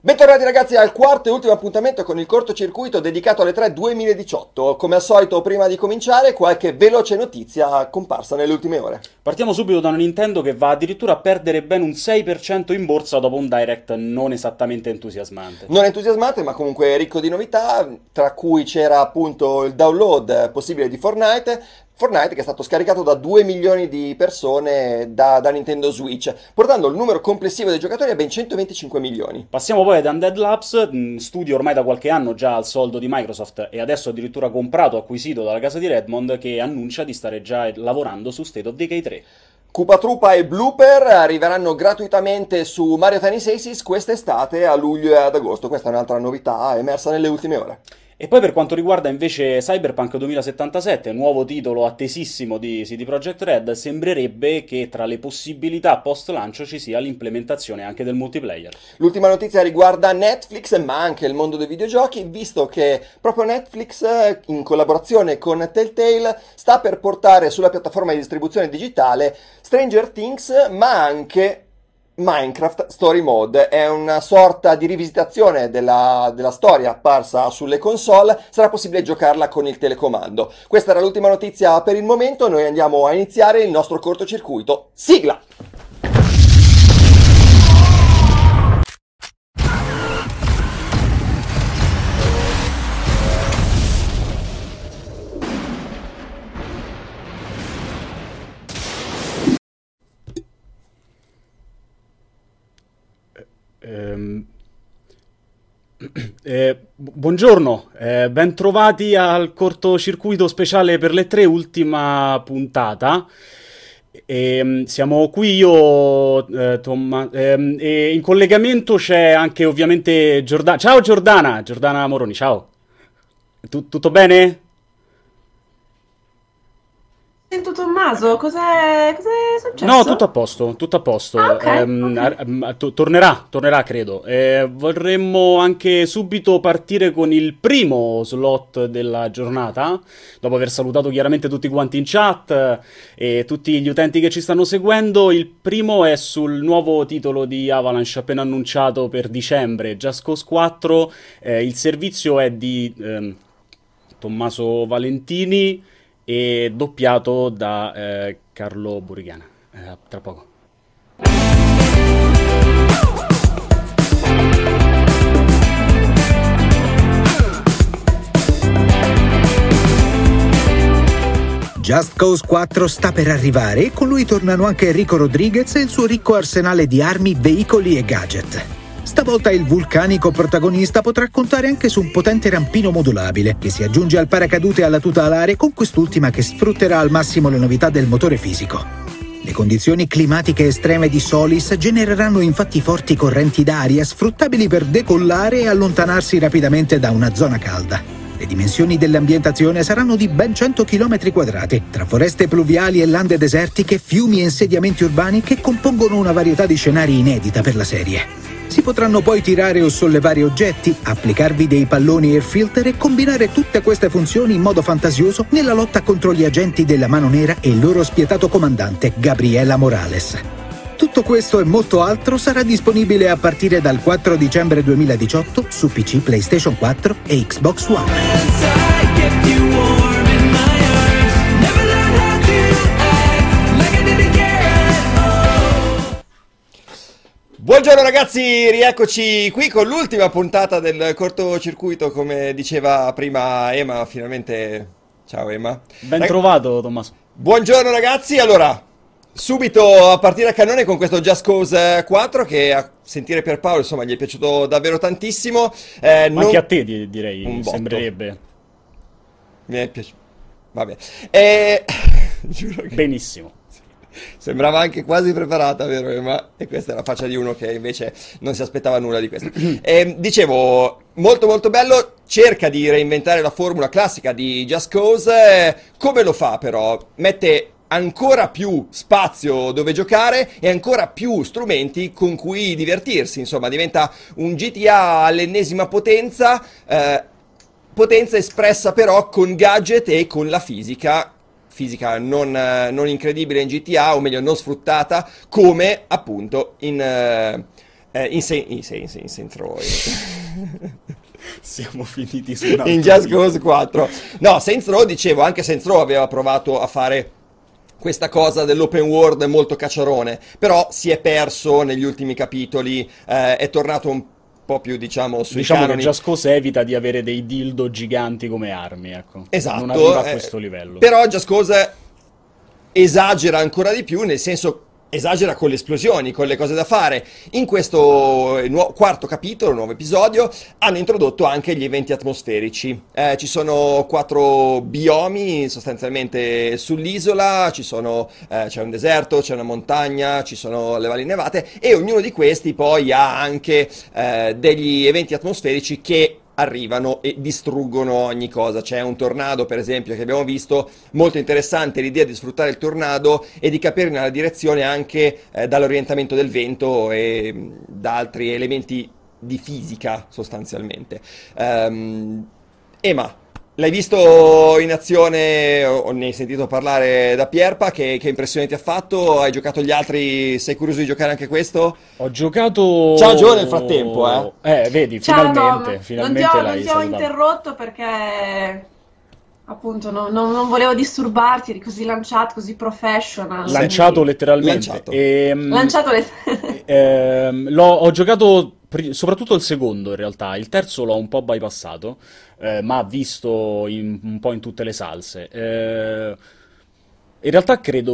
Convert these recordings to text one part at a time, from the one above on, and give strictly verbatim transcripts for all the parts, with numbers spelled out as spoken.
Bentornati ragazzi al quarto e ultimo appuntamento con il cortocircuito dedicato alle tre duemiladiciotto. Come al solito, prima di cominciare, qualche veloce notizia comparsa nelle ultime ore. Partiamo subito da una Nintendo che va addirittura a perdere ben un sei per cento in borsa dopo un Direct non esattamente entusiasmante. Non entusiasmante, ma comunque ricco di novità, tra cui c'era appunto il download possibile di Fortnite. Fortnite che è stato scaricato da due milioni di persone da, da Nintendo Switch, portando il numero complessivo dei giocatori a ben centoventicinque milioni. Passiamo poi ad Undead Labs, studio ormai da qualche anno già al soldo di Microsoft e adesso addirittura comprato, acquisito dalla casa di Redmond, che annuncia di stare già lavorando su State of Decay tre. Koopa Troopa e Blooper arriveranno gratuitamente su Mario Tennis Aces quest'estate a luglio e ad agosto. Questa è un'altra novità emersa nelle ultime ore. E poi per quanto riguarda invece Cyberpunk duemilasettantasette, nuovo titolo attesissimo di C D Projekt Red, sembrerebbe che tra le possibilità post-lancio ci sia l'implementazione anche del multiplayer. L'ultima notizia riguarda Netflix, ma anche il mondo dei videogiochi, visto che proprio Netflix, in collaborazione con Telltale, sta per portare sulla piattaforma di distribuzione digitale Stranger Things, ma anche Minecraft Story Mode. È una sorta di rivisitazione della, della storia apparsa sulle console, sarà possibile giocarla con il telecomando. Questa era l'ultima notizia per il momento, noi andiamo a iniziare il nostro cortocircuito. Sigla! Ehm, eh, buongiorno, eh, ben trovati al cortocircuito speciale per le tre, ultima puntata. E, siamo qui io, eh, Tomma, ehm, e in collegamento c'è anche ovviamente Giordana. Ciao Giordana, Giordana Moroni, ciao. Tu- tutto bene? Sento Tommaso, cos'è, cos'è No, successo? tutto a posto, tutto a posto. Ah, ok, Ehm, ok. ar- am- to- tornerà, tornerà, credo. Eh, vorremmo anche subito partire con il primo slot della giornata, dopo aver salutato chiaramente tutti quanti in chat eh, e tutti gli utenti che ci stanno seguendo. Il primo è sul nuovo titolo di Avalanche appena annunciato per dicembre, Just Cause quattro. Eh, il servizio è di ehm, Tommaso Valentini e doppiato da eh, Carlo Burigana. Eh, tra poco. Just Cause quattro sta per arrivare e con lui tornano anche Enrico Rodriguez e il suo ricco arsenale di armi, veicoli e gadget. Stavolta il vulcanico protagonista potrà contare anche su un potente rampino modulabile che si aggiunge al paracadute e alla tuta alare, con quest'ultima che sfrutterà al massimo le novità del motore fisico. Le condizioni climatiche estreme di Solis genereranno infatti forti correnti d'aria sfruttabili per decollare e allontanarsi rapidamente da una zona calda. Le dimensioni dell'ambientazione saranno di ben cento chilometri quadrati, tra foreste pluviali e lande desertiche, fiumi e insediamenti urbani che compongono una varietà di scenari inedita per la serie. Si potranno poi tirare o sollevare oggetti, applicarvi dei palloni air filter e combinare tutte queste funzioni in modo fantasioso nella lotta contro gli agenti della Mano Nera e il loro spietato comandante, Gabriela Morales. Tutto questo e molto altro sarà disponibile a partire dal quattro dicembre duemiladiciotto su P C, PlayStation quattro e Xbox One. Buongiorno ragazzi, rieccoci qui con l'ultima puntata del cortocircuito, come diceva prima Ema, finalmente. Ciao Ema. Ben Rag- trovato, Tommaso. Buongiorno ragazzi, allora, subito a partire a cannone con questo Just Cause quattro che a sentire Pierpaolo insomma gli è piaciuto davvero tantissimo. Eh, Ma non- anche a te di- direi, Un botto. sembrerebbe. Mi è piaciuto. Vabbè. Eh, Giuro che Benissimo. sembrava anche quasi preparata, vero Ema? E questa è la faccia di uno che invece non si aspettava nulla di questo. Eh, dicevo, molto molto bello, cerca di reinventare la formula classica di Just Cause. Eh, come lo fa però? Mette ancora più spazio dove giocare e ancora più strumenti con cui divertirsi, insomma diventa un G T A all'ennesima potenza, eh, potenza espressa però con gadget e con la fisica, fisica non, eh, non incredibile in G T A, o meglio non sfruttata, come appunto in, eh, Eh, in, Sa- in, Sa- in, Sa- in Saints Row. Siamo finiti su un altro In Just video. Cause quattro. No, Saints Row, dicevo, anche Saints Row aveva provato a fare questa cosa dell'open world molto cacciarone, però si è perso negli ultimi capitoli, eh, è tornato un po' più, diciamo, sui Diciamo canoni. che Just Cause evita di avere dei dildo giganti come armi, ecco. Esatto. Non arriva a eh, questo livello. Però Just Cause esagera ancora di più, nel senso esagera con le esplosioni, con le cose da fare. In questo eh, nuo- quarto capitolo, nuovo episodio, hanno introdotto anche gli eventi atmosferici. Eh, ci sono quattro biomi sostanzialmente sull'isola, ci sono, eh, c'è un deserto, c'è una montagna, ci sono le valli nevate e ognuno di questi poi ha anche eh, degli eventi atmosferici che arrivano e distruggono ogni cosa. C'è un tornado, per esempio, che abbiamo visto, molto interessante l'idea di sfruttare il tornado e di capirne la direzione anche eh, dall'orientamento del vento e mh, da altri elementi di fisica, sostanzialmente. Ehm, Ema, l'hai visto in azione o ne hai sentito parlare da Pierpa? Che, che impressione ti ha fatto? Hai giocato gli altri? Sei curioso di giocare anche questo? Ho giocato... Ciao Gio nel frattempo, eh. Eh, vedi, Ciao finalmente, Tom, non ti finalmente ho, non l'hai ti ho salutato. interrotto perché appunto no- non, non volevo disturbarti, eri così lanciato, così professional. Lanciato quindi- letteralmente. Lanciato. Ehm, Lanciato le... ehm, l'ho- ho giocato pri- soprattutto il secondo in realtà, il terzo l'ho un po' bypassato, eh, ma visto in- un po' in tutte le salse. Eh, in realtà credo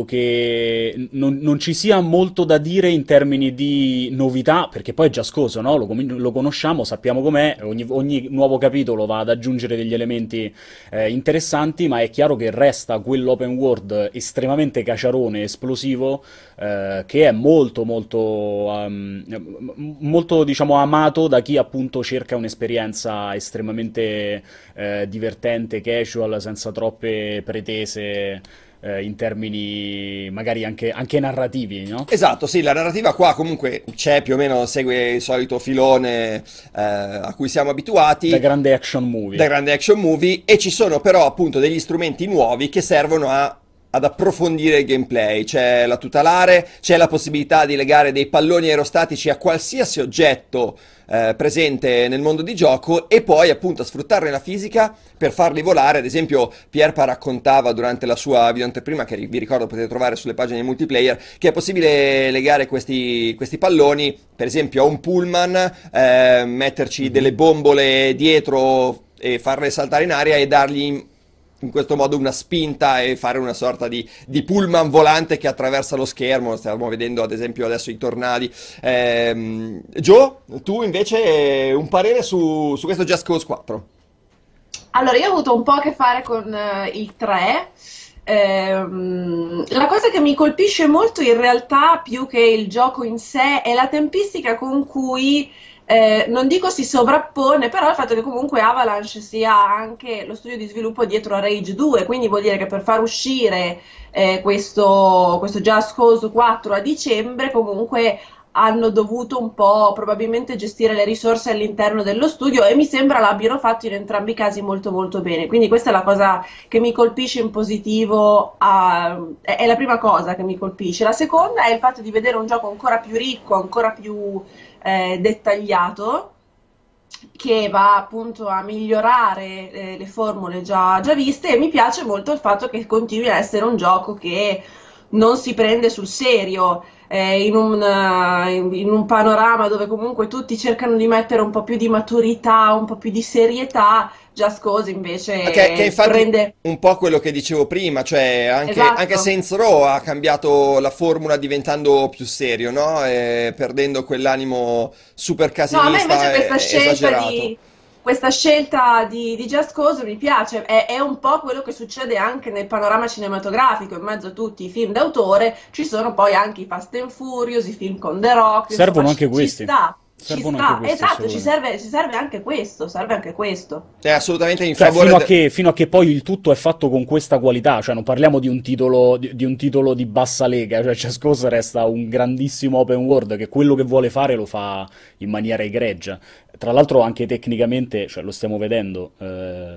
che non, non ci sia molto da dire in termini di novità, perché poi è già scoso, no? Lo, com- lo conosciamo, sappiamo com'è, ogni, ogni nuovo capitolo va ad aggiungere degli elementi eh, interessanti, ma è chiaro che resta quell'open world estremamente caciarone, esplosivo, eh, che è molto molto, um, m- molto diciamo amato da chi appunto cerca un'esperienza estremamente eh, divertente, casual, senza troppe pretese eh, in termini magari anche, anche narrativi, no? Esatto, sì, la narrativa qua comunque c'è, più o meno segue il solito filone eh, a cui siamo abituati, Da grande action movie. da grande action movie, e ci sono però appunto degli strumenti nuovi che servono a- ad approfondire il gameplay. C'è la tutelare, c'è la possibilità di legare dei palloni aerostatici a qualsiasi oggetto eh, presente nel mondo di gioco e poi appunto sfruttarne la fisica per farli volare. Ad esempio Pierpa raccontava durante la sua video anteprima, che vi ricordo potete trovare sulle pagine di multiplayer, che è possibile legare questi, questi palloni per esempio a un pullman, eh, metterci delle bombole dietro e farle saltare in aria e dargli in, in questo modo una spinta e fare una sorta di, di pullman volante che attraversa lo schermo. Stiamo vedendo ad esempio adesso i tornadi. Ehm, Joe, tu invece un parere su, su questo Just Cause quattro? Allora, io ho avuto un po' a che fare con eh, il tre. Ehm, la cosa che mi colpisce molto in realtà, più che il gioco in sé, è la tempistica con cui, eh, non dico si sovrappone, però il fatto che comunque Avalanche sia anche lo studio di sviluppo dietro a Rage due, quindi vuol dire che per far uscire eh, questo, questo Just Cause quattro a dicembre comunque hanno dovuto un po' probabilmente gestire le risorse all'interno dello studio e mi sembra l'abbiano fatto in entrambi i casi molto molto bene. Quindi questa è la cosa che mi colpisce in positivo, a- è è la prima cosa che mi colpisce. La seconda è il fatto di vedere un gioco ancora più ricco, ancora più eh, dettagliato, che va appunto a migliorare eh, le formule già, già viste, e mi piace molto il fatto che continui a essere un gioco che non si prende sul serio, eh, in un, eh, in- in un panorama dove comunque tutti cercano di mettere un po' più di maturità, un po' più di serietà. Just Cause invece Che, che infatti prende... un po' quello che dicevo prima, cioè anche, Esatto. anche Saints Row ha cambiato la formula diventando più serio, no? E perdendo quell'animo super No, a me casinista invece e questa scelta esagerato. di, questa scelta di, di Just Cause mi piace, è, è un po' quello che succede anche nel panorama cinematografico. In mezzo a tutti i film d'autore ci sono poi anche i Fast and Furious, i film con The Rock, Servono insomma, anche ci, ci questi. sta, ci Servono sta, anche questi, esatto, ci assolutamente. serve, ci serve anche questo, serve anche questo. È assolutamente in Cioè, favore fino a de- che, fino a che poi il tutto è fatto con questa qualità, cioè non parliamo di un titolo di, di un titolo di bassa lega, cioè Just Cause resta un grandissimo open world che quello che vuole fare lo fa in maniera egregia. Tra l'altro anche tecnicamente, cioè lo stiamo vedendo, eh,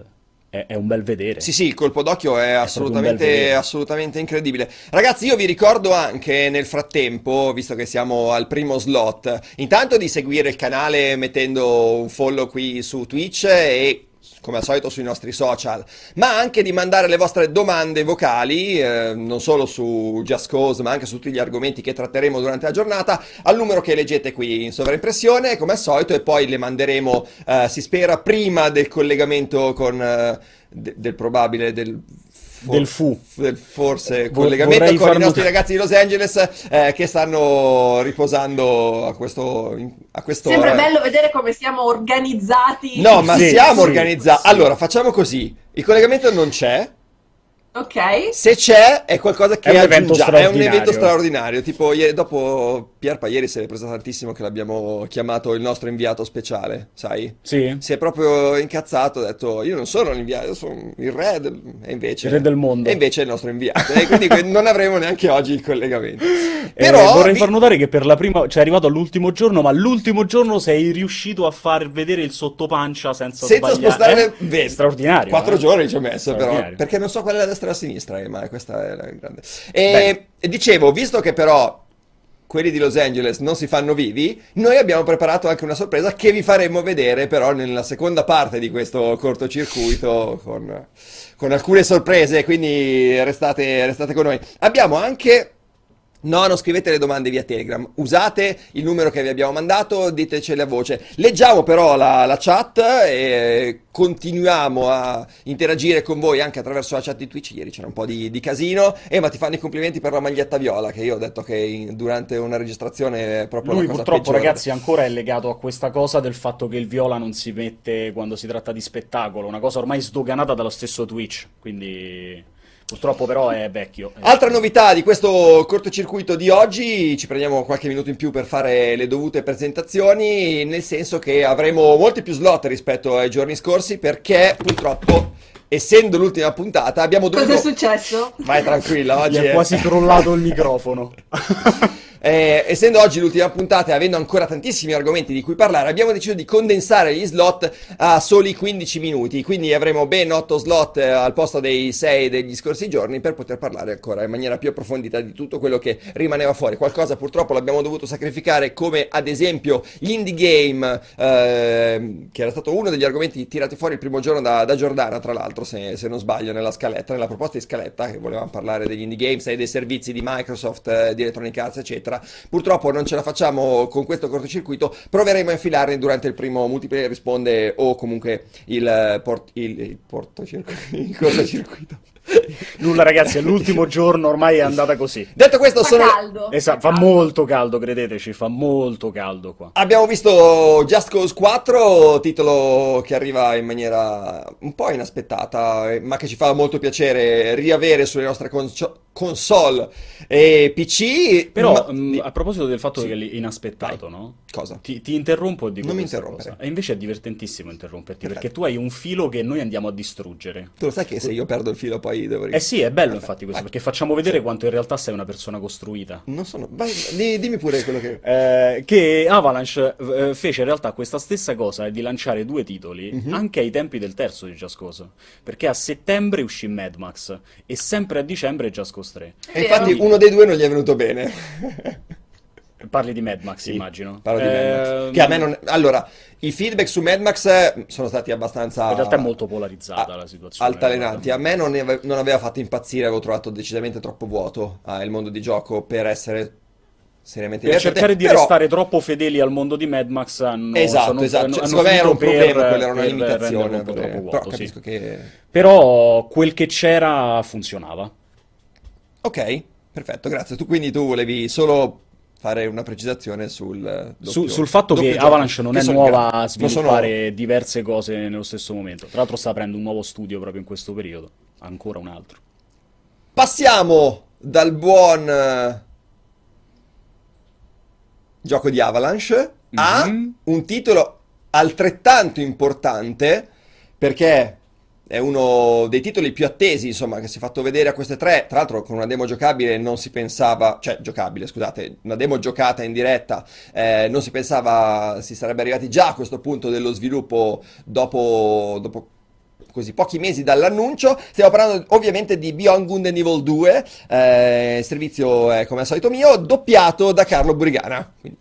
è, è un bel vedere. Sì, sì, il colpo d'occhio è, È proprio un bel assolutamente, vedere. assolutamente incredibile. Ragazzi, io vi ricordo anche nel frattempo, visto che siamo al primo slot, intanto di seguire il canale mettendo un follow qui su Twitch e come al solito sui nostri social, ma anche di mandare le vostre domande vocali, eh, non solo su Just Cause, ma anche su tutti gli argomenti che tratteremo durante la giornata, al numero che leggete qui in sovraimpressione, come al solito, e poi le manderemo, eh, si spera, prima del collegamento con, eh, de- del probabile, del... for- Del fu. del forse Vo- collegamento vorrei con i far nostri not- ragazzi di Los Angeles, eh, che stanno riposando a questo a quest'ora. Sembra bello vedere come siamo organizzati. No, ma Sì, siamo sì, organizzati. sì. Allora, facciamo così. Il collegamento non c'è. Ok. Se c'è, è qualcosa che È un evento aggiungiamo. È un evento straordinario. straordinario. Tipo, ieri, dopo Pierpa, ieri se l'è presa tantissimo che l'abbiamo chiamato il nostro inviato speciale, sai? Sì? Si è proprio incazzato, ha detto: io non sono l'inviato, io sono il re del... E invece... Il re del mondo. E invece è il nostro inviato. E quindi que- non avremo neanche oggi il collegamento. Eh, Però vorrei vi- far notare che per la prima, cioè è arrivato all'ultimo giorno, ma l'ultimo giorno sei riuscito a far vedere il sottopancia senza, senza sbagliare. spostare Eh? le... Beh, Straordinario. Quattro eh? giorni ci ho messo però, Straordinario. perché non so qual è la destra e la sinistra, eh, ma questa è la grande. E, e dicevo, visto che però quelli di Los Angeles non si fanno vivi, noi abbiamo preparato anche una sorpresa che vi faremo vedere però nella seconda parte di questo cortocircuito con, con alcune sorprese, quindi restate, restate con noi. Abbiamo anche... No, non scrivete le domande via Telegram, usate il numero che vi abbiamo mandato, ditecele a voce. Leggiamo però la, la chat e continuiamo a interagire con voi anche attraverso la chat di Twitch. Ieri c'era un po' di, di casino. E ma ti fanno i complimenti per la maglietta viola, che io ho detto che in- durante una registrazione è proprio Lui la cosa purtroppo, peggiore. ragazzi, ancora è legato a questa cosa del fatto che il viola non si mette quando si tratta di spettacolo, una cosa ormai sdoganata dallo stesso Twitch, quindi purtroppo però è vecchio. Altra novità di questo cortocircuito di oggi, ci prendiamo qualche minuto in più per fare le dovute presentazioni, nel senso che avremo molti più slot rispetto ai giorni scorsi, perché purtroppo, essendo l'ultima puntata, abbiamo dovuto... Cos'è successo? Vai tranquilla, Gli oggi è è... quasi crollato il microfono. Eh, essendo oggi l'ultima puntata e avendo ancora tantissimi argomenti di cui parlare, abbiamo deciso di condensare gli slot a soli quindici minuti, quindi avremo ben otto slot eh, al posto dei sei degli scorsi giorni per poter parlare ancora in maniera più approfondita di tutto quello che rimaneva fuori. Qualcosa purtroppo l'abbiamo dovuto sacrificare, come ad esempio gli indie game, eh, che era stato uno degli argomenti tirati fuori il primo giorno da, da Giordana, tra l'altro, se, se non sbaglio, nella scaletta, nella proposta di scaletta, che volevamo parlare degli indie games e dei servizi di Microsoft, eh, di Electronic Arts, eccetera. Purtroppo non ce la facciamo con questo cortocircuito, proveremo a infilarne durante il primo Multiplayer Risponde o comunque il, eh, port- il, il portocircuito, il cortocircuito. Nulla, ragazzi, è l'ultimo giorno, ormai è andata così. Detto questo, Fa sono... caldo. Esatto, fa molto caldo, credeteci, fa molto caldo qua. Abbiamo visto Just Cause quattro, titolo che arriva in maniera un po' inaspettata, eh, ma che ci fa molto piacere riavere sulle nostre conso- console e P C. Però, ma- mh, di- a proposito del fatto Sì. che è inaspettato, Vai. no? Cosa? Ti, ti interrompo e dico Non mi questa interrompere. cosa. E invece è divertentissimo interromperti, Perfetto. perché tu hai un filo che noi andiamo a distruggere. Tu lo sai che se io perdo il filo poi devo... ri- Eh sì, è bello Perfetto, infatti questo, vai. perché facciamo vedere quanto in realtà sei una persona costruita. Non sono... Vai, di- dimmi pure quello che... Eh, che Avalanche eh, fece in realtà questa stessa cosa di lanciare due titoli Mhm. anche ai tempi del terzo di Just Cause, perché a settembre uscì Mad Max e sempre a dicembre Just Cause tre. E infatti uno dei due non gli è venuto bene. Parli di Mad Max, Sì, immagino. parlo di Mad Max. Ehm, Che a me non... Allora, i feedback su Mad Max eh, sono stati abbastanza... In realtà è molto polarizzata a- la situazione. altalenanti. A me non, ne ave- non aveva fatto impazzire, avevo trovato decisamente troppo vuoto ah, il mondo di gioco per essere seriamente Per divertente, cercare di però- restare troppo fedeli al mondo di Mad Max hanno, Esatto, sono- esatto. hanno- Cioè, hanno secondo me era un finito problema, per- quella era una per limitazione. renderlo un po' per- troppo Però vuoto, sì. capisco che... Però quel che c'era funzionava. Ok, perfetto, grazie. Tu quindi tu volevi solo fare una precisazione sul doppio- Su- sul fatto doppio che gioco, Avalanche non che è sono nuova grandi. a Non sono- sviluppare diverse cose nello stesso momento. Tra l'altro sta aprendo un nuovo studio proprio in questo periodo. Ancora un altro. Passiamo dal buon eh, gioco di Avalanche a Mhm. un titolo altrettanto importante, perché è uno dei titoli più attesi, insomma, che si è fatto vedere a queste tre. Tra l'altro con una demo giocabile non si pensava, cioè giocabile, scusate, una demo giocata in diretta, eh, non si pensava si sarebbe arrivati già a questo punto dello sviluppo dopo, dopo così pochi mesi dall'annuncio. Stiamo parlando ovviamente di Beyond Good and Evil due, eh, il servizio è come al solito mio, doppiato da Carlo Burigana. Quindi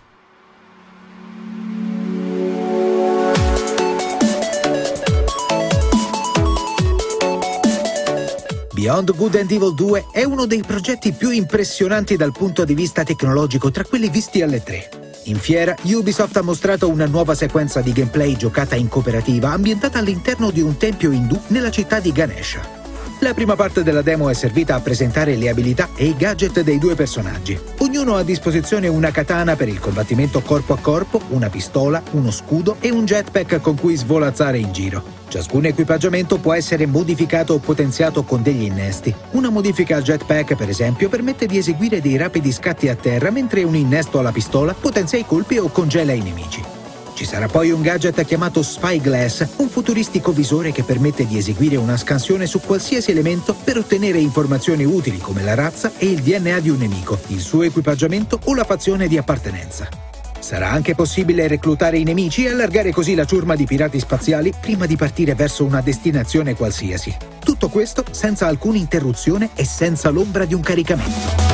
Beyond Good and Evil due è uno dei progetti più impressionanti dal punto di vista tecnologico tra quelli visti alle tre. In fiera, Ubisoft ha mostrato una nuova sequenza di gameplay giocata in cooperativa ambientata all'interno di un tempio indù nella città di Ganesha. La prima parte della demo è servita a presentare le abilità e i gadget dei due personaggi. Ognuno ha a disposizione una katana per il combattimento corpo a corpo, una pistola, uno scudo e un jetpack con cui svolazzare in giro. Ciascun equipaggiamento può essere modificato o potenziato con degli innesti. Una modifica al jetpack, per esempio, permette di eseguire dei rapidi scatti a terra, mentre un innesto alla pistola potenzia i colpi o congela i nemici. Ci sarà poi un gadget chiamato Spyglass, un futuristico visore che permette di eseguire una scansione su qualsiasi elemento per ottenere informazioni utili come la razza e il D N A di un nemico, il suo equipaggiamento o la fazione di appartenenza. Sarà anche possibile reclutare i nemici e allargare così la ciurma di pirati spaziali prima di partire verso una destinazione qualsiasi. Tutto questo senza alcuna interruzione e senza l'ombra di un caricamento.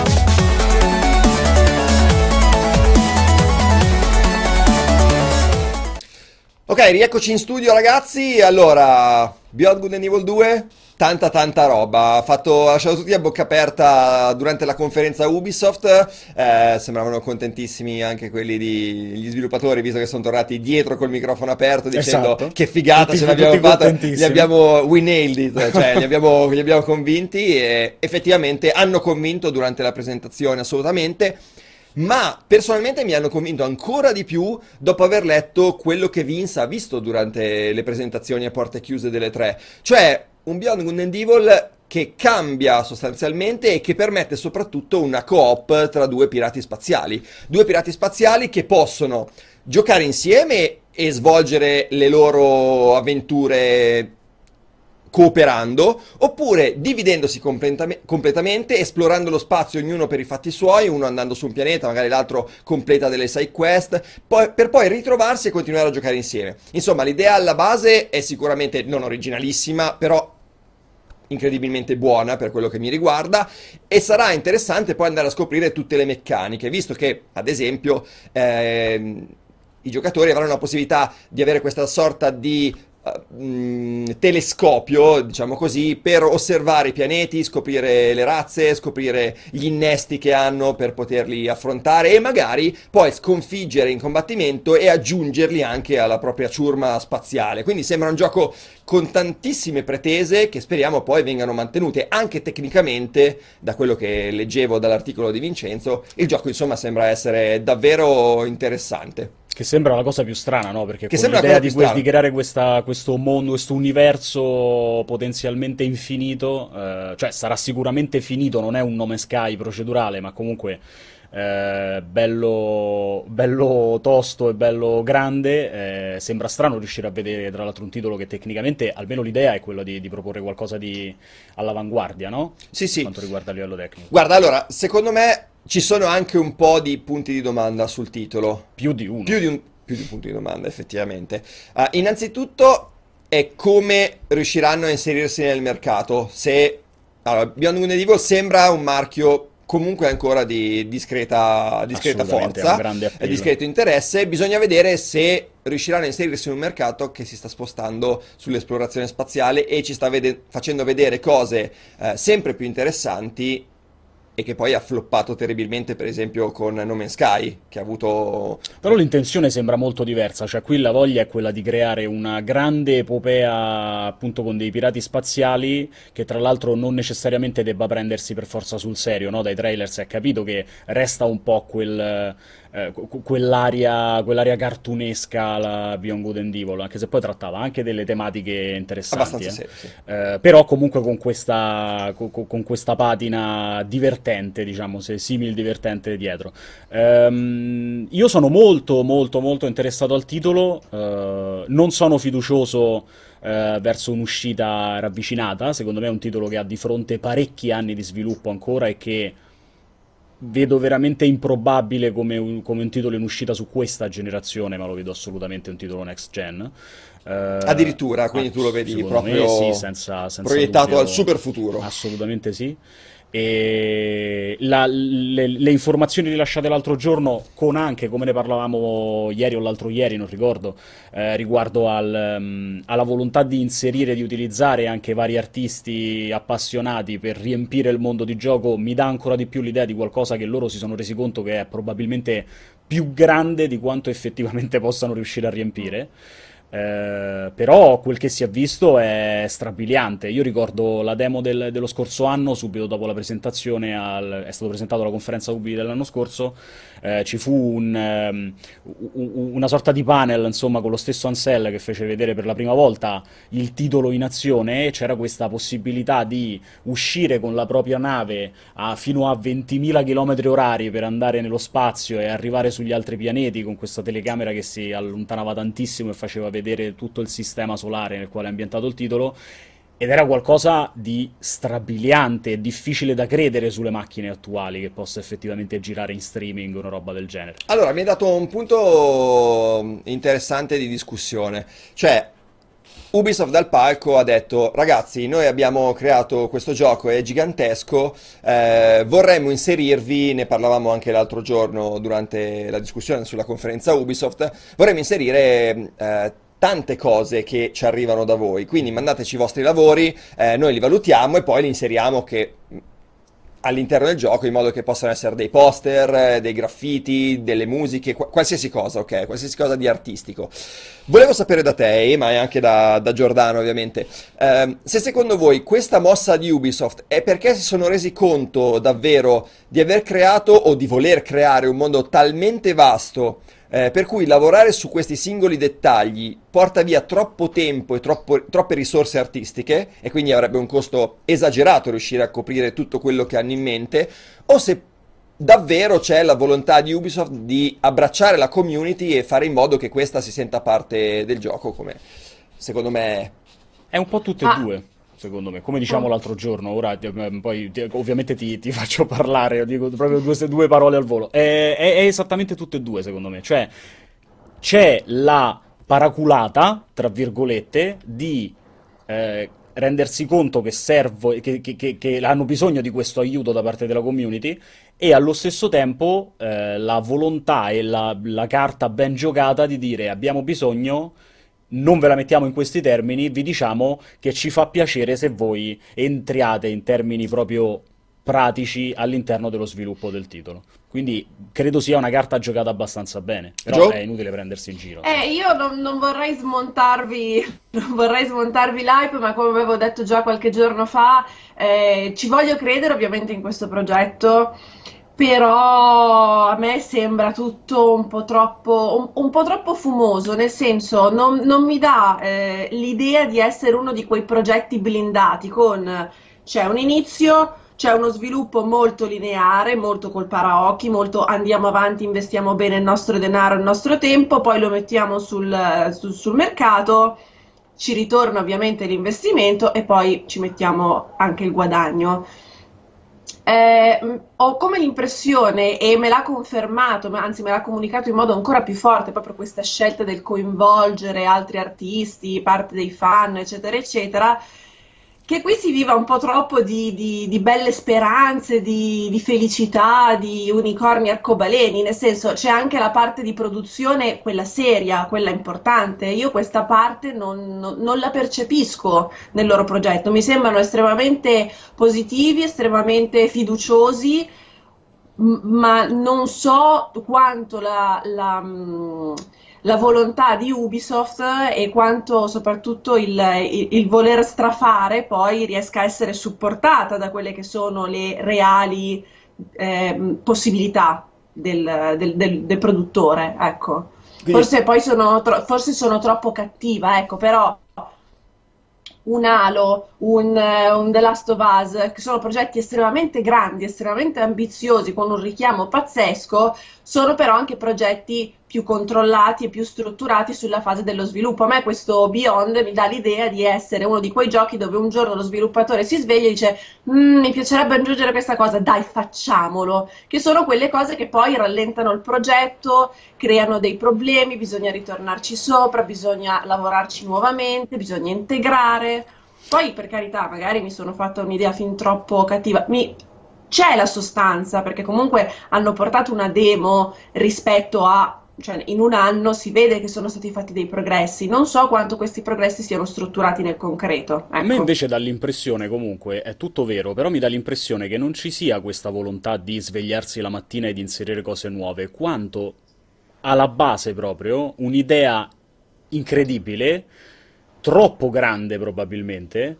Ok, rieccoci in studio ragazzi. Allora, Beyond Good and Evil due, tanta tanta roba. Ha fatto, ha lasciato tutti a bocca aperta durante la conferenza Ubisoft. Eh, sembravano contentissimi anche quelli degli sviluppatori, visto che sono tornati dietro col microfono aperto dicendo esatto. Che figata tutti, ce l'abbiamo fatta. Li abbiamo, we nailed it, cioè li abbiamo, li abbiamo convinti e effettivamente hanno convinto durante la presentazione assolutamente. Ma personalmente mi hanno convinto ancora di più dopo aver letto quello che Vince ha visto durante le presentazioni a porte chiuse delle tre, cioè un Beyond Good and Evil che cambia sostanzialmente e che permette soprattutto una co-op tra due pirati spaziali, due pirati spaziali che possono giocare insieme e svolgere le loro avventure cooperando, oppure dividendosi completame- completamente, esplorando lo spazio ognuno per i fatti suoi, uno andando su un pianeta, magari l'altro completa delle side quest, poi, per poi ritrovarsi e continuare a giocare insieme. Insomma, l'idea alla base è sicuramente non originalissima, però incredibilmente buona per quello che mi riguarda, e sarà interessante poi andare a scoprire tutte le meccaniche, visto che, ad esempio, ehm, i giocatori avranno la possibilità di avere questa sorta di Uh, telescopio, diciamo così, per osservare i pianeti, scoprire le razze, scoprire gli innesti che hanno per poterli affrontare e magari poi sconfiggere in combattimento e aggiungerli anche alla propria ciurma spaziale. Quindi sembra un gioco con tantissime pretese che speriamo poi vengano mantenute. Anche tecnicamente, da quello che leggevo dall'articolo di Vincenzo, il gioco insomma sembra essere davvero interessante. Che sembra la cosa più strana, no? Perché che con l'idea l'idea di, que- di creare questa, questo mondo, questo universo potenzialmente infinito, eh, cioè sarà sicuramente finito, non è un No Man's Sky procedurale, ma comunque eh, bello, bello tosto e bello grande. Eh, sembra strano riuscire a vedere, tra l'altro, un titolo che tecnicamente, almeno l'idea è quella di, di proporre qualcosa di all'avanguardia, no? Sì, sì. Per quanto riguarda il livello tecnico. Guarda, allora, secondo me ci sono anche un po' di punti di domanda sul titolo. Più di uno. Più di un, più di un punto di domanda, effettivamente. Uh, innanzitutto è come riusciranno a inserirsi nel mercato. Se allora, Beyond Good and Evil sembra un marchio comunque ancora di discreta, discreta forza, e discreto interesse. Bisogna vedere se riusciranno a inserirsi in un mercato che si sta spostando sull'esplorazione spaziale e ci sta vede- facendo vedere cose uh, sempre più interessanti, e che poi ha floppato terribilmente, per esempio con No Man's Sky, che ha avuto... Però l'intenzione sembra molto diversa, cioè qui la voglia è quella di creare una grande epopea appunto con dei pirati spaziali che tra l'altro non necessariamente debba prendersi per forza sul serio, no? Dai trailer si è capito che resta un po' quel... Eh, quell'aria, quell'aria cartunesca la Beyond Good and Evil, anche se poi trattava anche delle tematiche interessanti, eh. serio, sì. eh, però comunque con questa, con, con questa patina divertente, diciamo, se simil divertente dietro. Um, io sono molto molto molto interessato al titolo, uh, non sono fiducioso uh, verso un'uscita ravvicinata. Secondo me è un titolo che ha di fronte parecchi anni di sviluppo ancora e che vedo veramente improbabile come un, come un titolo in uscita su questa generazione, ma lo vedo assolutamente un titolo next gen. Eh, Addirittura, quindi ah, tu lo vedi secondo proprio me sì, senza, senza proiettato dubbio, al super futuro. assolutamente sì. E la- le, le informazioni rilasciate l'altro giorno, con anche, come ne parlavamo ieri o l'altro ieri, non ricordo, eh, riguardo al, um, alla volontà di inserire, di utilizzare anche vari artisti appassionati per riempire il mondo di gioco, mi dà ancora di più l'idea di qualcosa che loro si sono resi conto che è probabilmente più grande di quanto effettivamente possano riuscire a riempire. Eh, però quel che si è visto è strabiliante. Io ricordo la demo del- dello scorso anno, subito dopo la presentazione, al- è stato presentato alla conferenza Ubi dell'anno scorso. Eh, ci fu un, ehm, u- u- una sorta di panel, insomma, con lo stesso Ansel che fece vedere per la prima volta il titolo in azione, e c'era questa possibilità di uscire con la propria nave a- fino a ventimila km orari per andare nello spazio e arrivare sugli altri pianeti con questa telecamera che si allontanava tantissimo e faceva vedere tutto il sistema solare nel quale è ambientato il titolo. Ed era qualcosa di strabiliante e difficile da credere sulle macchine attuali che possa effettivamente girare in streaming una roba del genere. Allora, mi hai dato un punto interessante di discussione, cioè Ubisoft dal palco ha detto: ragazzi, noi abbiamo creato questo gioco, è gigantesco, eh, vorremmo inserirvi, ne parlavamo anche l'altro giorno durante la discussione sulla conferenza Ubisoft, vorremmo inserire eh, tante cose che ci arrivano da voi, quindi mandateci i vostri lavori, eh, noi li valutiamo e poi li inseriamo che all'interno del gioco, in modo che possano essere dei poster, eh, dei graffiti, delle musiche, qua- qualsiasi cosa, ok? Qualsiasi cosa di artistico. Volevo sapere da te, ma anche da, da Giordano ovviamente, ehm, se secondo voi questa mossa di Ubisoft è perché si sono resi conto davvero di aver creato o di voler creare un mondo talmente vasto, eh, per cui lavorare su questi singoli dettagli porta via troppo tempo e troppo- troppe risorse artistiche, e quindi avrebbe un costo esagerato riuscire a coprire tutto quello che hanno in mente, o se davvero c'è la volontà di Ubisoft di abbracciare la community e fare in modo che questa si senta parte del gioco, come secondo me è. È un po' tutte e Ah, due, secondo me. Come diciamo l'altro giorno, ora ti- eh, poi ti- ovviamente ti, ti faccio parlare, io dico proprio due, due parole al volo. È, è- è esattamente tutte e due, secondo me. Cioè, c'è la paraculata, tra virgolette, di eh, rendersi conto che, servo, che, che- che- che hanno bisogno di questo aiuto da parte della community, e allo stesso tempo eh, la volontà e la, la carta ben giocata di dire: abbiamo bisogno, non ve la mettiamo in questi termini, vi diciamo che ci fa piacere se voi entriate in termini proprio pratici all'interno dello sviluppo del titolo. Quindi credo sia una carta giocata abbastanza bene, però Joe? è inutile prendersi in giro. Eh, io non, non vorrei smontarvi, non vorrei smontarvi l'hype, ma come avevo detto già qualche giorno fa, eh, ci voglio credere ovviamente in questo progetto, però a me sembra tutto un po' troppo, un, un po' troppo fumoso, nel senso non, non mi dà eh, l'idea di essere uno di quei progetti blindati con c'è un inizio, c'è uno sviluppo molto lineare, molto col paraocchi, molto andiamo avanti, investiamo bene il nostro denaro, il nostro tempo, poi lo mettiamo sul, sul- sul mercato, ci ritorna ovviamente l'investimento e poi ci mettiamo anche il guadagno. Eh, mh, ho come l'impressione, e me l'ha confermato, ma anzi me l'ha comunicato in modo ancora più forte, proprio questa scelta del coinvolgere altri artisti, parte dei fan, eccetera, eccetera, che qui si viva un po' troppo di, di- di belle speranze, di, di felicità, di unicorni arcobaleni, nel senso c'è anche la parte di produzione, quella seria, quella importante. Io questa parte non, non- non la percepisco nel loro progetto, mi sembrano estremamente positivi, estremamente fiduciosi, m- ma non so quanto la, la, mh, la volontà di Ubisoft e quanto soprattutto il, il- il voler strafare poi riesca a essere supportata da quelle che sono le reali ehm, possibilità del, del- del- del produttore, ecco. Quindi, Forse poi sono, tro- forse sono troppo cattiva, ecco, però un Halo, un, eh, un The Last of Us, che sono progetti estremamente grandi, estremamente ambiziosi, con un richiamo pazzesco, sono però anche progetti più controllati e più strutturati sulla fase dello sviluppo. A me questo Beyond mi dà l'idea di essere uno di quei giochi dove un giorno lo sviluppatore si sveglia e dice "Mm, mi piacerebbe aggiungere questa cosa, dai facciamolo", che sono quelle cose che poi rallentano il progetto, creano dei problemi, bisogna ritornarci sopra, bisogna lavorarci nuovamente, bisogna integrare. Poi per carità, magari mi sono fatta un'idea fin troppo cattiva, mi... c'è la sostanza, perché comunque hanno portato una demo rispetto a, cioè in un anno si vede che sono stati fatti dei progressi, non so quanto questi progressi siano strutturati nel concreto. Ecco. A me invece dà l'impressione, comunque, è tutto vero, però mi dà l'impressione che non ci sia questa volontà di svegliarsi la mattina e di inserire cose nuove, quanto alla base proprio un'idea incredibile, troppo grande probabilmente,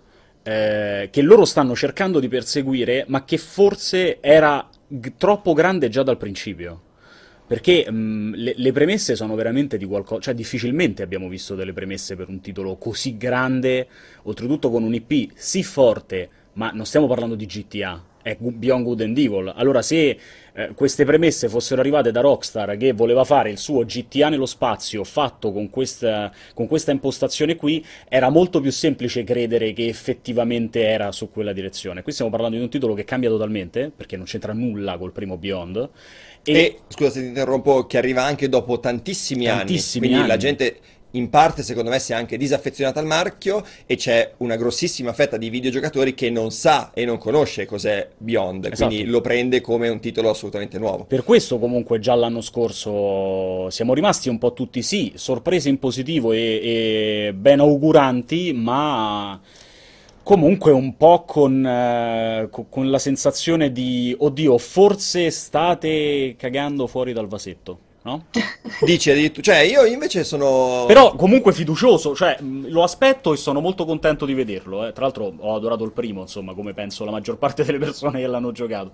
eh, che loro stanno cercando di perseguire, ma che forse era g- troppo grande già dal principio. Perché mh, le, le premesse sono veramente di qualcosa, cioè difficilmente abbiamo visto delle premesse per un titolo così grande, oltretutto con un I P sì forte, ma non stiamo parlando di G T A, è Beyond Good and Evil. Allora se eh, queste premesse fossero arrivate da Rockstar, che voleva fare il suo G T A nello spazio fatto con questa, con questa impostazione qui, era molto più semplice credere che effettivamente era su quella direzione. Qui stiamo parlando di un titolo che cambia totalmente, perché non c'entra nulla col primo Beyond. E, e scusa se ti interrompo, che arriva anche dopo tantissimi, tantissimi anni, quindi anni. la gente in parte secondo me si è anche disaffezionata al marchio e c'è una grossissima fetta di videogiocatori che non sa e non conosce cos'è Beyond, Esatto. Quindi lo prende come un titolo assolutamente nuovo. Per questo comunque già l'anno scorso siamo rimasti un po' tutti sì, sorpresi in positivo e, e ben auguranti, ma comunque un po' con, eh, co- con la sensazione di oddio, forse state cagando fuori dal vasetto, no? Dici addirittura, cioè io invece sono... Però comunque fiducioso, cioè mh, lo aspetto e sono molto contento di vederlo, eh. Tra l'altro ho adorato il primo, insomma, come penso la maggior parte delle persone che l'hanno giocato.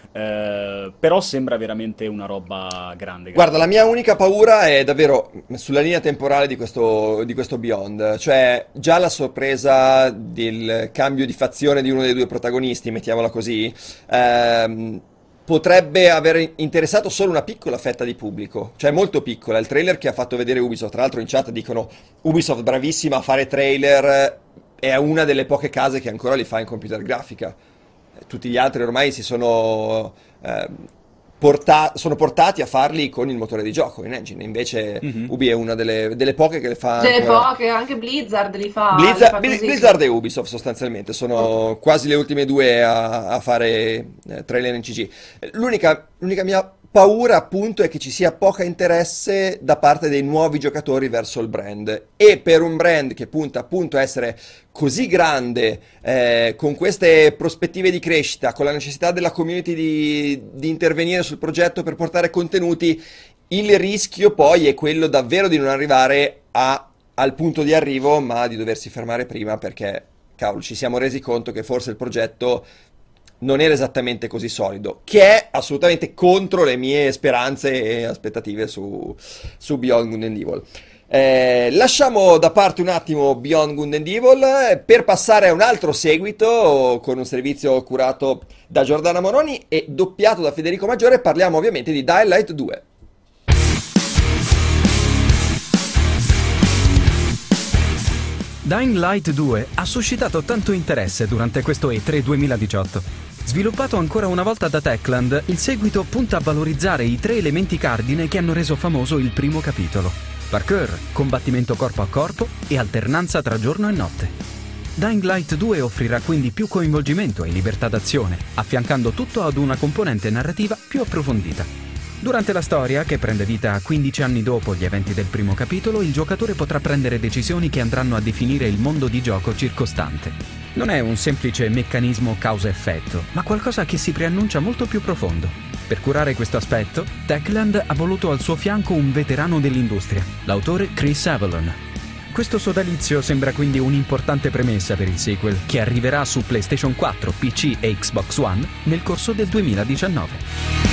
Eh, però sembra veramente una roba grande. Guarda, la mia unica paura è davvero sulla linea temporale di questo, di questo Beyond, cioè già la sorpresa del cambio di fazione di uno dei due protagonisti, mettiamola così, ehm, potrebbe aver interessato solo una piccola fetta di pubblico, cioè molto piccola. Il trailer che ha fatto vedere Ubisoft, tra l'altro in chat dicono Ubisoft bravissima a fare trailer, è una delle poche case che ancora li fa in computer grafica. Tutti gli altri ormai si sono, eh, porta- sono portati a farli con il motore di gioco, in engine, invece Mhm. Ubi è una delle, delle poche che le fa Delle ancora. poche, anche Blizzard li fa, li Blizzard, fa Bli- così. Blizzard e Ubisoft sostanzialmente sono quasi le ultime due a, a fare eh, trailer in C G. L'unica, l'unica mia paura appunto è che ci sia poca interesse da parte dei nuovi giocatori verso il brand, e per un brand che punta appunto a essere così grande, eh, con queste prospettive di crescita, con la necessità della community di, di intervenire sul progetto per portare contenuti, il rischio poi è quello davvero di non arrivare a al punto di arrivo, ma di doversi fermare prima perché, cavolo, ci siamo resi conto che forse il progetto non era esattamente così solido, che è assolutamente contro le mie speranze e aspettative su, su Beyond Good and Evil. Eh, lasciamo da parte un attimo Beyond Good and Evil eh, per passare a un altro seguito con un servizio curato da Giordana Moroni e doppiato da Federico Maggiore. Parliamo ovviamente di Dying Light due. Dying Light due ha suscitato tanto interesse durante questo E tre duemiladiciotto. Sviluppato ancora una volta da Techland, il seguito punta a valorizzare i tre elementi cardine che hanno reso famoso il primo capitolo: parkour, combattimento corpo a corpo e alternanza tra giorno e notte. Dying Light due offrirà quindi più coinvolgimento e libertà d'azione, affiancando tutto ad una componente narrativa più approfondita. Durante la storia, che prende vita quindici anni dopo gli eventi del primo capitolo, il giocatore potrà prendere decisioni che andranno a definire il mondo di gioco circostante. Non è un semplice meccanismo causa-effetto, ma qualcosa che si preannuncia molto più profondo. Per curare questo aspetto, Techland ha voluto al suo fianco un veterano dell'industria, l'autore Chris Avellone. Questo sodalizio sembra quindi un'importante premessa per il sequel, che arriverà su PlayStation quattro, P C e Xbox One nel corso del duemiladiciannove.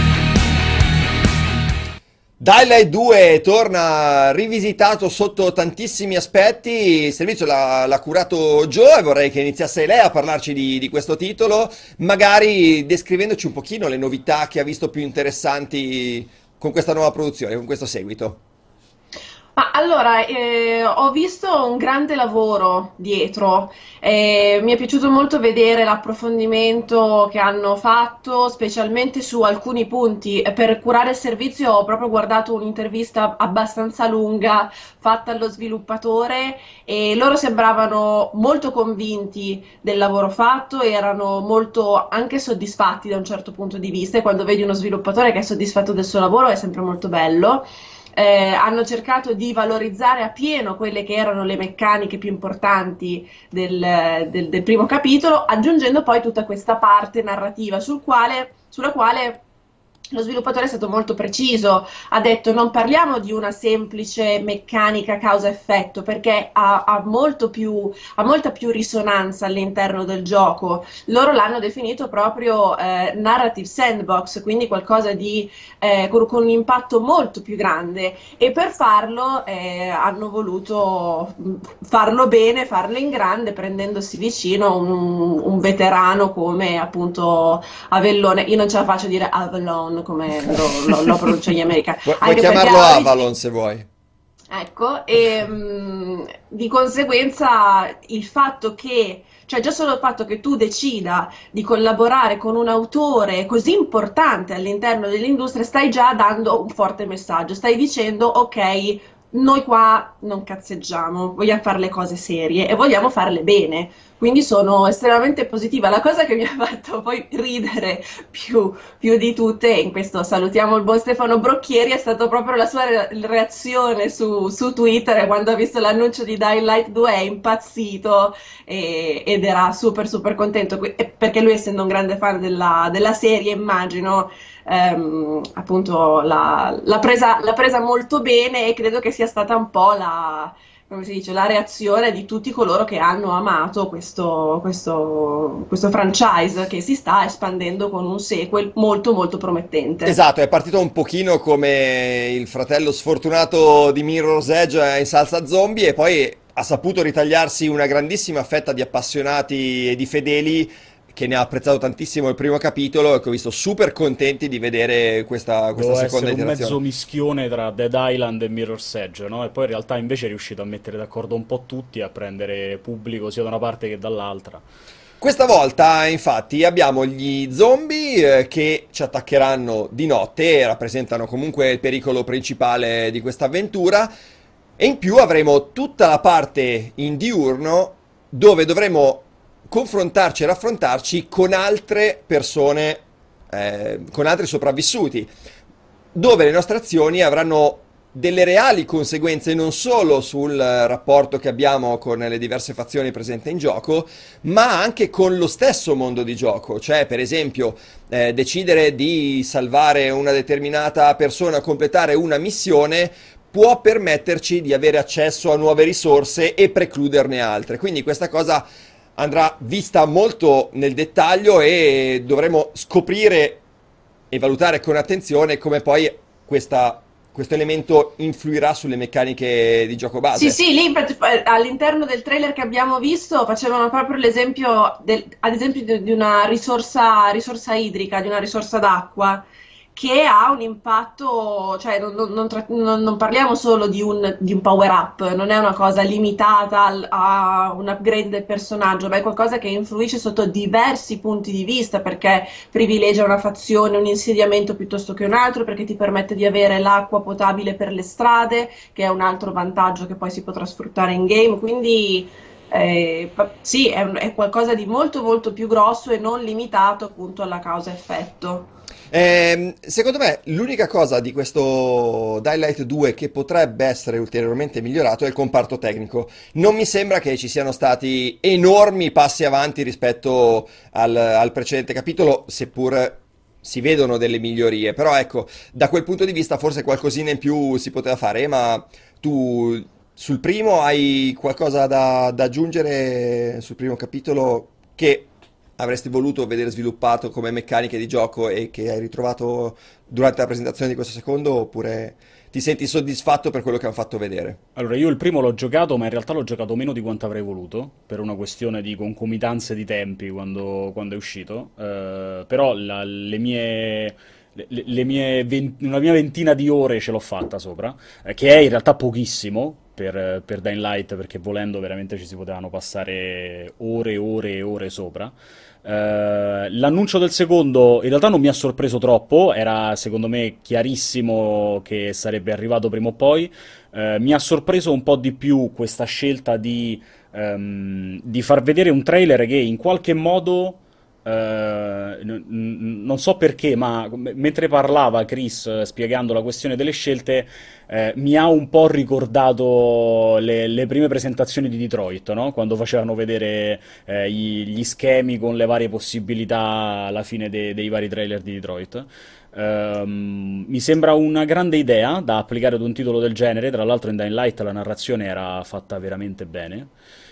Dying Light due torna rivisitato sotto tantissimi aspetti, il servizio l'ha, l'ha curato Joe e vorrei che iniziasse lei a parlarci di, di questo titolo, magari descrivendoci un pochino le novità che ha visto più interessanti con questa nuova produzione, con questo seguito? Ma allora, eh, ho visto un grande lavoro dietro, eh, mi è piaciuto molto vedere l'approfondimento che hanno fatto, specialmente su alcuni punti. Per curare il servizio ho proprio guardato un'intervista abbastanza lunga fatta allo sviluppatore e loro sembravano molto convinti del lavoro fatto, erano molto anche soddisfatti da un certo punto di vista, e quando vedi uno sviluppatore che è soddisfatto del suo lavoro è sempre molto bello. Eh, hanno cercato di valorizzare appieno quelle che erano le meccaniche più importanti del, del, del primo capitolo, aggiungendo poi tutta questa parte narrativa sul quale, sulla quale lo sviluppatore è stato molto preciso, ha detto non parliamo di una semplice meccanica causa-effetto, perché ha, ha, molto più, ha molta più risonanza all'interno del gioco. Loro l'hanno definito proprio eh, narrative sandbox, quindi qualcosa di, eh, con, con un impatto molto più grande, e per farlo eh, hanno voluto farlo bene, farlo in grande, prendendosi vicino un, un veterano come appunto Avellone. Io non ce la faccio a dire Avalon come lo, lo, lo pronunciano gli americani. Pu- puoi chiamarlo Avalon se vuoi. Ecco, e mh, di conseguenza il fatto che, cioè già solo il fatto che tu decida di collaborare con un autore così importante all'interno dell'industria, stai già dando un forte messaggio, stai dicendo ok, noi qua non cazzeggiamo, vogliamo fare le cose serie e vogliamo farle bene, quindi sono estremamente positiva. La cosa che mi ha fatto poi ridere più, più di tutte, e in questo salutiamo il buon Stefano Brocchieri, è stata proprio la sua re- reazione su, su Twitter quando ha visto l'annuncio di Dying Light due, è impazzito e, ed era super super contento, perché lui, essendo un grande fan della, della serie, immagino ehm, appunto l'ha, l'ha presa, l'ha presa molto bene, e credo che sia stata un po' la, come si dice, la reazione di tutti coloro che hanno amato questo, questo, questo franchise che si sta espandendo con un sequel molto molto promettente. Esatto, è partito un pochino come il fratello sfortunato di Mirror's Edge in salsa zombie, e poi ha saputo ritagliarsi una grandissima fetta di appassionati e di fedeli che ne ha apprezzato tantissimo il primo capitolo e che ho visto super contenti di vedere questa, questa Doveva seconda essere un iterazione. mezzo mischione tra Dead Island e Mirror's Edge, no? E poi in realtà invece è riuscito a mettere d'accordo un po' tutti, a prendere pubblico sia da una parte che dall'altra. Questa volta, infatti, abbiamo gli zombie eh, che ci attaccheranno di notte, rappresentano comunque il pericolo principale di questa avventura, e in più avremo tutta la parte in diurno dove dovremo confrontarci e raffrontarci con altre persone, eh, con altri sopravvissuti, dove le nostre azioni avranno delle reali conseguenze non solo sul rapporto che abbiamo con le diverse fazioni presenti in gioco, ma anche con lo stesso mondo di gioco. Cioè, per esempio, eh, decidere di salvare una determinata persona, completare una missione, può permetterci di avere accesso a nuove risorse e precluderne altre. Quindi questa cosa andrà vista molto nel dettaglio e dovremo scoprire e valutare con attenzione come poi questa, questo elemento influirà sulle meccaniche di gioco base. Sì, sì, lì all'interno del trailer che abbiamo visto facevano proprio l'esempio, del, ad esempio, di una risorsa, risorsa idrica, di una risorsa d'acqua, che ha un impatto, cioè non, non, non, tra- non- non parliamo solo di un, di un power up, non è una cosa limitata al- a un upgrade del personaggio, ma è qualcosa che influisce sotto diversi punti di vista, perché privilegia una fazione, un insediamento piuttosto che un altro, perché ti permette di avere l'acqua potabile per le strade, che è un altro vantaggio che poi si potrà sfruttare in game, quindi eh, pa- sì, è, un- è qualcosa di molto molto più grosso e non limitato appunto alla causa-effetto. Ehm, secondo me l'unica cosa di questo Dying Light due che potrebbe essere ulteriormente migliorato è il comparto tecnico. Non mi sembra che ci siano stati enormi passi avanti rispetto al, al precedente capitolo, seppur si vedono delle migliorie. Però ecco, da quel punto di vista forse qualcosina in più si poteva fare. Ma tu sul primo hai qualcosa da, da aggiungere sul primo capitolo che avresti voluto vedere sviluppato come meccaniche di gioco e che hai ritrovato durante la presentazione di questo secondo, oppure ti senti soddisfatto per quello che hanno fatto vedere? Allora, io il primo l'ho giocato, ma in realtà l'ho giocato meno di quanto avrei voluto, per una questione di concomitanze di tempi quando, quando è uscito. Eh, però la- le mie, le, le mie venti, una mia ventina di ore ce l'ho fatta sopra, eh, che è in realtà pochissimo per, per Dying Light, perché volendo veramente ci si potevano passare ore e ore e ore sopra. Uh, l'annuncio del secondo in realtà non mi ha sorpreso troppo, era secondo me chiarissimo che sarebbe arrivato prima o poi. Uh, mi ha sorpreso un po' di più questa scelta di, um, di far vedere un trailer che in qualche modo Uh, n- n- non so perché, ma m- mentre parlava Chris uh, spiegando la questione delle scelte, uh, mi ha un po' ricordato le, le prime presentazioni di Detroit, no? Quando facevano vedere uh, gli, gli schemi con le varie possibilità alla fine de- dei vari trailer di Detroit. Um, mi sembra una grande idea da applicare ad un titolo del genere. Tra l'altro in Dying Light la narrazione era fatta veramente bene.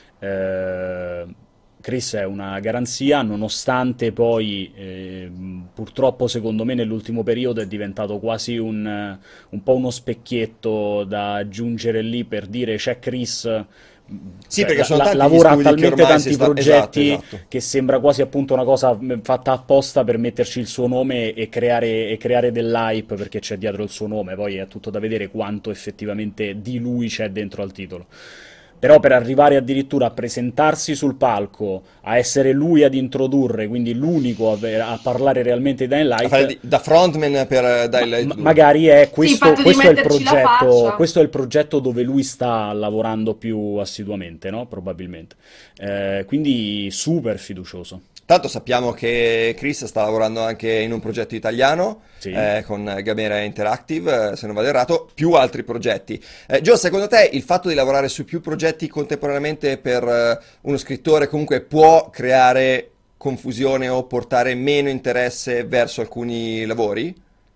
Uh, Chris è una garanzia, nonostante poi eh, purtroppo secondo me nell'ultimo periodo è diventato quasi un, un po' uno specchietto da aggiungere lì per dire c'è Chris. Sì, cioè, perché sono la, tanti lavora a gli studi che talmente ormai tanti si sta... progetti esatto, esatto. che sembra quasi appunto una cosa fatta apposta per metterci il suo nome e creare, e creare dell'hype perché c'è dietro il suo nome. Poi è tutto da vedere quanto effettivamente di lui c'è dentro al titolo. Però per arrivare addirittura a presentarsi sul palco, a essere lui ad introdurre, quindi l'unico a, a parlare realmente di Dying Light, da frontman per Dying Light ma, magari è questo, sì, questo, è il progetto, questo è il progetto dove lui sta lavorando più assiduamente, no? Probabilmente. Eh, quindi super fiducioso. Tanto sappiamo che Chris sta lavorando anche in un progetto italiano, sì. eh, con Gamera Interactive, eh, se non vado errato, più altri progetti. Eh, Gio, secondo te il fatto di lavorare su più progetti contemporaneamente per eh, uno scrittore comunque può creare confusione o portare meno interesse verso alcuni lavori?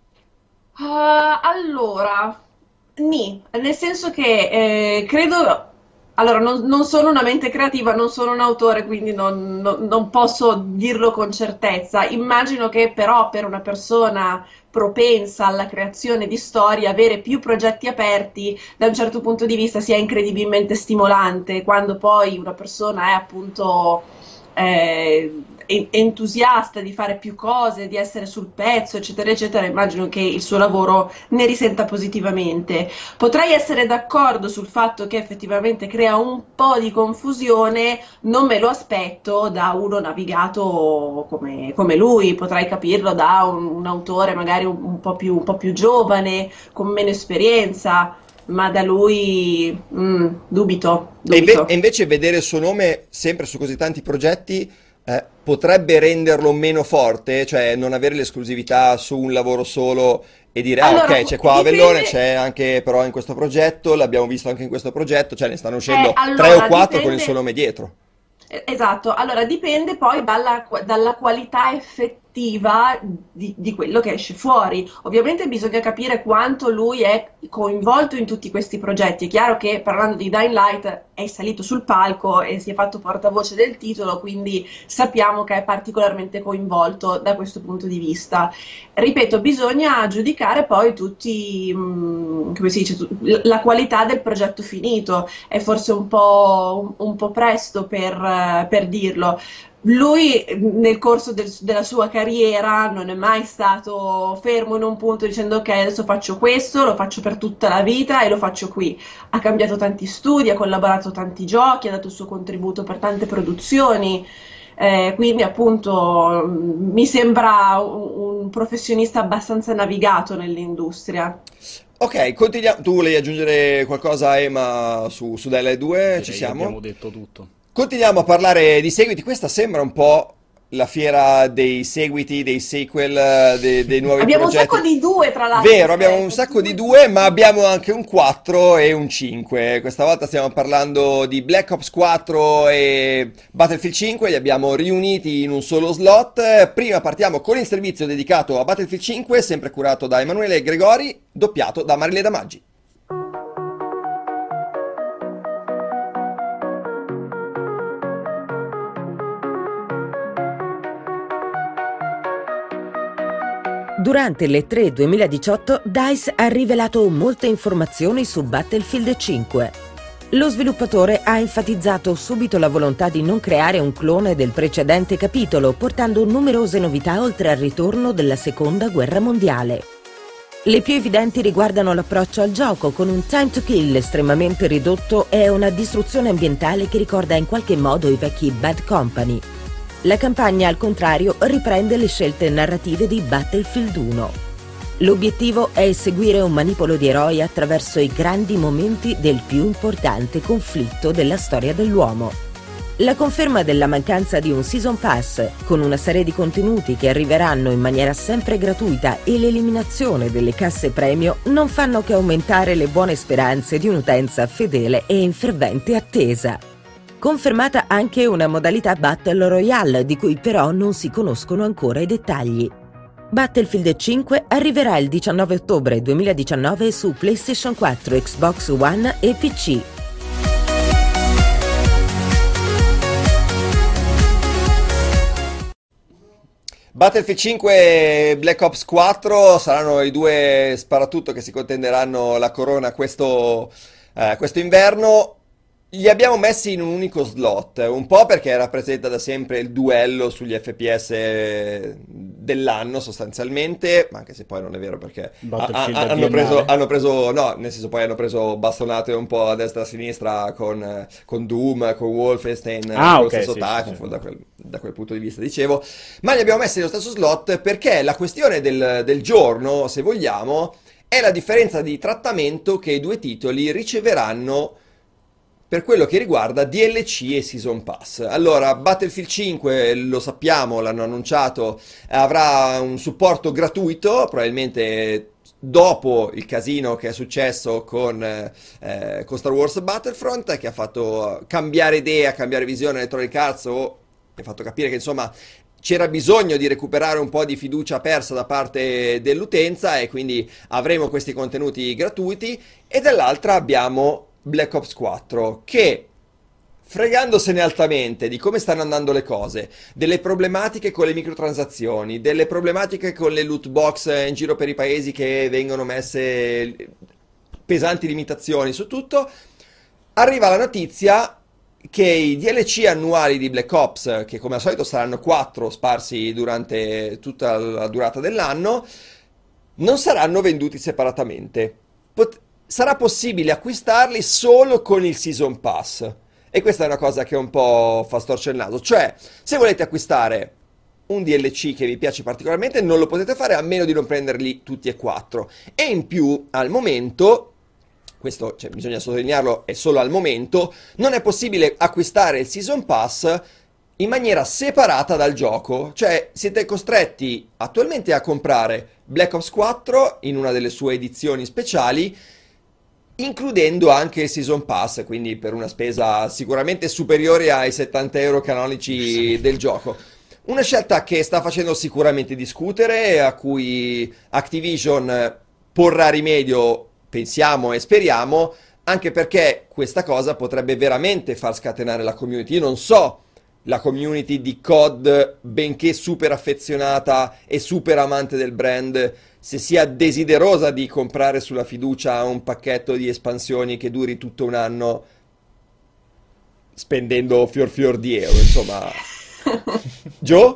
Uh, allora, nì, nel senso che eh, credo... Allora, non, non sono una mente creativa, non sono un autore, quindi non, non- non posso dirlo con certezza. Immagino che però per una persona propensa alla creazione di storie, avere più progetti aperti da un certo punto di vista sia incredibilmente stimolante, quando poi una persona è appunto eh, en- entusiasta di fare più cose, di essere sul pezzo, eccetera, eccetera. Immagino che il suo lavoro ne risenta positivamente. Potrei essere d'accordo sul fatto che effettivamente crea un po' di confusione, non me lo aspetto da uno navigato come, come lui, potrei capirlo da un, un autore magari un, un po' più, un po' più giovane, con meno esperienza, ma da lui mm, dubito, E, inve- dubito. e invece vedere il suo nome sempre su così tanti progetti eh, potrebbe renderlo meno forte, cioè non avere l'esclusività su un lavoro solo e dire, ah Allora, ok, c'è qua a dipende- Avellone, c'è anche però in questo progetto, l'abbiamo visto anche in questo progetto, cioè ne stanno uscendo Eh, allora, tre o quattro con il dipende- suo nome dietro. Eh, Esatto, allora dipende poi dalla, dalla qualità effettiva di, di quello che esce fuori. Ovviamente bisogna capire quanto lui è coinvolto in tutti questi progetti. È chiaro che parlando di Dying Light è salito sul palco e si è fatto portavoce del titolo, quindi sappiamo che è particolarmente coinvolto da questo punto di vista. Ripeto, bisogna giudicare poi tutti, mh, come si dice, tu- la qualità del progetto finito. È forse un po', un po' presto per, eh, per dirlo. Lui nel corso del- della sua carriera non è mai stato fermo in un punto dicendo ok, adesso faccio questo, lo faccio per tutta la vita e lo faccio qui. Ha cambiato tanti studi, ha collaborato tanti giochi, ha dato il suo contributo per tante produzioni. Eh, quindi appunto mh, mi sembra un, un professionista abbastanza navigato nell'industria. Ok, continuiamo. Tu volevi aggiungere qualcosa, Ema, su, su Dying Light due? Direi Ci che siamo? abbiamo detto tutto. Continuiamo a parlare di seguiti. Questa sembra un po' la fiera dei seguiti, dei sequel, eh, dei, dei nuovi Abbiamo un progetti. sacco di due, tra l'altro. Vero, abbiamo eh, un sacco di due, ma abbiamo anche un quattro e un cinque. Questa volta stiamo parlando di Black Ops quattro e Battlefield cinque, li abbiamo riuniti in un solo slot. Prima partiamo con il servizio dedicato a Battlefield cinque, sempre curato da Emanuele Gregori, doppiato da Marilena Maggi. Durante l'E tre duemiladiciotto, DICE ha rivelato molte informazioni su Battlefield cinque. Lo sviluppatore ha enfatizzato subito la volontà di non creare un clone del precedente capitolo, portando numerose novità oltre al ritorno della Seconda Guerra Mondiale. Le più evidenti riguardano l'approccio al gioco, con un time to kill estremamente ridotto e una distruzione ambientale che ricorda in qualche modo i vecchi Bad Company. La campagna, al contrario, riprende le scelte narrative di Battlefield uno. L'obiettivo è seguire un manipolo di eroi attraverso i grandi momenti del più importante conflitto della storia dell'uomo. La conferma della mancanza di un Season Pass, con una serie di contenuti che arriveranno in maniera sempre gratuita, e l'eliminazione delle casse premio non fanno che aumentare le buone speranze di un'utenza fedele e in fervente attesa. Confermata anche una modalità Battle Royale, di cui però non si conoscono ancora i dettagli. Battlefield cinque arriverà il diciannove ottobre duemiladiciannove su PlayStation quattro, Xbox One e P C. Battlefield cinque e Black Ops quattro saranno i due sparatutto che si contenderanno la corona questo, eh, questo inverno. Li abbiamo messi in un unico slot, un po' perché rappresenta da sempre il duello sugli F P S dell'anno sostanzialmente, ma anche se poi non è vero perché ha, ha, hanno, preso, hanno preso, no, nel senso poi hanno preso bastonate un po' a destra e a sinistra con, con Doom, con Wolfenstein, ah, con okay, lo stesso sì, Titanfall, sì, sì. Da, quel, da quel punto di vista dicevo, ma li abbiamo messi nello stesso slot perché la questione del, del giorno, se vogliamo, è la differenza di trattamento che i due titoli riceveranno per quello che riguarda D L C e Season Pass. Allora, Battlefield cinque, lo sappiamo, l'hanno annunciato, avrà un supporto gratuito, probabilmente dopo il casino che è successo con, eh, con Star Wars Battlefront, che ha fatto cambiare idea, cambiare visione Electronic Arts, o ha fatto capire che insomma c'era bisogno di recuperare un po' di fiducia persa da parte dell'utenza, e quindi avremo questi contenuti gratuiti. E dall'altra abbiamo Black Ops quattro, che, fregandosene altamente di come stanno andando le cose, delle problematiche con le microtransazioni, delle problematiche con le loot box in giro per i paesi che vengono messe pesanti limitazioni su tutto, arriva la notizia che i D L C annuali di Black Ops, che come al solito saranno quattro sparsi durante tutta la durata dell'anno, non saranno venduti separatamente. Pot- sarà possibile acquistarli solo con il Season Pass. E questa è una cosa che un po' fa storcere il naso. Cioè, se volete acquistare un D L C che vi piace particolarmente, non lo potete fare a meno di non prenderli tutti e quattro. E in più, al momento, questo cioè, bisogna sottolinearlo, è solo al momento, non è possibile acquistare il Season Pass in maniera separata dal gioco. Cioè, siete costretti attualmente a comprare Black Ops quattro in una delle sue edizioni speciali, includendo anche il Season Pass, quindi per una spesa sicuramente superiore ai settanta euro canonici del gioco. Una scelta che sta facendo sicuramente discutere, a cui Activision porrà rimedio, pensiamo e speriamo, anche perché questa cosa potrebbe veramente far scatenare la community. Io non so la community di C O D, benché super affezionata e super amante del brand, se sia desiderosa di comprare sulla fiducia un pacchetto di espansioni che duri tutto un anno spendendo fior fior di euro, insomma. Joe?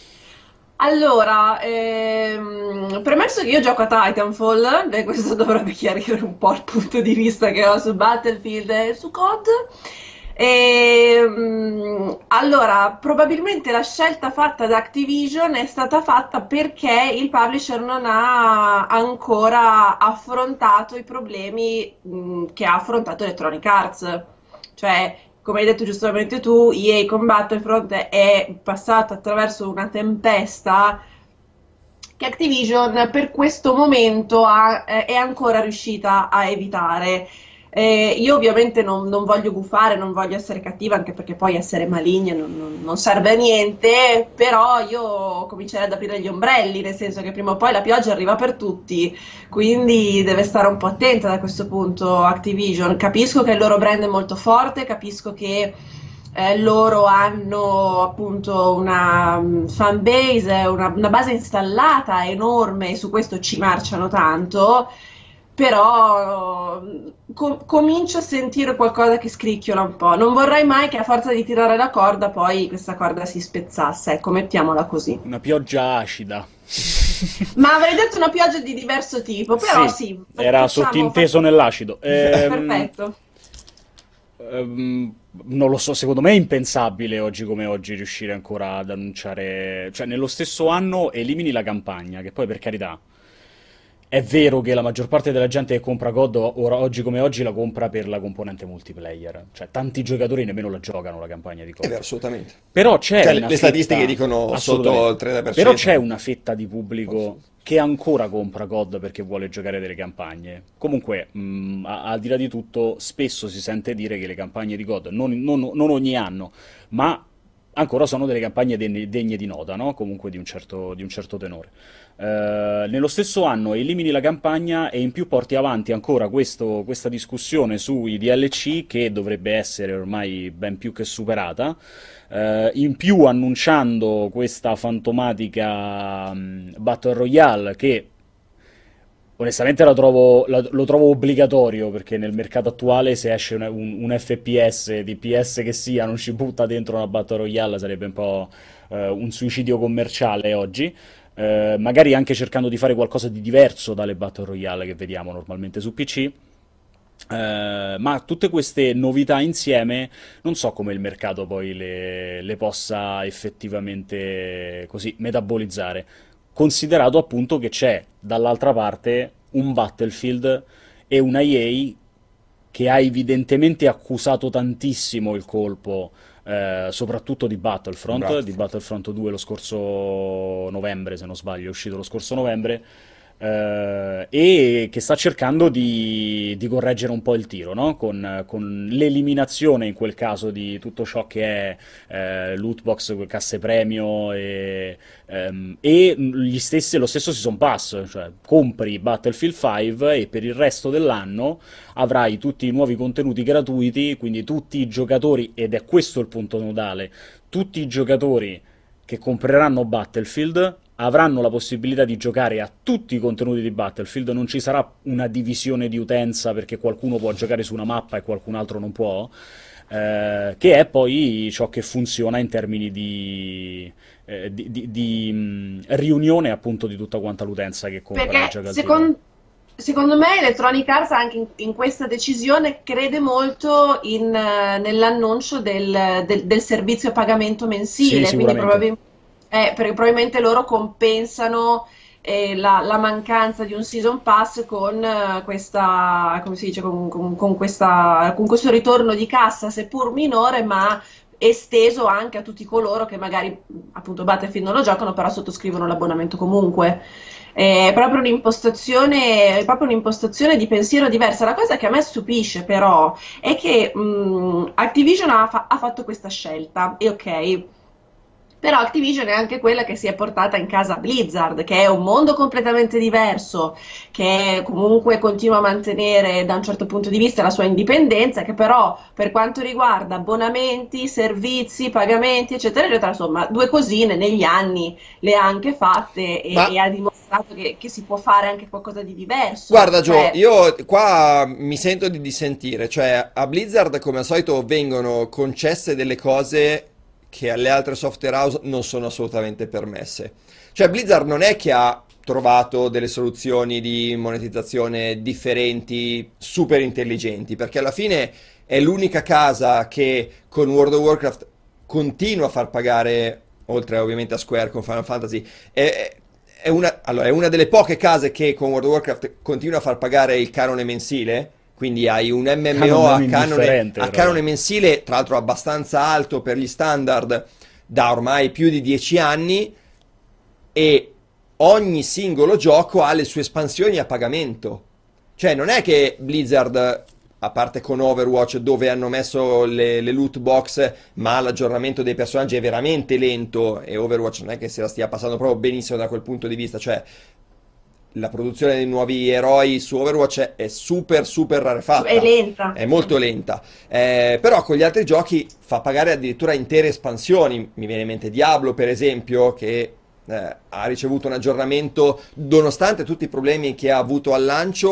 Allora, ehm, premesso che io gioco a Titanfall, e questo dovrebbe chiarire un po' il punto di vista che ho su Battlefield e su C O D. E, allora, probabilmente la scelta fatta da Activision è stata fatta perché il publisher non ha ancora affrontato i problemi mh, che ha affrontato Electronic Arts. Cioè, come hai detto giustamente tu, E A con Battlefront è passata attraverso una tempesta che Activision per questo momento ha, è ancora riuscita a evitare. Eh, io ovviamente non, non voglio gufare, non voglio essere cattiva, anche perché poi essere maligna non, non, non serve a niente, però io comincerei ad aprire gli ombrelli, nel senso che prima o poi la pioggia arriva per tutti, quindi deve stare un po' attenta da questo punto Activision. Capisco che il loro brand è molto forte, capisco che eh, loro hanno appunto una fan base, una, una base installata enorme, e su questo ci marciano tanto. però com- comincio a sentire qualcosa che scricchiola un po'. Non vorrei mai che a forza di tirare la corda poi questa corda si spezzasse, ecco, mettiamola così. Una pioggia acida. Ma avrei detto una pioggia di diverso tipo, però sì, sì era facciamo, sottinteso facciamo... nell'acido. Ehm, Perfetto. ehm, non lo so, secondo me è impensabile oggi come oggi riuscire ancora ad annunciare, cioè nello stesso anno elimini la campagna, che poi per carità è vero che la maggior parte della gente che compra God ora, oggi come oggi la compra per la componente multiplayer, cioè tanti giocatori nemmeno la giocano la campagna di God. È vero, assolutamente. Però c'è cioè, una le fetta... statistiche dicono sotto il trenta per cento. Però c'è una fetta di pubblico che ancora compra God perché vuole giocare delle campagne. Comunque, mh, al di là di tutto, spesso si sente dire che le campagne di God, non, non, non ogni anno, ma ancora sono delle campagne degne, degne di nota, no? Comunque di un certo, di un certo tenore. Uh, nello stesso anno elimini la campagna e in più porti avanti ancora questo, questa discussione sui D L C che dovrebbe essere ormai ben più che superata, uh, in più annunciando questa fantomatica um, Battle Royale che onestamente la trovo, la, lo trovo obbligatorio, perché nel mercato attuale se esce un, un, un F P S, D P S che sia, non ci butta dentro una Battle Royale, sarebbe un po' uh, un suicidio commerciale oggi. Uh, magari anche cercando di fare qualcosa di diverso dalle Battle Royale che vediamo normalmente su P C. Uh, ma tutte queste novità insieme non so come il mercato poi le, le possa effettivamente così metabolizzare, considerato appunto che c'è dall'altra parte un Battlefield e una E A che ha evidentemente accusato tantissimo il colpo, eh, soprattutto di Battlefront, Battlefront, di Battlefront due lo scorso novembre, se non sbaglio, è uscito lo scorso novembre, Uh, e che sta cercando di, di correggere un po' il tiro, no? con, con l'eliminazione in quel caso di tutto ciò che è eh, loot box, casse premio e, um, e gli stessi, lo stesso Season Pass, cioè compri Battlefield cinque e per il resto dell'anno avrai tutti i nuovi contenuti gratuiti, quindi tutti i giocatori, ed è questo il punto nodale, tutti i giocatori che compreranno Battlefield avranno la possibilità di giocare a tutti i contenuti di Battlefield, non ci sarà una divisione di utenza perché qualcuno può giocare su una mappa e qualcun altro non può, eh, che è poi ciò che funziona in termini di, eh, di, di, di mh, riunione appunto di tutta quanta l'utenza che compra e gioca al secondo, secondo me Electronic Arts anche in, in questa decisione crede molto in, uh, nell'annuncio del, del, del servizio a pagamento mensile, sì, quindi probabilmente Eh, perché probabilmente loro compensano eh, la, la mancanza di un season pass con uh, questa, come si dice, con, con, con, questa, con questo ritorno di cassa, seppur minore, ma esteso anche a tutti coloro che magari appunto Battlefield non lo giocano, però sottoscrivono l'abbonamento comunque. È proprio un'impostazione, è proprio un'impostazione di pensiero diversa. La cosa che a me stupisce però è che mh, Activision ha, fa- ha fatto questa scelta, e ok. Però Activision è anche quella che si è portata in casa Blizzard, che è un mondo completamente diverso, che comunque continua a mantenere da un certo punto di vista la sua indipendenza, che però per quanto riguarda abbonamenti, servizi, pagamenti, eccetera, eccetera, insomma, due cosine negli anni le ha anche fatte e, Ma... e ha dimostrato che, che si può fare anche qualcosa di diverso. Guarda Gio, cioè... io qua mi sento di dissentire, cioè a Blizzard come al solito vengono concesse delle cose che alle altre software house non sono assolutamente permesse. Cioè Blizzard non è che ha trovato delle soluzioni di monetizzazione differenti, super intelligenti, perché alla fine è l'unica casa che con World of Warcraft continua a far pagare, oltre ovviamente a Square con Final Fantasy, è, è, una, allora, è una delle poche case che con World of Warcraft continua a far pagare il canone mensile. Quindi hai un M M O a canone, a canone mensile, tra l'altro abbastanza alto per gli standard, da ormai più di dieci anni, e ogni singolo gioco ha le sue espansioni a pagamento. Cioè non è che Blizzard, a parte con Overwatch dove hanno messo le, le loot box, ma l'aggiornamento dei personaggi è veramente lento, e Overwatch non è che se la stia passando proprio benissimo da quel punto di vista, cioè... la produzione dei nuovi eroi su Overwatch è super super rarefatta, è lenta, è molto lenta, eh, però con gli altri giochi fa pagare addirittura intere espansioni. Mi viene in mente Diablo per esempio, che eh, ha ricevuto un aggiornamento nonostante tutti i problemi che ha avuto al lancio,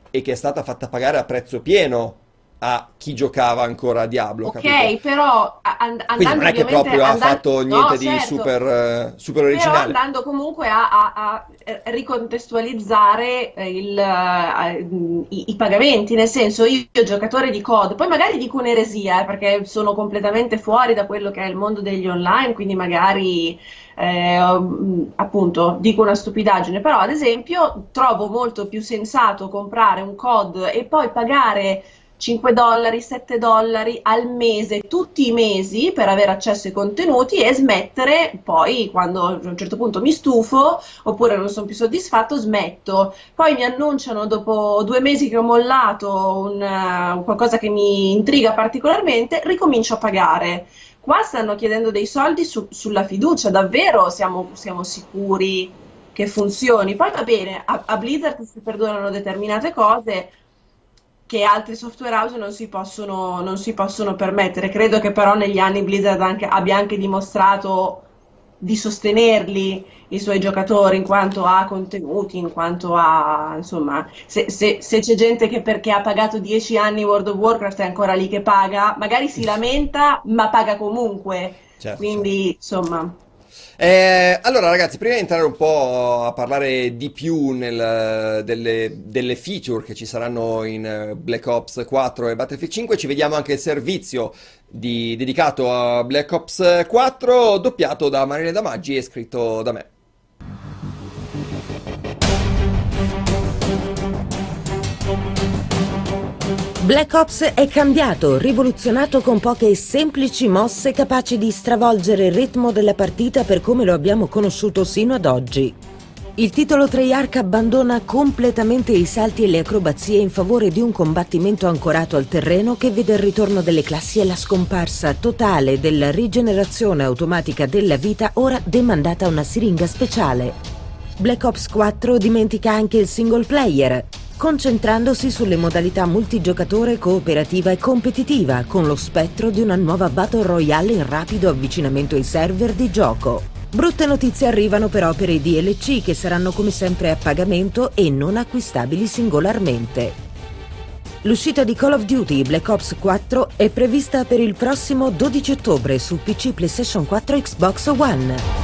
e che è stata fatta pagare a prezzo pieno a chi giocava ancora a Diablo, Ok, capito? però a- and- Quindi andando non è che ovviamente proprio ha andando- fatto no, niente di certo. super, eh, super Però originale. andando comunque a, a- a, eh, ricontestualizzare eh, il, eh, i, i pagamenti, nel senso io, giocatore di C O D, poi magari dico un'eresia, eh, perché sono completamente fuori da quello che è il mondo degli online, quindi magari eh, mh, appunto dico una stupidaggine, però ad esempio trovo molto più sensato comprare un C O D e poi pagare cinque dollari, sette dollari al mese, tutti i mesi per avere accesso ai contenuti e smettere poi quando a un certo punto mi stufo oppure non sono più soddisfatto, smetto. Poi mi annunciano dopo due mesi che ho mollato un, eh, qualcosa che mi intriga particolarmente, ricomincio a pagare. Qua stanno chiedendo dei soldi su- sulla fiducia, davvero siamo, siamo sicuri che funzioni? Poi va bene, a, a Blizzard si perdonano determinate cose che altri software house non si possono, non si possono permettere. Credo che però negli anni Blizzard anche- abbia anche dimostrato di sostenerli i suoi giocatori in quanto a contenuti, in quanto a insomma, se, se- se c'è gente che perché ha pagato dieci anni World of Warcraft è ancora lì che paga, magari si lamenta, ma paga comunque. Certo, Quindi, insomma. Eh, allora ragazzi, prima di entrare un po' a parlare di più nel- delle, delle feature che ci saranno in eh, Black Ops quattro e Battlefield cinque, ci vediamo anche il servizio di- dedicato a Black Ops quattro, doppiato da Marile Damaggi e scritto da me. Black Ops è cambiato, rivoluzionato con poche e semplici mosse capaci di stravolgere il ritmo della partita per come lo abbiamo conosciuto sino ad oggi. Il titolo Treyarch abbandona completamente i salti e le acrobazie in favore di un combattimento ancorato al terreno che vede il ritorno delle classi e la scomparsa totale della rigenerazione automatica della vita, ora demandata a una siringa speciale. Black Ops quattro dimentica anche il single player, concentrandosi sulle modalità multigiocatore, cooperativa e competitiva, con lo spettro di una nuova Battle Royale in rapido avvicinamento ai server di gioco. Brutte notizie arrivano però per i D L C, che saranno come sempre a pagamento e non acquistabili singolarmente. L'uscita di Call of Duty Black Ops quattro è prevista per il prossimo dodici ottobre su P C, PlayStation quattro e Xbox One.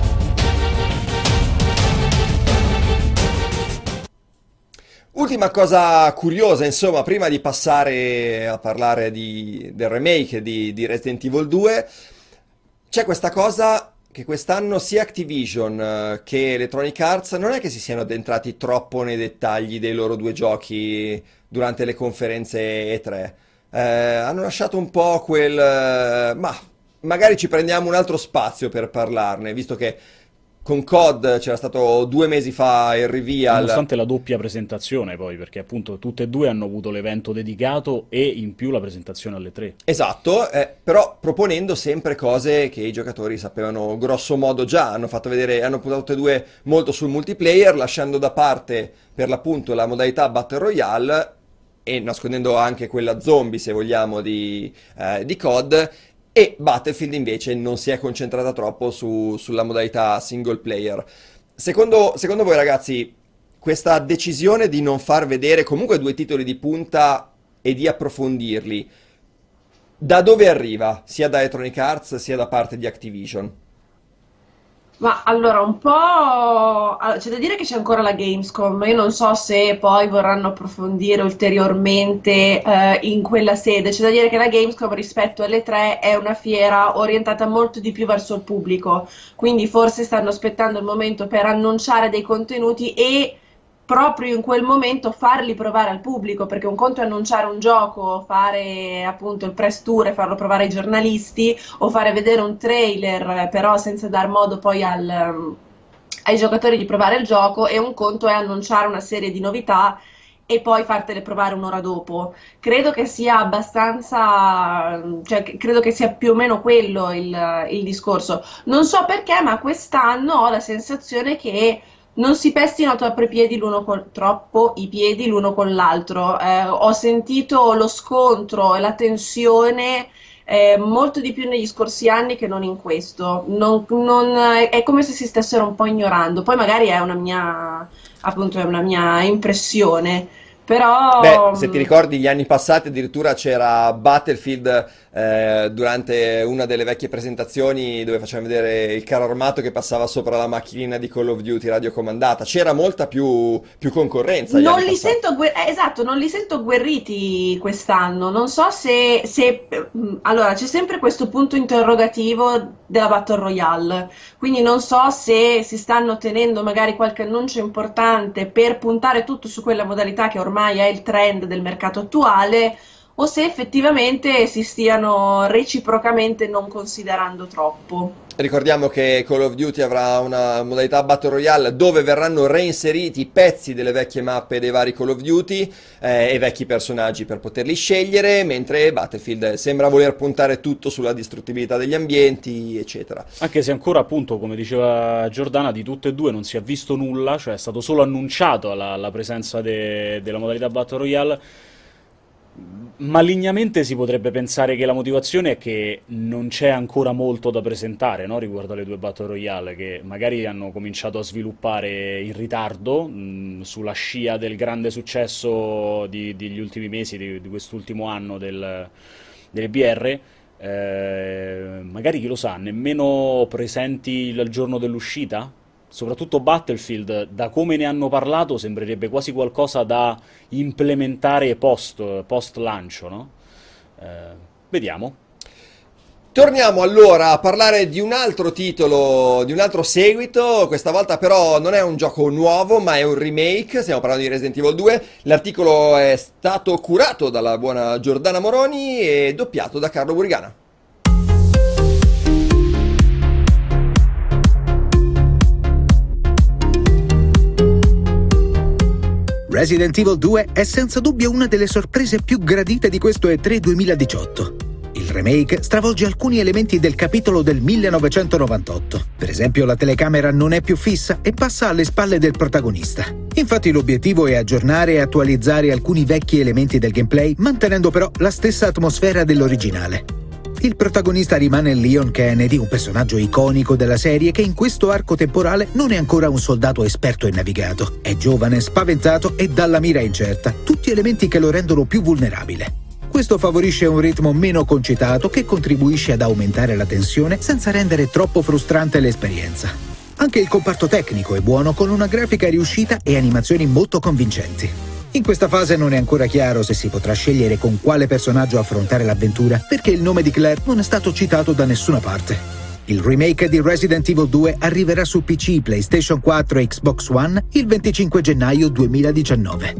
Ultima cosa curiosa, insomma, prima di passare a parlare di- del remake di, di Resident Evil due, c'è questa cosa che quest'anno sia Activision eh, che Electronic Arts non è che si siano addentrati troppo nei dettagli dei loro due giochi durante le conferenze E tre. Eh, hanno lasciato un po' quel... eh, ma magari ci prendiamo un altro spazio per parlarne, visto che con C O D c'era stato due mesi fa il reveal. Nonostante la doppia presentazione poi, perché appunto tutte e due hanno avuto l'evento dedicato e in più la presentazione alle tre. Esatto, eh, però proponendo sempre cose che i giocatori sapevano grosso modo già, hanno fatto vedere, hanno puntato tutte e due molto sul multiplayer, lasciando da parte per l'appunto la modalità Battle Royale e nascondendo anche quella zombie, se vogliamo, di, eh, di C O D, e Battlefield invece non si è concentrata troppo su- sulla modalità single player. Secondo, secondo voi ragazzi, questa decisione di non far vedere comunque due titoli di punta e di approfondirli, da dove arriva? Sia da Electronic Arts sia da parte di Activision? Ma allora, un po'... allora, c'è da dire che c'è ancora la Gamescom, io non so se poi vorranno approfondire ulteriormente eh, in quella sede. C'è da dire che la Gamescom rispetto alle tre è una fiera orientata molto di più verso il pubblico, quindi forse stanno aspettando il momento per annunciare dei contenuti e proprio in quel momento farli provare al pubblico, perché un conto è annunciare un gioco, fare appunto il press tour e farlo provare ai giornalisti, o fare vedere un trailer, però senza dar modo poi al, um, ai giocatori di provare il gioco, e un conto è annunciare una serie di novità e poi fartele provare un'ora dopo. Credo che sia abbastanza, cioè credo che sia più o meno quello il, il discorso. Non so perché, ma quest'anno ho la sensazione che non si pestino troppo i piedi l'uno col, troppo i piedi l'uno con l'altro. Eh, ho sentito lo scontro e la tensione eh, molto di più negli scorsi anni che non in questo. Non, non, è come se si stessero un po' ignorando. Poi magari è una mia, appunto, è una mia impressione, Però... Beh, se ti ricordi gli anni passati addirittura c'era Battlefield eh, durante una delle vecchie presentazioni dove facevano vedere il carro armato che passava sopra la macchinina di Call of Duty radiocomandata. C'era molta più, più concorrenza. Non li sento, gue- eh, esatto, non li sento guerriti quest'anno. Non so se, se... Allora, c'è sempre questo punto interrogativo della Battle Royale. Quindi non so se si stanno tenendo magari qualche annuncio importante per puntare tutto su quella modalità che ormai è il trend del mercato attuale, o se effettivamente si stiano reciprocamente non considerando troppo. Ricordiamo che Call of Duty avrà una modalità Battle Royale dove verranno reinseriti pezzi delle vecchie mappe dei vari Call of Duty eh, e vecchi personaggi per poterli scegliere, mentre Battlefield sembra voler puntare tutto sulla distruttibilità degli ambienti, eccetera. Anche se ancora, appunto, come diceva Giordana, di tutte e due non si è visto nulla, cioè è stato solo annunciato la, la presenza de- della modalità Battle Royale. Malignamente si potrebbe pensare che la motivazione è che non c'è ancora molto da presentare, no? Riguardo alle due Battle Royale, che magari hanno cominciato a sviluppare in ritardo, mh, sulla scia del grande successo di- degli ultimi mesi, di, di quest'ultimo anno del, delle B R. Eh, magari, chi lo sa, nemmeno presenti il giorno dell'uscita? Soprattutto Battlefield, da come ne hanno parlato, sembrerebbe quasi qualcosa da implementare post, post lancio, no? Eh, vediamo. Torniamo allora a parlare di un altro titolo, di un altro seguito. Questa volta però non è un gioco nuovo, ma è un remake. Stiamo parlando di Resident Evil due. L'articolo è stato curato dalla buona Giordana Moroni e doppiato da Carlo Burigana. Resident Evil due è senza dubbio una delle sorprese più gradite di questo E tre duemiladiciotto. Il remake stravolge alcuni elementi del capitolo del millenovecentonovantotto. Per esempio, la telecamera non è più fissa e passa alle spalle del protagonista. Infatti l'obiettivo è aggiornare e attualizzare alcuni vecchi elementi del gameplay, mantenendo però la stessa atmosfera dell'originale. Il protagonista rimane Leon Kennedy, un personaggio iconico della serie che in questo arco temporale non è ancora un soldato esperto e navigato. È giovane, spaventato e dalla mira incerta, tutti elementi che lo rendono più vulnerabile. Questo favorisce un ritmo meno concitato che contribuisce ad aumentare la tensione senza rendere troppo frustrante l'esperienza. Anche il comparto tecnico è buono, con una grafica riuscita e animazioni molto convincenti. In questa fase non è ancora chiaro se si potrà scegliere con quale personaggio affrontare l'avventura, perché il nome di Claire non è stato citato da nessuna parte. Il remake di Resident Evil due arriverà su P C, PlayStation quattro e Xbox One il venticinque gennaio duemiladiciannove.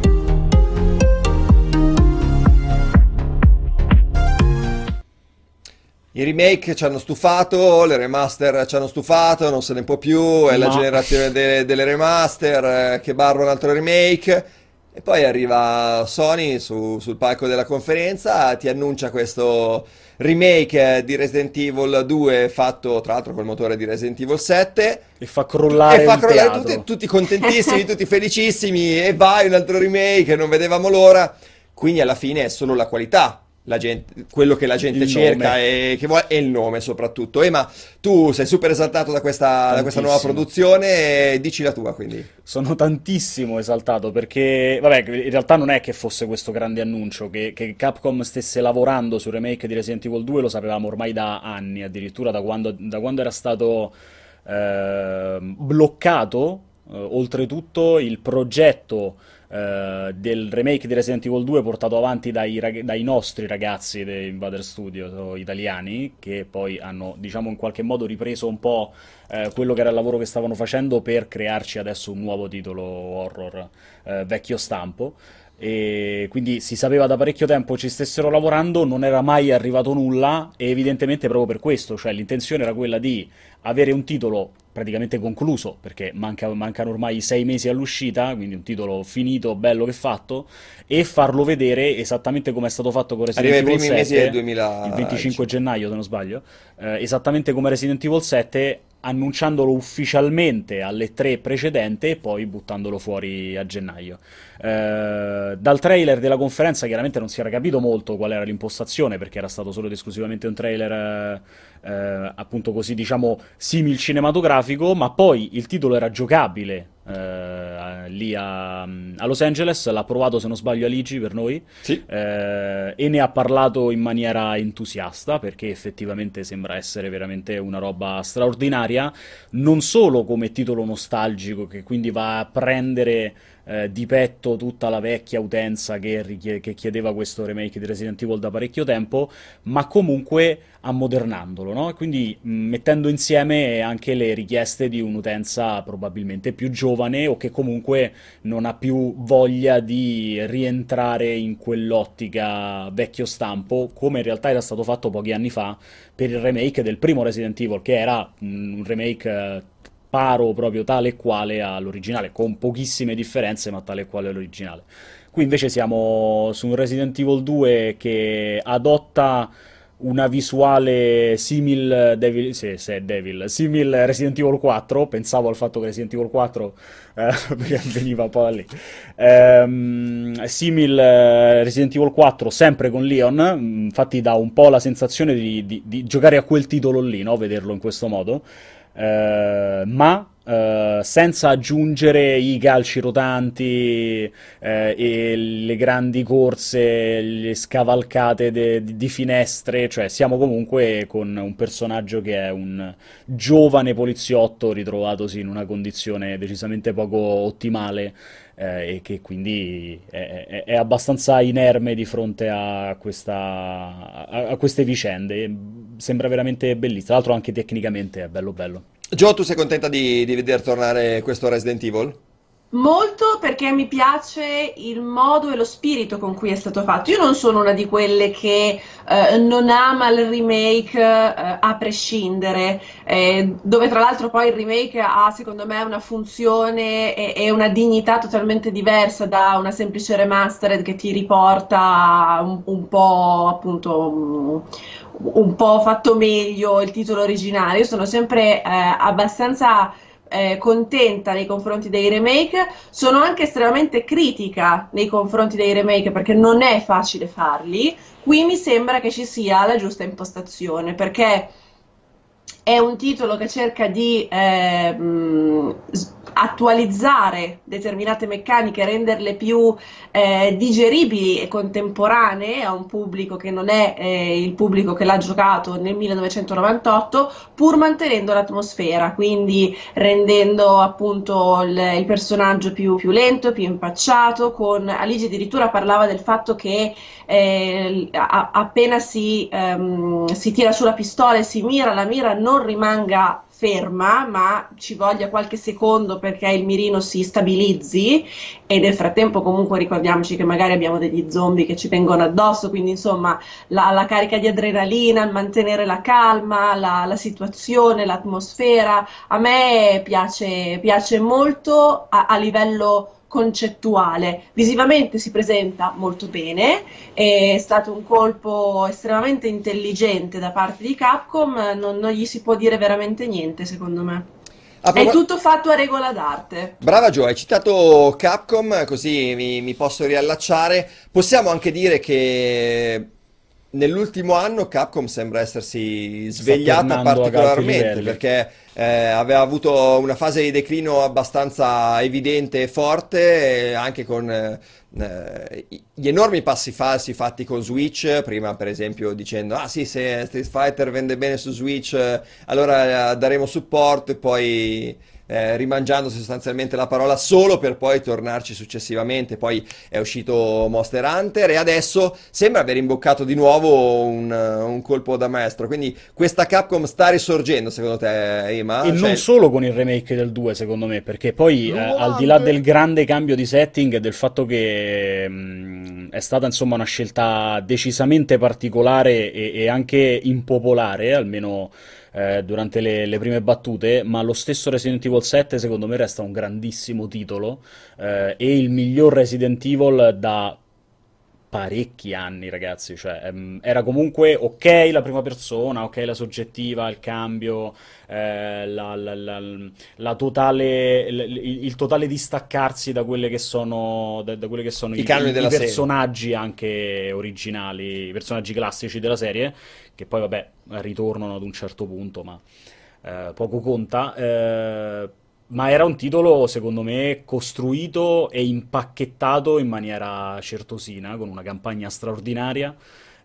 I remake ci hanno stufato, le remaster ci hanno stufato, non se ne può più, è la Ma- generazione de- delle remaster eh, che barba un altro remake. E poi arriva Sony su- sul palco della conferenza, ti annuncia questo remake di Resident Evil due fatto tra l'altro col motore di Resident Evil sette. E fa crollare E fa il crollare teatro. tutti, tutti contentissimi, tutti felicissimi, e vai, un altro remake, non vedevamo l'ora. Quindi alla fine è solo la qualità, la gente, quello che la gente Il cerca nome. e che vuole, e il nome soprattutto. Ema, tu sei super esaltato da questa, da questa nuova Tantissimo. produzione, dici la tua quindi. Sono tantissimo esaltato perché, vabbè, in realtà non è che fosse questo grande annuncio, che, che Capcom stesse lavorando sul remake di Resident Evil due lo sapevamo ormai da anni, addirittura da quando, da quando era stato eh, bloccato, eh, oltretutto il progetto eh, del remake di Resident Evil due portato avanti dai, rag- dai nostri ragazzi dei Invader Studio italiani, che poi hanno, diciamo, in qualche modo ripreso un po' eh, quello che era il lavoro che stavano facendo per crearci adesso un nuovo titolo horror eh, vecchio stampo. E quindi si sapeva da parecchio tempo ci stessero lavorando, non era mai arrivato nulla, e evidentemente proprio per questo, cioè l'intenzione era quella di avere un titolo praticamente concluso, perché manca- mancano ormai sei mesi all'uscita, quindi un titolo finito, bello che fatto, e farlo vedere esattamente come è stato fatto con Resident Arriva i Evil primi mesi sette, del duemila il venticinque gennaio se non sbaglio, eh, esattamente come Resident Evil sette, annunciandolo ufficialmente alle tre precedente e poi buttandolo fuori a gennaio. Eh, dal trailer della conferenza chiaramente non si era capito molto qual era l'impostazione, perché era stato solo ed esclusivamente un trailer eh, eh, appunto così, diciamo, simil cinematografico, ma poi il titolo era giocabile eh, eh, lì a, a Los Angeles, l'ha provato se non sbaglio a Ligi per noi, Sì. eh, e ne ha parlato in maniera entusiasta perché effettivamente sembra essere veramente una roba straordinaria, non solo come titolo nostalgico che quindi va a prendere eh, di petto tutta la vecchia utenza che, richie- che chiedeva questo remake di Resident Evil da parecchio tempo, ma comunque ammodernandolo, no? E quindi mh, mettendo insieme anche le richieste di un'utenza probabilmente più giovane o che comunque non ha più voglia di rientrare in quell'ottica vecchio stampo, come in realtà era stato fatto pochi anni fa per il remake del primo Resident Evil, che era mh, un remake eh, paro proprio tale e quale all'originale, con pochissime differenze, ma tale e quale all'originale. Qui invece siamo su un Resident Evil due che adotta una visuale simil Devil, sì, sì, Devil, simil Resident Evil quattro, pensavo al fatto che Resident Evil quattro eh, perché veniva un po' da lì. Ehm, simil eh, Resident Evil quattro sempre con Leon, infatti dà un po' la sensazione di, di, di giocare a quel titolo lì, no? Vederlo in questo modo. Uh, ma uh, senza aggiungere i calci rotanti uh, e le grandi corse, le scavalcate de- di finestre, cioè siamo comunque con un personaggio che è un giovane poliziotto ritrovatosi in una condizione decisamente poco ottimale eh, e che quindi è, è, è abbastanza inerme di fronte a, questa, a, a queste vicende. Sembra veramente bellissimo, tra l'altro anche tecnicamente è bello bello. Gio, tu sei contenta di, di veder tornare questo Resident Evil? Molto, perché mi piace il modo e lo spirito con cui è stato fatto. Io non sono una di quelle che eh, non ama il remake eh, a prescindere, eh, dove tra l'altro poi il remake ha secondo me una funzione e, e una dignità totalmente diversa da una semplice remastered che ti riporta un, un po' appunto un, un po' fatto meglio il titolo originale. Io sono sempre eh, abbastanza Eh, contenta nei confronti dei remake, sono anche estremamente critica nei confronti dei remake perché non è facile farli. Qui mi sembra che ci sia la giusta impostazione, perché è un titolo che cerca di eh, mh, attualizzare determinate meccaniche, renderle più eh, digeribili e contemporanee a un pubblico che non è eh, il pubblico che l'ha giocato nel millenovecentonovantotto, pur mantenendo l'atmosfera, quindi rendendo appunto il, il personaggio più, più lento, più impacciato. Con Aligi addirittura parlava del fatto che eh, a, appena si, ehm, si tira sulla pistola e si mira, la mira non rimanga ferma, ma ci voglia qualche secondo perché il mirino si stabilizzi, e nel frattempo comunque ricordiamoci che magari abbiamo degli zombie che ci vengono addosso, quindi insomma la, la carica di adrenalina, il mantenere la calma, la, la situazione, l'atmosfera, a me piace, piace molto a, a livello concettuale. Visivamente si presenta molto bene, è stato un colpo estremamente intelligente da parte di Capcom, non, non gli si può dire veramente niente secondo me. A È prova- tutto fatto a regola d'arte. Brava Gio, hai citato Capcom, così mi, mi posso riallacciare. Possiamo anche dire che nell'ultimo anno Capcom sembra essersi svegliata tornando a alti particolarmente, livelli. perché eh, aveva avuto una fase di declino abbastanza evidente e forte, eh, anche con eh, eh, gli enormi passi falsi fatti con Switch, prima per esempio dicendo ah sì, se Street Fighter vende bene su Switch eh, allora eh, daremo supporto, e poi eh, rimangiandosi sostanzialmente la parola solo per poi tornarci successivamente. Poi è uscito Monster Hunter e adesso sembra aver imboccato di nuovo un, un colpo da maestro, quindi questa Capcom sta risorgendo secondo te, Ema? E Cioè, non solo con il remake del due, secondo me, perché poi eh, al di là del grande cambio di setting e del fatto che mh, è stata insomma una scelta decisamente particolare e, e anche impopolare, almeno eh, durante le, le prime battute, ma lo stesso Resident Evil sette secondo me resta un grandissimo titolo eh, e il miglior Resident Evil da parecchi anni, ragazzi, cioè ehm, era comunque ok la prima persona, ok la soggettiva, il cambio, eh, la, la- la- la totale, il, il totale distaccarsi da quelle che sono, da, da quelli che sono I i, canoni i- della i serie. personaggi anche originali, i personaggi classici della serie, che poi vabbè ritornano ad un certo punto, ma eh, poco conta. Eh, Ma era un titolo, secondo me, costruito e impacchettato in maniera certosina, con una campagna straordinaria,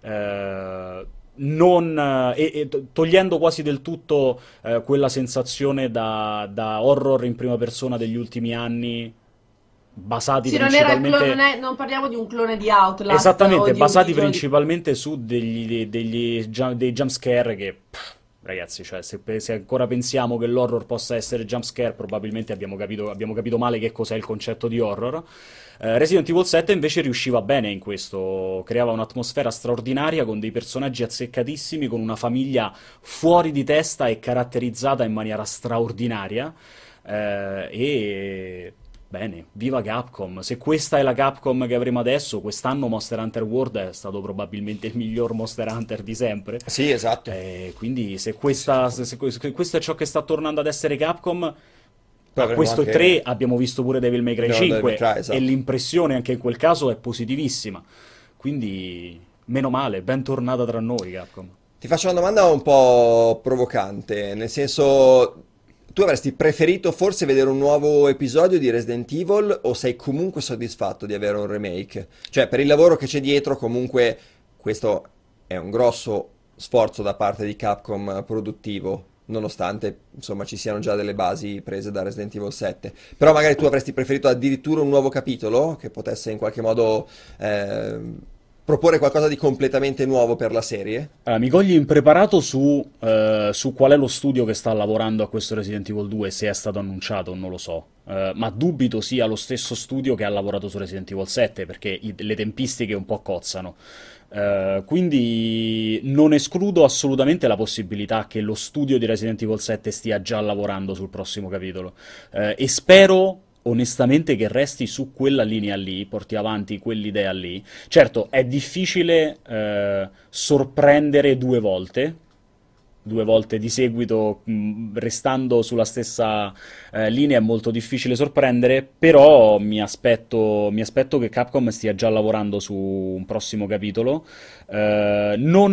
eh, non, eh, e, e togliendo quasi del tutto eh, quella sensazione da, da horror in prima persona degli ultimi anni, basati Sì, non era il principalmente... clone, non, è- non parliamo di un clone di Outlast o Esattamente, di un basati titolo di... principalmente su degli, degli, jump- dei jumpscare che, pff, ragazzi, cioè, se, pe- se ancora pensiamo che l'horror possa essere jumpscare, probabilmente abbiamo capito, abbiamo capito male che cos'è il concetto di horror. Eh, Resident Evil sette invece riusciva bene in questo, creava un'atmosfera straordinaria con dei personaggi azzeccatissimi, con una famiglia fuori di testa e caratterizzata in maniera straordinaria. Eh, e bene, viva Capcom. Se questa è la Capcom che avremo adesso, quest'anno Monster Hunter World è stato probabilmente il miglior Monster Hunter di sempre. Sì, esatto. Eh, quindi se, questa, se, se questo è ciò che sta tornando ad essere Capcom, Poi a avremo questo anche- tre abbiamo visto pure Devil May Cry Abbiamo cinque Devil May Cry, esatto. e l'impressione anche in quel caso è positivissima. Quindi, meno male, bentornata tra noi Capcom. Ti faccio una domanda un po' provocante, nel senso, tu avresti preferito forse vedere un nuovo episodio di Resident Evil o sei comunque soddisfatto di avere un remake? Cioè, per il lavoro che c'è dietro, comunque, questo è un grosso sforzo da parte di Capcom produttivo, nonostante, insomma, ci siano già delle basi prese da Resident Evil sette. Però magari tu avresti preferito addirittura un nuovo capitolo che potesse in qualche modo eh, proporre qualcosa di completamente nuovo per la serie? Allora, mi cogli impreparato su, eh, su qual è lo studio che sta lavorando a questo Resident Evil due, se è stato annunciato, non lo so. Eh, ma dubito sia lo stesso studio che ha lavorato su Resident Evil sette, perché i- le tempistiche un po' cozzano. Eh, quindi non escludo assolutamente la possibilità che lo studio di Resident Evil sette stia già lavorando sul prossimo capitolo. Eh, e spero onestamente che resti su quella linea lì, porti avanti quell'idea lì. Certo, è difficile eh, sorprendere due volte, due volte di seguito, mh, restando sulla stessa eh, linea è molto difficile sorprendere, però mi aspetto, mi aspetto che Capcom stia già lavorando su un prossimo capitolo. Eh, non,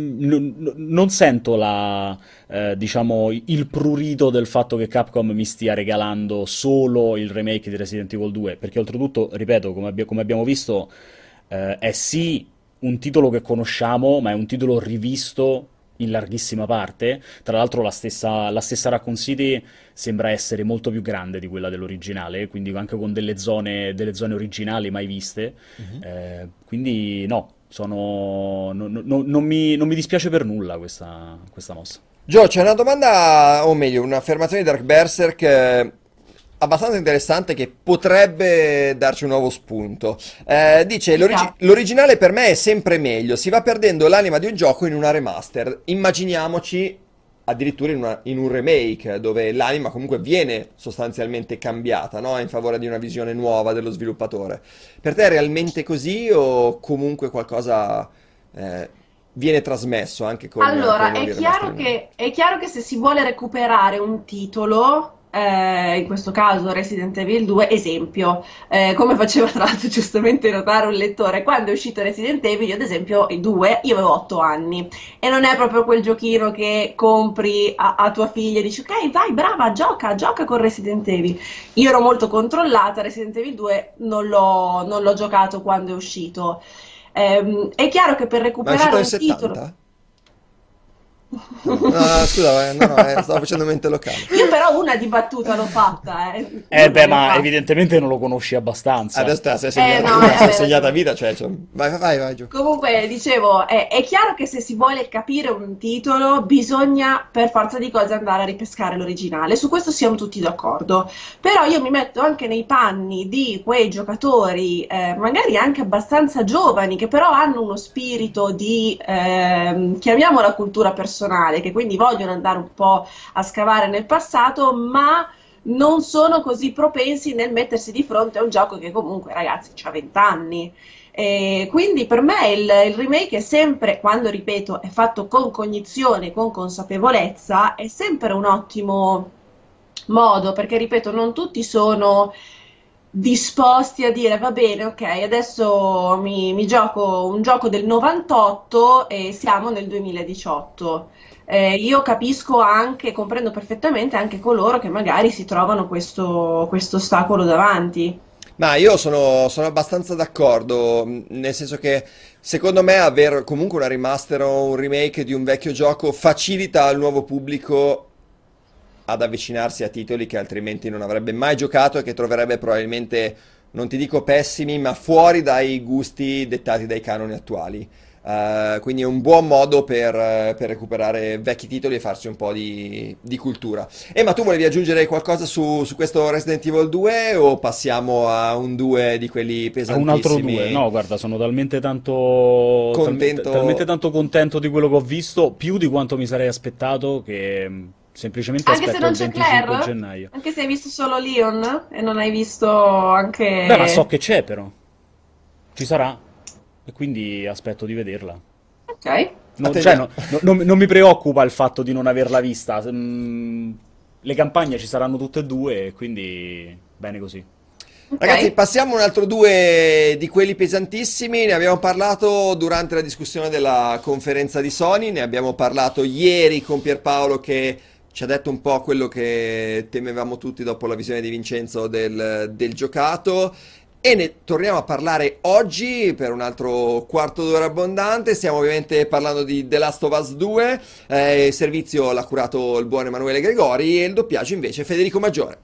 non- non sento la, eh, diciamo, il prurito del fatto che Capcom mi stia regalando solo il remake di Resident Evil due, perché oltretutto, ripeto, come, abbia- come abbiamo visto, eh, è sì un titolo che conosciamo, ma è un titolo rivisto in larghissima parte. Tra l'altro la stessa, la stessa Raccoon City sembra essere molto più grande di quella dell'originale, quindi anche con delle zone, delle zone originali mai viste. Eh, quindi no, sono, no- no- no- non mi, non mi dispiace per nulla questa, questa mossa. Gio, c'è una domanda, o meglio, un'affermazione di Dark Berserk eh, abbastanza interessante che potrebbe darci un nuovo spunto. Eh, dice, "L'origi- Esatto. l'originale per me è sempre meglio, si va perdendo l'anima di un gioco in una remaster. Immaginiamoci addirittura in, una- in un remake, dove l'anima comunque viene sostanzialmente cambiata, no? In favore di una visione nuova dello sviluppatore. Per te è realmente così o comunque qualcosa eh, viene trasmesso anche con, con i Allora, nuovi è chiaro remasteringati? che, è chiaro che se si vuole recuperare un titolo, eh, in questo caso Resident Evil due, esempio, eh, come faceva tra l'altro giustamente notare un lettore, quando è uscito Resident Evil, io ad esempio il due, io avevo otto anni, e non è proprio quel giochino che compri a, a tua figlia e dici ok, vai, brava, gioca, gioca con Resident Evil. Io ero molto controllata, Resident Evil due non l'ho non l'ho giocato quando è uscito. Ehm, è chiaro che per Ma è recuperare uscito nel un titolo... settanta? No, no, no, scusa, eh, no, no, eh, stavo facendo mente locale. Io però una di battuta l'ho fatta, eh. Eh Una beh, l'ho ma fatta. evidentemente non lo conosci abbastanza. Adesso te la sei Eh, segnata, no, tu te la eh, sei hai segnata a ragione. vita, cioè, cioè, vai, vai, vai, giù. Comunque, dicevo, è, è chiaro che se si vuole capire un titolo bisogna per forza di cose andare a ripescare l'originale, su questo siamo tutti d'accordo, però io mi metto anche nei panni di quei giocatori, eh, magari anche abbastanza giovani, che però hanno uno spirito di, ehm, chiamiamola cultura personale, che quindi vogliono andare un po' a scavare nel passato, ma non sono così propensi nel mettersi di fronte a un gioco che comunque, ragazzi, ha venti anni. E quindi per me il, il remake è sempre, quando ripeto, è fatto con cognizione, con consapevolezza, è sempre un ottimo modo, perché ripeto, non tutti sono disposti a dire va bene, ok, adesso mi, mi gioco un gioco del novantotto e siamo nel duemiladiciotto. Eh, io capisco anche, comprendo perfettamente anche coloro che magari si trovano questo, questo ostacolo davanti. Ma io sono, sono abbastanza d'accordo, mh, nel senso che secondo me aver comunque una remaster o un remake di un vecchio gioco facilita al nuovo pubblico ad avvicinarsi a titoli che altrimenti non avrebbe mai giocato e che troverebbe probabilmente, non ti dico pessimi, ma fuori dai gusti dettati dai canoni attuali. Eh, quindi è un buon modo per, eh, per recuperare vecchi titoli e farsi un po' di, di cultura. E ma tu volevi aggiungere qualcosa su, su questo Resident Evil due o passiamo a un due di quelli A un altro pesantissimi? due, no, guarda, sono talmente tanto, talmente, Contento? talmente tanto contento di quello che ho visto, più di quanto mi sarei aspettato, che mh, semplicemente Anche se aspetto non il c'è venticinque Claire? gennaio. Anche se hai visto solo Leon e non hai visto Beh, ma so anche... che c'è però, ci sarà, e quindi aspetto di vederla. Ok, No, cioè, Attendiamo. no, no- non, non mi preoccupa il fatto di non averla vista. Mm, le campagne ci saranno tutte e due, quindi bene così. ok. Ragazzi, passiamo a un altro due di quelli pesantissimi. Ne abbiamo parlato durante la discussione della conferenza di Sony, ne abbiamo parlato ieri con Pierpaolo che ci ha detto un po' quello che temevamo tutti dopo la visione di Vincenzo del, del giocato. E ne torniamo a parlare oggi per un altro quarto d'ora abbondante. Stiamo ovviamente parlando di The Last of Us due. Eh, il servizio l'ha curato il buon Emanuele Gregori e il doppiaggio invece Federico Maggiore.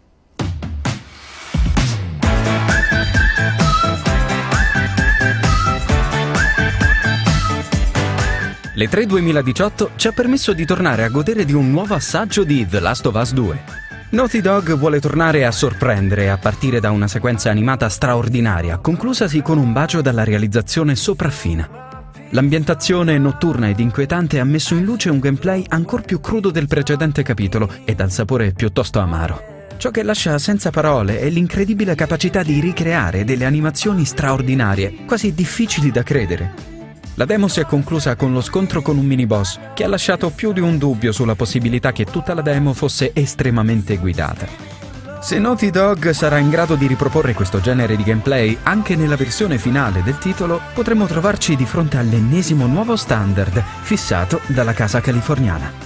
L'E tre duemiladiciotto ci ha permesso di tornare a godere di un nuovo assaggio di The Last of Us due. Naughty Dog vuole tornare a sorprendere a partire da una sequenza animata straordinaria, conclusasi con un bacio dalla realizzazione sopraffina. L'ambientazione notturna ed inquietante ha messo in luce un gameplay ancor più crudo del precedente capitolo e dal sapore piuttosto amaro. Ciò che lascia senza parole è l'incredibile capacità di ricreare delle animazioni straordinarie, quasi difficili da credere. La demo si è conclusa con lo scontro con un miniboss che ha lasciato più di un dubbio sulla possibilità che tutta la demo fosse estremamente guidata. Se Naughty Dog sarà in grado di riproporre questo genere di gameplay anche nella versione finale del titolo, potremo trovarci di fronte all'ennesimo nuovo standard fissato dalla casa californiana.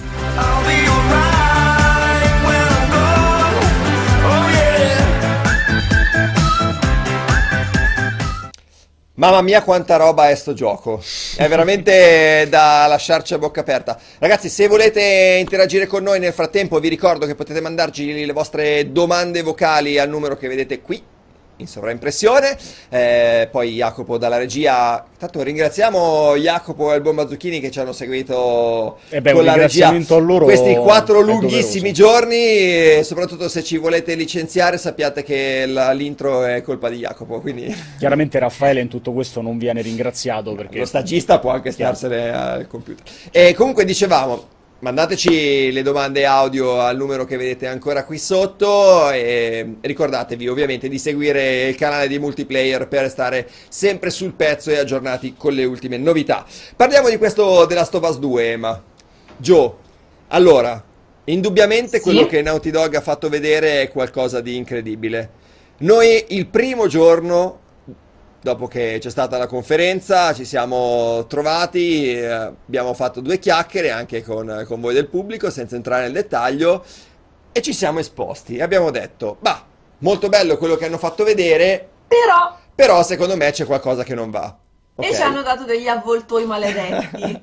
Mamma mia quanta roba è sto gioco, è veramente da lasciarci a bocca aperta. Ragazzi, se volete interagire con noi nel frattempo vi ricordo che potete mandarci le vostre domande vocali al numero che vedete qui in sovraimpressione. Eh, poi Jacopo dalla regia, tanto ringraziamo Jacopo e il buon Mazzucchini che ci hanno seguito E beh, con un la regia ringraziamento a loro questi quattro è lunghissimi doveroso. giorni e soprattutto se ci volete licenziare sappiate che la- l'intro è colpa di Jacopo, quindi Chiaramente Raffaele in tutto questo non viene ringraziato perché lo stagista può anche Chiaro. starsene al computer. E comunque dicevamo, mandateci le domande audio al numero che vedete ancora qui sotto e ricordatevi ovviamente di seguire il canale di Multiplayer per stare sempre sul pezzo e aggiornati con le ultime novità. Parliamo di questo The Last of Us due, Emma. Joe, allora, indubbiamente Sì. quello che Naughty Dog ha fatto vedere è qualcosa di incredibile. Noi il primo giorno dopo che c'è stata la conferenza, ci siamo trovati, eh, abbiamo fatto due chiacchiere anche con, con voi del pubblico, senza entrare nel dettaglio, e ci siamo esposti. E abbiamo detto, bah, molto bello quello che hanno fatto vedere, Però, però secondo me c'è qualcosa che non va. e Ok? ci hanno dato degli avvoltoi maledetti.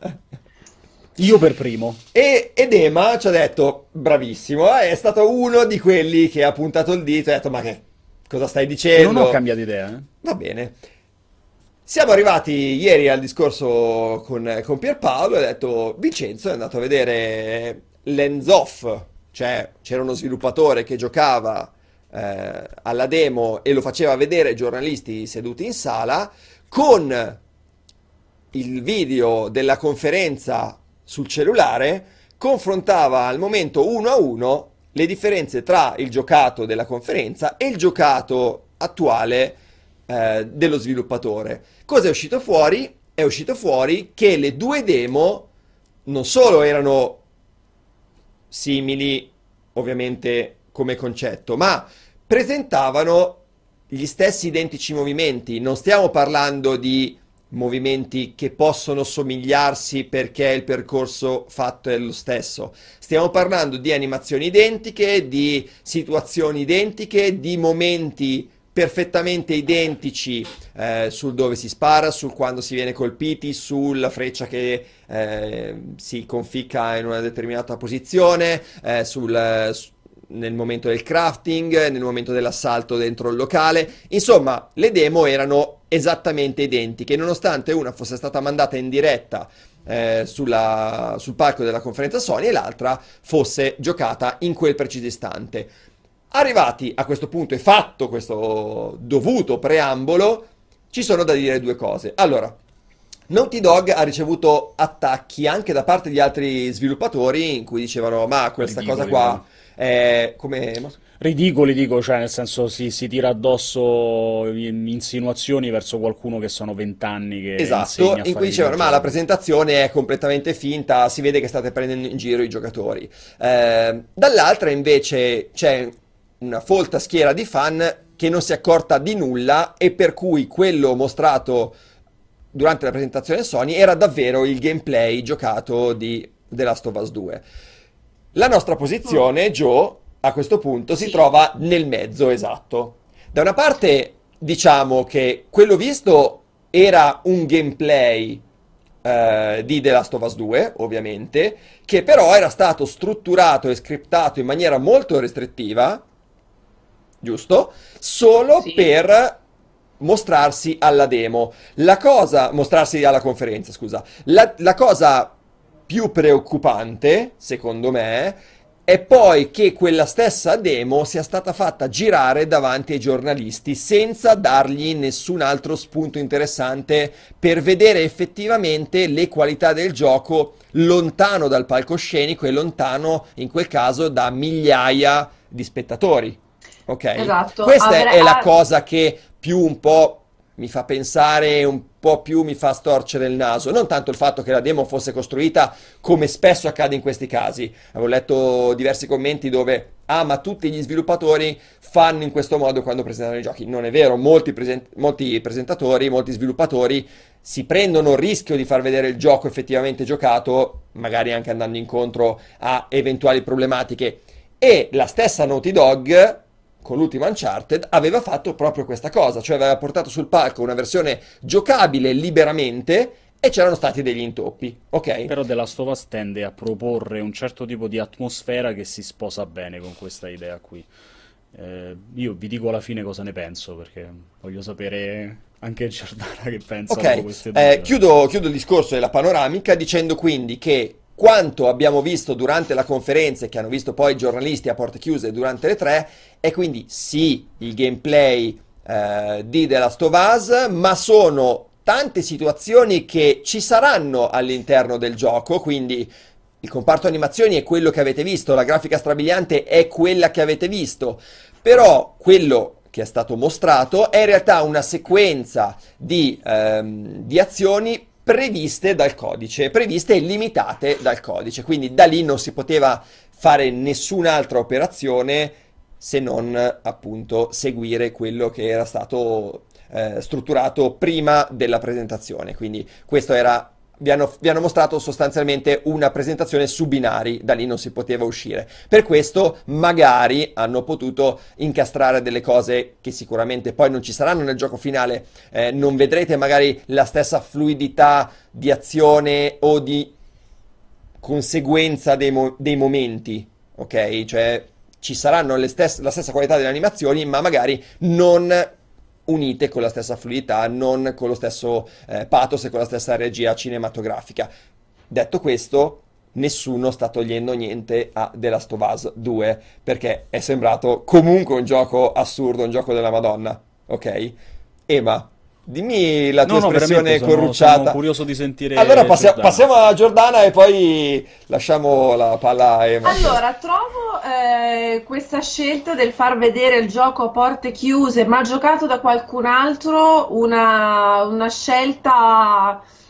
io per primo. E, ed Ema ci ha detto, bravissimo, eh, è stato uno di quelli che ha puntato il dito e ha detto, ma che cosa stai E dicendo? non ho cambiato idea, eh. Va bene. Siamo arrivati ieri al discorso con, con Pierpaolo e ha detto Vincenzo è andato a vedere l'hands off, cioè c'era uno sviluppatore che giocava eh, alla demo e lo faceva vedere ai giornalisti seduti in sala con il video della conferenza sul cellulare, confrontava al momento uno a uno le differenze tra il giocato della conferenza e il giocato attuale eh, dello sviluppatore. Cosa è uscito fuori? È uscito fuori che le due demo non solo erano simili, ovviamente come concetto, ma presentavano gli stessi identici movimenti, non stiamo parlando di movimenti che possono somigliarsi perché il percorso fatto è lo stesso. Stiamo parlando di animazioni identiche, di situazioni identiche, di momenti perfettamente identici eh, sul dove si spara, sul quando si viene colpiti, sulla freccia che eh, si conficca in una determinata posizione, eh, sul, su- nel momento del crafting, nel momento dell'assalto dentro il locale. Insomma, le demo erano esattamente identiche, nonostante una fosse stata mandata in diretta eh, sulla- sul palco della conferenza Sony e l'altra fosse giocata in quel preciso istante. Arrivati a questo punto e fatto questo dovuto preambolo, ci sono da dire due cose. Allora, Naughty Dog ha ricevuto attacchi anche da parte di altri sviluppatori in cui dicevano ma questa Ridicoli, cosa qua è come... Ridicoli, dico, cioè nel senso si, si tira addosso in- insinuazioni verso qualcuno che sono vent'anni che Esatto, insegna a in fare cui i dicevano ma la videogiochi. presentazione è completamente finta, si vede che state prendendo in giro i giocatori. Eh, dall'altra invece c'è una folta schiera di fan che non si è accorta di nulla e per cui quello mostrato durante la presentazione Sony era davvero il gameplay giocato di The Last of Us due. La nostra posizione, Joe, a questo punto si Sì. trova nel mezzo, esatto. Da una parte diciamo che quello visto era un gameplay eh, di The Last of Us due, ovviamente, che però era stato strutturato e scriptato in maniera molto restrittiva, giusto? Solo Sì. per mostrarsi alla demo. La cosa, mostrarsi alla conferenza, scusa. La, la cosa più preoccupante, secondo me, è poi che quella stessa demo sia stata fatta girare davanti ai giornalisti senza dargli nessun altro spunto interessante per vedere effettivamente le qualità del gioco lontano dal palcoscenico e lontano, in quel caso, da migliaia di spettatori. Ok? Esatto. Questa Avre- è la ah, cosa che più un po' mi fa pensare, un po' più mi fa storcere il naso. Non tanto il fatto che la demo fosse costruita come spesso accade in questi casi. Avevo letto diversi commenti dove, ah, ma tutti gli sviluppatori fanno in questo modo quando presentano i giochi. Non è vero, molti, presen- molti presentatori, molti sviluppatori si prendono il rischio di far vedere il gioco effettivamente giocato, magari anche andando incontro a eventuali problematiche. E la stessa Naughty Dog, con l'ultimo Uncharted, aveva fatto proprio questa cosa, cioè aveva portato sul palco una versione giocabile liberamente e c'erano stati degli intoppi, ok? Però The Last of Us tende a proporre un certo tipo di atmosfera che si sposa bene con questa idea qui. Eh, io vi dico alla fine cosa ne penso, perché voglio sapere anche Giordana che pensa dopo Ok, queste eh, due. chiudo, chiudo il discorso della panoramica dicendo quindi che quanto abbiamo visto durante la conferenza e che hanno visto poi i giornalisti a porte chiuse durante le tre è quindi sì il gameplay eh, di The Last of Us, ma sono tante situazioni che ci saranno all'interno del gioco, quindi il comparto animazioni è quello che avete visto, la grafica strabiliante è quella che avete visto, però quello che è stato mostrato è in realtà una sequenza di, ehm, di azioni previste dal codice, previste e limitate dal codice, quindi da lì non si poteva fare nessun'altra operazione se non appunto seguire quello che era stato eh, strutturato prima della presentazione, quindi questo era... Vi hanno, vi hanno mostrato sostanzialmente una presentazione su binari, da lì non si poteva uscire. Per questo magari hanno potuto incastrare delle cose che sicuramente poi non ci saranno nel gioco finale. Eh, non vedrete magari la stessa fluidità di azione o di conseguenza dei, mo- dei momenti, ok? Cioè ci saranno le stesse- la stessa qualità delle animazioni, ma magari non unite con la stessa fluidità, non con lo stesso eh, pathos e con la stessa regia cinematografica. Detto questo, nessuno sta togliendo niente a The Last of Us due, perché è sembrato comunque un gioco assurdo, un gioco della Madonna, ok? Ema, dimmi la tua No, no, espressione veramente sono, corrucciata. sono curioso di sentire Allora passia- Giordana. passiamo a Giordana e poi lasciamo la palla a Ema. Allora, trovo eh, questa scelta del far vedere il gioco a porte chiuse, ma giocato da qualcun altro, una, una scelta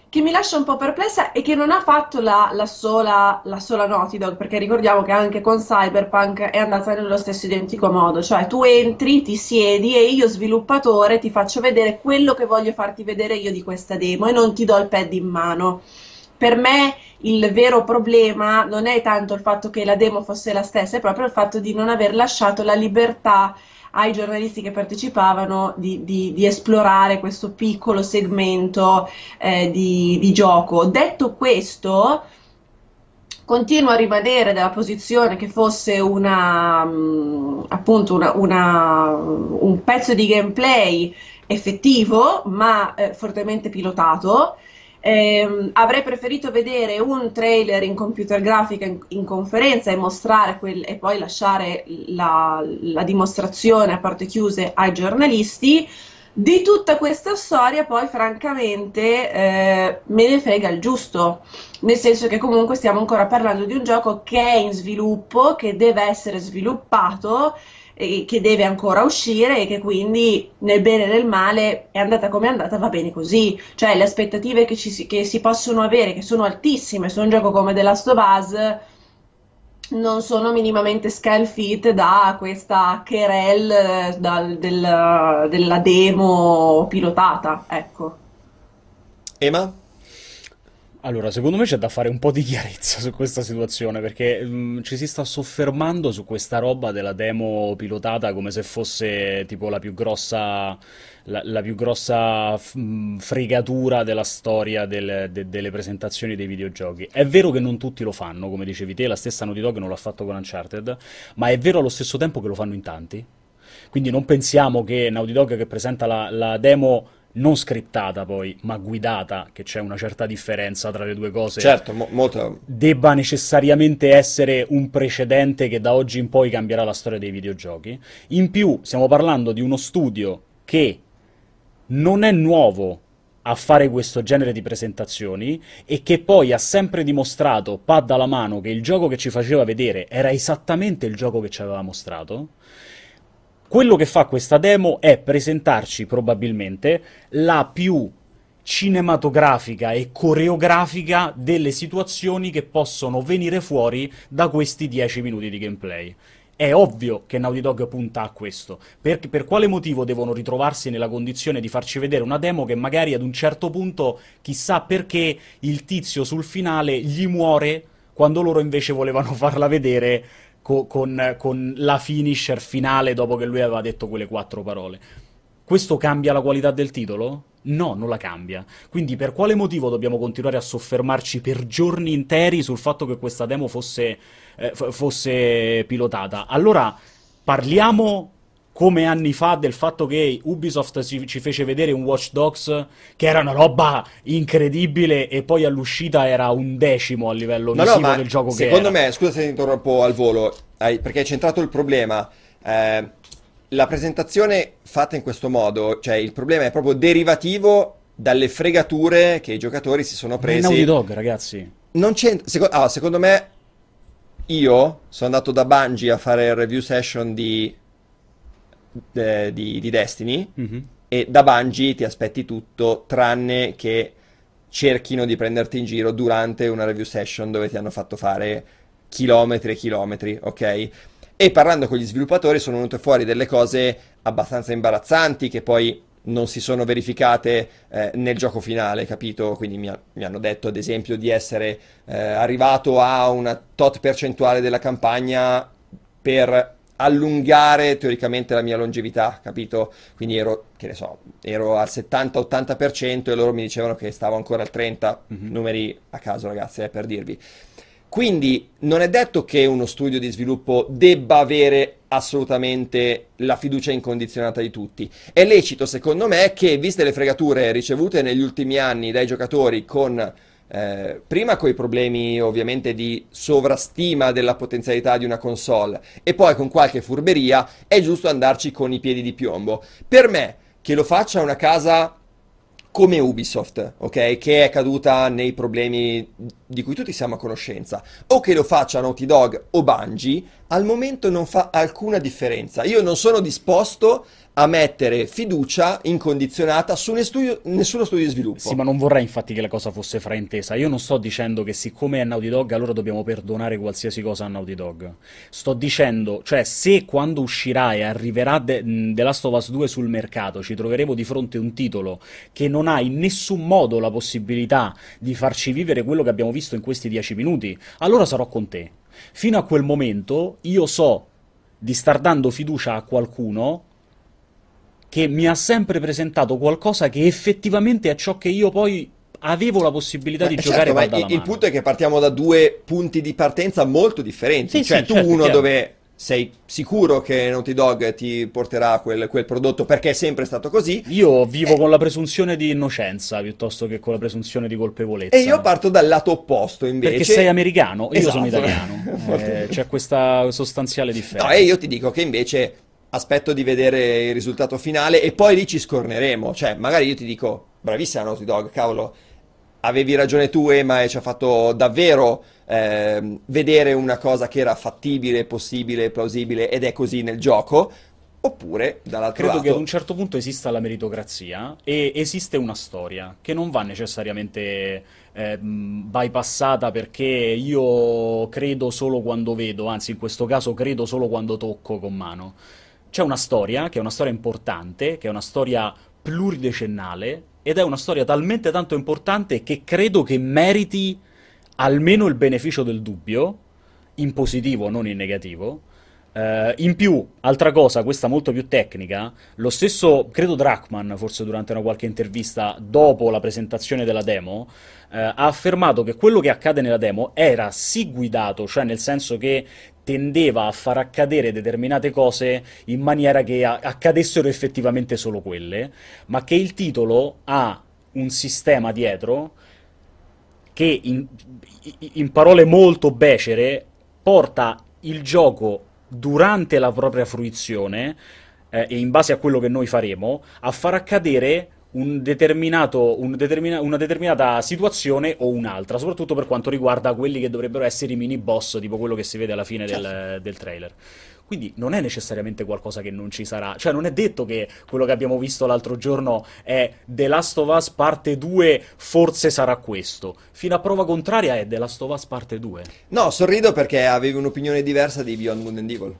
che mi lascia un po' perplessa e che non ha fatto la, la sola, la sola Naughty Dog, perché ricordiamo che anche con Cyberpunk è andata nello stesso identico modo, cioè tu entri, ti siedi e io sviluppatore ti faccio vedere quello che voglio farti vedere io di questa demo e non ti do il pad in mano. Per me il vero problema non è tanto il fatto che la demo fosse la stessa, è proprio il fatto di non aver lasciato la libertà ai giornalisti che partecipavano di, di, di esplorare questo piccolo segmento eh, di, di gioco. Detto questo, continuo a rimanere della posizione che fosse una, mh, appunto una, una, un pezzo di gameplay effettivo, ma eh, fortemente pilotato. Eh, avrei preferito vedere un trailer in computer grafica in, in conferenza e mostrare quel, e poi lasciare la, la dimostrazione a porte chiuse ai giornalisti. Di tutta questa storia poi francamente eh, me ne frega il giusto, nel senso che comunque stiamo ancora parlando di un gioco che è in sviluppo, che deve essere sviluppato, che deve ancora uscire e che quindi nel bene e nel male è andata come è andata, va bene così. Cioè le aspettative che, ci si, che si possono avere, che sono altissime su un gioco come The Last of Us, non sono minimamente scalfite da questa querel da, del, della demo pilotata, ecco. Ema? Allora, secondo me c'è da fare un po' di chiarezza su questa situazione, perché mh, ci si sta soffermando su questa roba della demo pilotata come se fosse tipo la più grossa, la, la più grossa f- mh, fregatura della storia del- de- delle presentazioni dei videogiochi. È vero che non tutti lo fanno, come dicevi te, la stessa Naughty Dog non l'ha fatto con Uncharted, ma è vero allo stesso tempo che lo fanno in tanti. Quindi non pensiamo che Naughty Dog che presenta la, la demo non scriptata poi, ma guidata, che c'è una certa differenza tra le due cose, Certo, mo- molto. debba necessariamente essere un precedente che da oggi in poi cambierà la storia dei videogiochi. In più, stiamo parlando di uno studio che non è nuovo a fare questo genere di presentazioni e che poi ha sempre dimostrato, pad alla mano, che il gioco che ci faceva vedere era esattamente il gioco che ci aveva mostrato. Quello che fa questa demo è presentarci probabilmente la più cinematografica e coreografica delle situazioni che possono venire fuori da questi dieci minuti di gameplay. È ovvio che Naughty Dog punta a questo. Per, per quale motivo devono ritrovarsi nella condizione di farci vedere una demo che magari ad un certo punto, chissà perché, il tizio sul finale gli muore quando loro invece volevano farla vedere Con, con la finisher finale dopo che lui aveva detto quelle quattro parole. Questo cambia la qualità del titolo? No, non la cambia. Quindi per quale motivo dobbiamo continuare a soffermarci per giorni interi sul fatto che questa demo fosse, eh, f- fosse pilotata? Allora parliamo come anni fa del fatto che Ubisoft ci, ci fece vedere un Watch Dogs che era una roba incredibile e poi all'uscita era un decimo a livello No, no, visivo ma del gioco che secondo era. me, scusa se ti interrompo al volo, hai- perché hai centrato il problema. Eh, la presentazione fatta in questo modo, cioè il problema è proprio derivativo dalle fregature che i giocatori si sono Ma è presi. Naughty Dog, ragazzi. Non c'è, seco- ah, secondo me, io sono andato da Bungie a fare il review session di, eh, di, di Destiny, Mhm. e da Bungie ti aspetti tutto tranne che cerchino di prenderti in giro durante una review session dove ti hanno fatto fare chilometri e chilometri, ok? E parlando con gli sviluppatori sono venute fuori delle cose abbastanza imbarazzanti che poi non si sono verificate eh, nel gioco finale, capito? Quindi mi, ha- mi hanno detto ad esempio di essere eh, arrivato a una tot percentuale della campagna per allungare teoricamente la mia longevità, capito? Quindi ero, che ne so, ero al settanta ottanta per cento e loro mi dicevano che stavo ancora al trenta, Mhm. numeri a caso ragazzi, è per dirvi. Quindi non è detto che uno studio di sviluppo debba avere assolutamente la fiducia incondizionata di tutti. È lecito, secondo me, che viste le fregature ricevute negli ultimi anni dai giocatori con eh, prima coi problemi ovviamente di sovrastima della potenzialità di una console e poi con qualche furberia, è giusto andarci con i piedi di piombo. Per me, che lo faccia una casa come Ubisoft, ok? Che è caduta nei problemi di cui tutti siamo a conoscenza, o che lo faccia Naughty Dog o Bungie, al momento non fa alcuna differenza. Io non sono disposto a mettere fiducia incondizionata su ne studio- nessuno studio di sviluppo. Sì, ma non vorrei infatti che la cosa fosse fraintesa. Io non sto dicendo che siccome è Naughty Dog allora dobbiamo perdonare qualsiasi cosa a Naughty Dog. Sto dicendo, cioè, se quando uscirà e arriverà The, The Last of Us due sul mercato ci troveremo di fronte a un titolo che non ha in nessun modo la possibilità di farci vivere quello che abbiamo visto in questi dieci minuti, allora sarò con te. Fino a quel momento io so di star dando fiducia a qualcuno che mi ha sempre presentato qualcosa che effettivamente è ciò che io poi avevo la possibilità ma di certo, giocare. ma dalla il, mano. il punto è che partiamo da due punti di partenza molto differenti. Sì, cioè sì, tu certo, uno chiaro. dove sei sicuro che Naughty Dog ti porterà quel, quel prodotto perché è sempre stato così. Io vivo Eh. con la presunzione di innocenza piuttosto che con la presunzione di colpevolezza. E io parto dal lato opposto invece. Perché sei americano, io Esatto. sono italiano. Eh, c'è questa sostanziale differenza. No, e io ti dico che invece aspetto di vedere il risultato finale e poi lì ci scorneremo. Cioè, magari io ti dico, bravissima Naughty Dog, cavolo, avevi ragione tu, Emma, e ci ha fatto davvero ehm, vedere una cosa che era fattibile, possibile, plausibile, ed è così nel gioco. Oppure, dall'altro Credo lato... che ad un certo punto esista la meritocrazia e esiste una storia che non va necessariamente eh, mh, bypassata perché io credo solo quando vedo, anzi in questo caso credo solo quando tocco con mano. C'è una storia, che è una storia importante, che è una storia pluridecennale, ed è una storia talmente tanto importante che credo che meriti almeno il beneficio del dubbio, in positivo, non in negativo. Uh, in più, altra cosa, questa molto più tecnica, lo stesso, credo Druckmann, forse durante una qualche intervista dopo la presentazione della demo, uh, ha affermato che quello che accade nella demo era sì guidato, cioè nel senso che tendeva a far accadere determinate cose in maniera che a- accadessero effettivamente solo quelle, ma che il titolo ha un sistema dietro che, in, in parole molto becere, porta il gioco durante la propria fruizione eh, e in base a quello che noi faremo a far accadere un determinato, un determina- una determinata situazione o un'altra, soprattutto per quanto riguarda quelli che dovrebbero essere i mini boss, tipo quello che si vede alla fine Certo. del, del trailer. Quindi non è necessariamente qualcosa che non ci sarà, cioè non è detto che quello che abbiamo visto l'altro giorno è The Last of Us parte due, forse sarà questo. Fino a prova contraria è The Last of Us parte due. No, sorrido perché avevi un'opinione diversa di Beyond Good and Evil.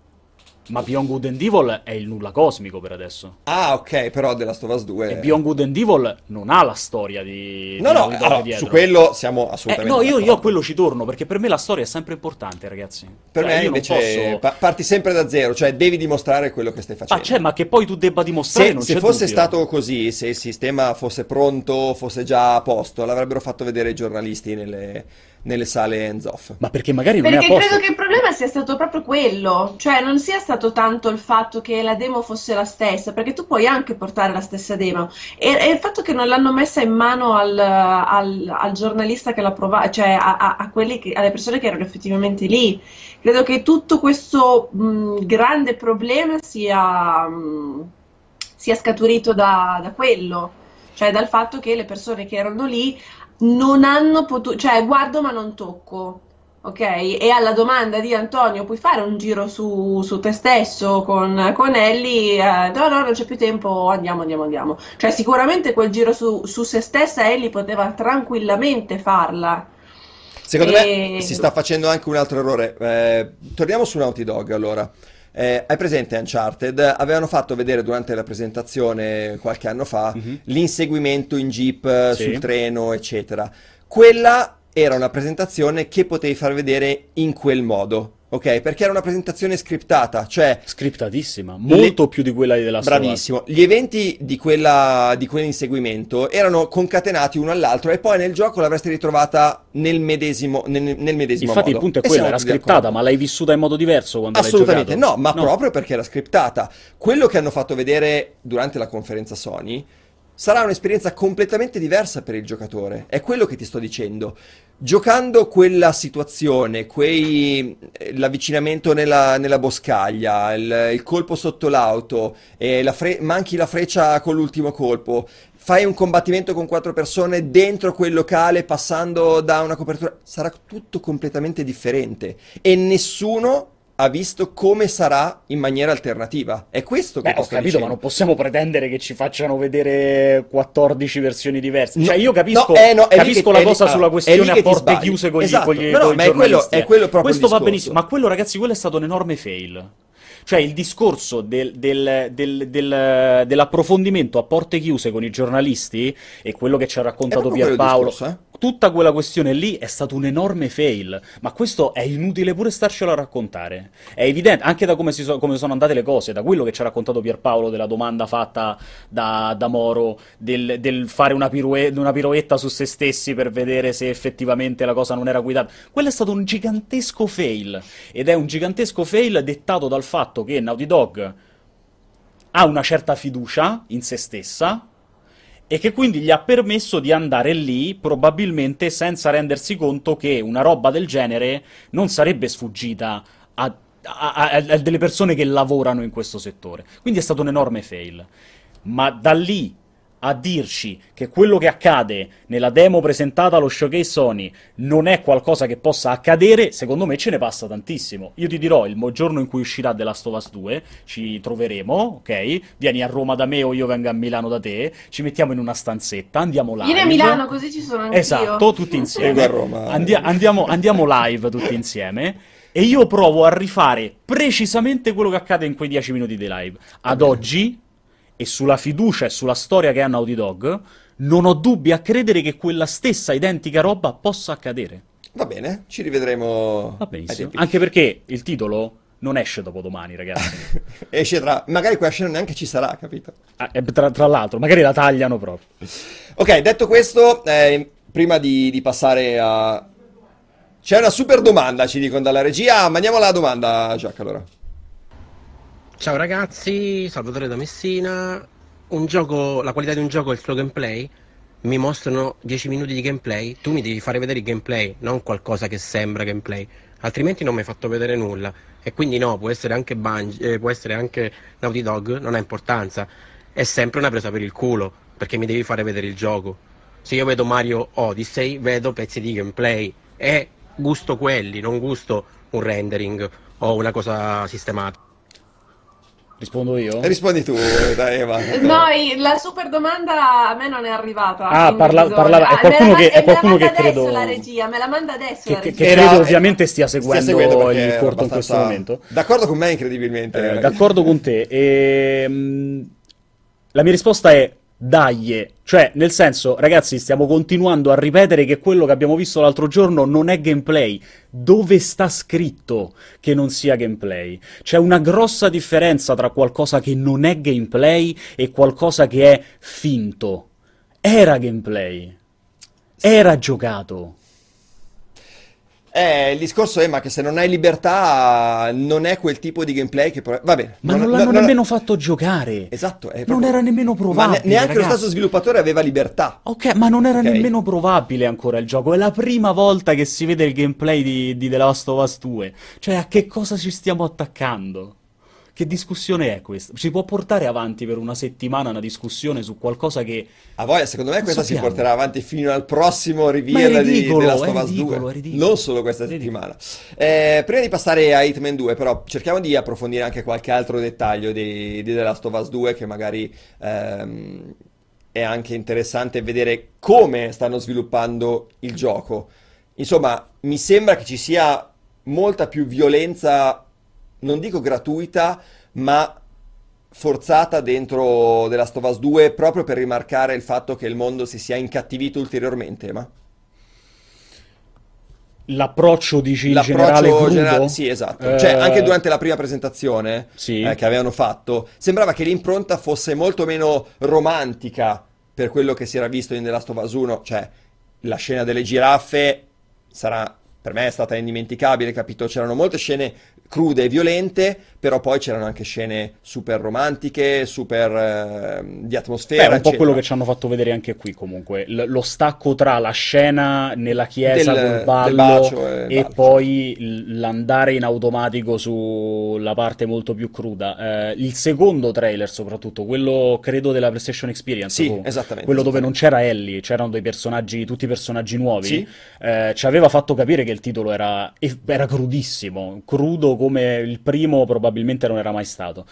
Ma Beyond Good and Evil è il nulla cosmico per adesso. Ah, ok, però The Last of Us due... E Beyond Good and Evil non ha la storia di, No, di no, Naughty Dog allora, dietro. su quello siamo Eh, assolutamente no, io, io a d'accordo. quello ci torno, perché per me la storia è sempre importante, ragazzi. Per Cioè, me io invece non posso... pa- parti sempre da zero, cioè devi dimostrare quello che stai Ma facendo. c'è, ma che poi tu debba dimostrare Se, non se c'è fosse dubbio. stato così, se il sistema fosse pronto, fosse già a posto, l'avrebbero fatto vedere i giornalisti nelle, nelle sale hands-off. Ma perché magari non è a Perché posto. credo che il problema sia stato proprio quello, cioè non sia stato tanto il fatto che la demo fosse la stessa, perché tu puoi anche portare la stessa demo, e, e il fatto che non l'hanno messa in mano al, al- al giornalista che l'ha provata, cioè a, a- a quelli che- alle persone che erano effettivamente lì. Credo che tutto questo mh, grande problema sia, mh, sia scaturito da, da quello, cioè dal fatto che le persone che erano lì non hanno potuto, cioè guardo ma non tocco, ok? E alla domanda di Antonio, puoi fare un giro su, su te stesso con, con Ellie? Eh, no, no, non c'è più tempo, andiamo, andiamo, andiamo. Cioè sicuramente quel giro su, su se stessa Ellie poteva tranquillamente farla. Secondo E- me si sta facendo anche un altro errore. Eh, torniamo su Naughty Dog allora. Eh, hai presente Uncharted? Avevano fatto vedere durante la presentazione qualche anno fa Mhm. l'inseguimento in jeep eh, Sì. sul treno, eccetera. Quella era una presentazione che potevi far vedere in quel modo, ok? Perché era una presentazione scriptata, cioè Scriptatissima, molto Le- più di quella della storia. bravissimo. Gli eventi di quella di quell'inseguimento erano concatenati uno all'altro e poi nel gioco l'avresti ritrovata nel medesimo, nel, nel medesimo Infatti modo. il punto è E quello, siamo era tutti scriptata, d'accordo. ma l'hai vissuta in modo diverso quando Assolutamente l'hai no, giocato? ma proprio perché era scriptata. Quello che hanno fatto vedere durante la conferenza Sony sarà un'esperienza completamente diversa per il giocatore. È quello che ti sto dicendo. Giocando quella situazione, quei, eh, l'avvicinamento nella, nella boscaglia, il, il colpo sotto l'auto, e la fre- manchi la freccia con l'ultimo colpo, fai un combattimento con quattro persone dentro quel locale passando da una copertura, sarà tutto completamente differente e nessuno ha visto come sarà in maniera alternativa. È questo che Beh, ti ho sto capito, dicendo. ma non possiamo pretendere che ci facciano vedere quattordici versioni diverse. Cioè, No, io capisco, no, eh, no, è lì capisco che- la è lì- cosa ah, sulla è questione lì a che ti porte sbagli. chiuse con gli, Esatto. con gli, No, no, con i ma è quello- giornalisti. è quello proprio il Questo va discorso. benissimo, ma quello, ragazzi, quello è stato un enorme fail. Cioè, il discorso del- del- del- del- dell'approfondimento a porte chiuse con i giornalisti e quello che ci ha È raccontato proprio quello il Pierpaolo, discorso, eh? tutta quella questione lì è stato un enorme fail, ma questo è inutile pure starcelo a raccontare. È evidente, anche da come, si so- come sono andate le cose, da quello che ci ha raccontato Pierpaolo, della domanda fatta da, da Moro, del, del fare una, pirue- una piroetta su se stessi per vedere se effettivamente la cosa non era guidata. Quello è stato un gigantesco fail, ed è un gigantesco fail dettato dal fatto che Naughty Dog ha una certa fiducia in se stessa, e che quindi gli ha permesso di andare lì probabilmente senza rendersi conto che una roba del genere non sarebbe sfuggita a, a- a- a delle persone che lavorano in questo settore. Quindi è stato un enorme fail. Ma da lì a dirci che quello che accade nella demo presentata allo showcase Sony non è qualcosa che possa accadere, secondo me ce ne passa tantissimo. Io ti dirò, il mo- giorno in cui uscirà The Last of Us due, ci troveremo, ok? Vieni a Roma da me o io vengo a Milano da te, ci mettiamo in una stanzetta, andiamo live. Vieni a Milano, così ci sono anch'io. Esatto, tutti Vengo insieme. a Roma. Andi- andiamo, andiamo live tutti insieme. E io provo a rifare precisamente quello che accade in quei dieci minuti di live. Ad oggi, e sulla fiducia e sulla storia che ha Naughty Dog, non ho dubbi a credere che quella stessa identica roba possa accadere. Va bene, ci rivedremo. Va ai benissimo. tempi. Anche perché il titolo non esce dopo domani, ragazzi. Esce tra... Magari quella scena neanche ci sarà, capito? Ah, e tra, tra l'altro, magari la tagliano proprio. Ok, detto questo, eh, prima di, di passare a... C'è una super domanda, ci dicono dalla regia. Mandiamo la domanda, Jack, allora. Ciao ragazzi, Salvatore da Messina. Un gioco, la qualità di un gioco e il suo gameplay mi mostrano dieci minuti di gameplay. Tu mi devi fare vedere il gameplay, non qualcosa che sembra gameplay, altrimenti non mi hai fatto vedere nulla. E quindi no, può essere anche Bungie, eh, può essere anche Naughty Dog, non ha importanza. È sempre una presa per il culo, perché mi devi fare vedere il gioco. Se io vedo Mario Odyssey, vedo pezzi di gameplay e gusto quelli, non gusto un rendering o una cosa sistemata. Rispondo io? Rispondi tu, dai, Eva. No, i- la super domanda a me non è arrivata. Ah, quindi parla- bisogna- parlava- è Ah, qualcuno me la che- ma- è e qualcuno me la che manda adesso credo- la regia, me la manda adesso Che, la che- regia. che Era- credo ovviamente stia Stia seguendo, seguendo perché il era corto in abbastanza- questo momento. D'accordo con me, incredibilmente. Eh, d'accordo con te. Ehm, la mia risposta è dai, cioè nel senso, ragazzi, stiamo continuando a ripetere che quello che abbiamo visto l'altro giorno non è gameplay. Dove sta scritto che non sia gameplay? C'è una grossa differenza tra qualcosa che non è gameplay e qualcosa che è finto. Era gameplay. Era giocato. Eh, il discorso è ma che se non hai libertà non è quel tipo di gameplay che... pro- Va bene. Ma non, l'hanno nemmeno fatto giocare. Esatto. È Non proprio- era nemmeno Ma probabile. ne- neanche lo ragazzi. stesso sviluppatore aveva libertà. Ok, ma non era Ok. nemmeno probabile ancora il gioco. È la prima volta che si vede il gameplay di, di The Last of Us due. Cioè, a che cosa ci stiamo attaccando? Che discussione è questa? Ci può portare avanti per una settimana una discussione su qualcosa che... A voglia, secondo me Non questa si sappiamo. porterà avanti fino al prossimo Ma reveal è di ridicolo, The Last è of Us ridicolo, due. è ridicolo. Non solo questa Ridicolo. settimana. Eh, prima di passare a Hitman due, però, cerchiamo di approfondire anche qualche altro dettaglio di, di The Last of Us due che magari ehm, è anche interessante vedere come stanno sviluppando il gioco. Insomma, mi sembra che ci sia molta più violenza, non dico gratuita, ma forzata dentro The Last of Us due proprio per rimarcare il fatto che il mondo si sia incattivito ulteriormente, ma L'approccio, dici, in l'approccio generale crudo? generale, sì, esatto. Eh, Cioè, anche durante la prima presentazione Sì. eh, che avevano fatto, sembrava che l'impronta fosse molto meno romantica per quello che si era visto in The Last of Us uno, cioè la scena delle giraffe sarà per me è stata indimenticabile, capito? C'erano molte scene crude e violente, però poi c'erano anche scene super romantiche, super eh, di atmosfera, Beh, è un po' eccetera. quello che ci hanno fatto vedere anche qui comunque, L- lo stacco tra la scena nella chiesa Del- col del ballo bacio e il e ballo, poi l- l'andare in automatico sulla parte molto più cruda. Eh, il secondo trailer soprattutto, quello credo della PlayStation Experience, Sì, fu, esattamente, quello dove non esattamente. c'era Ellie, c'erano dei personaggi, tutti personaggi nuovi, Sì. eh, ci aveva fatto capire che il titolo era, era crudissimo, crudo come il primo probabilmente non era mai stato.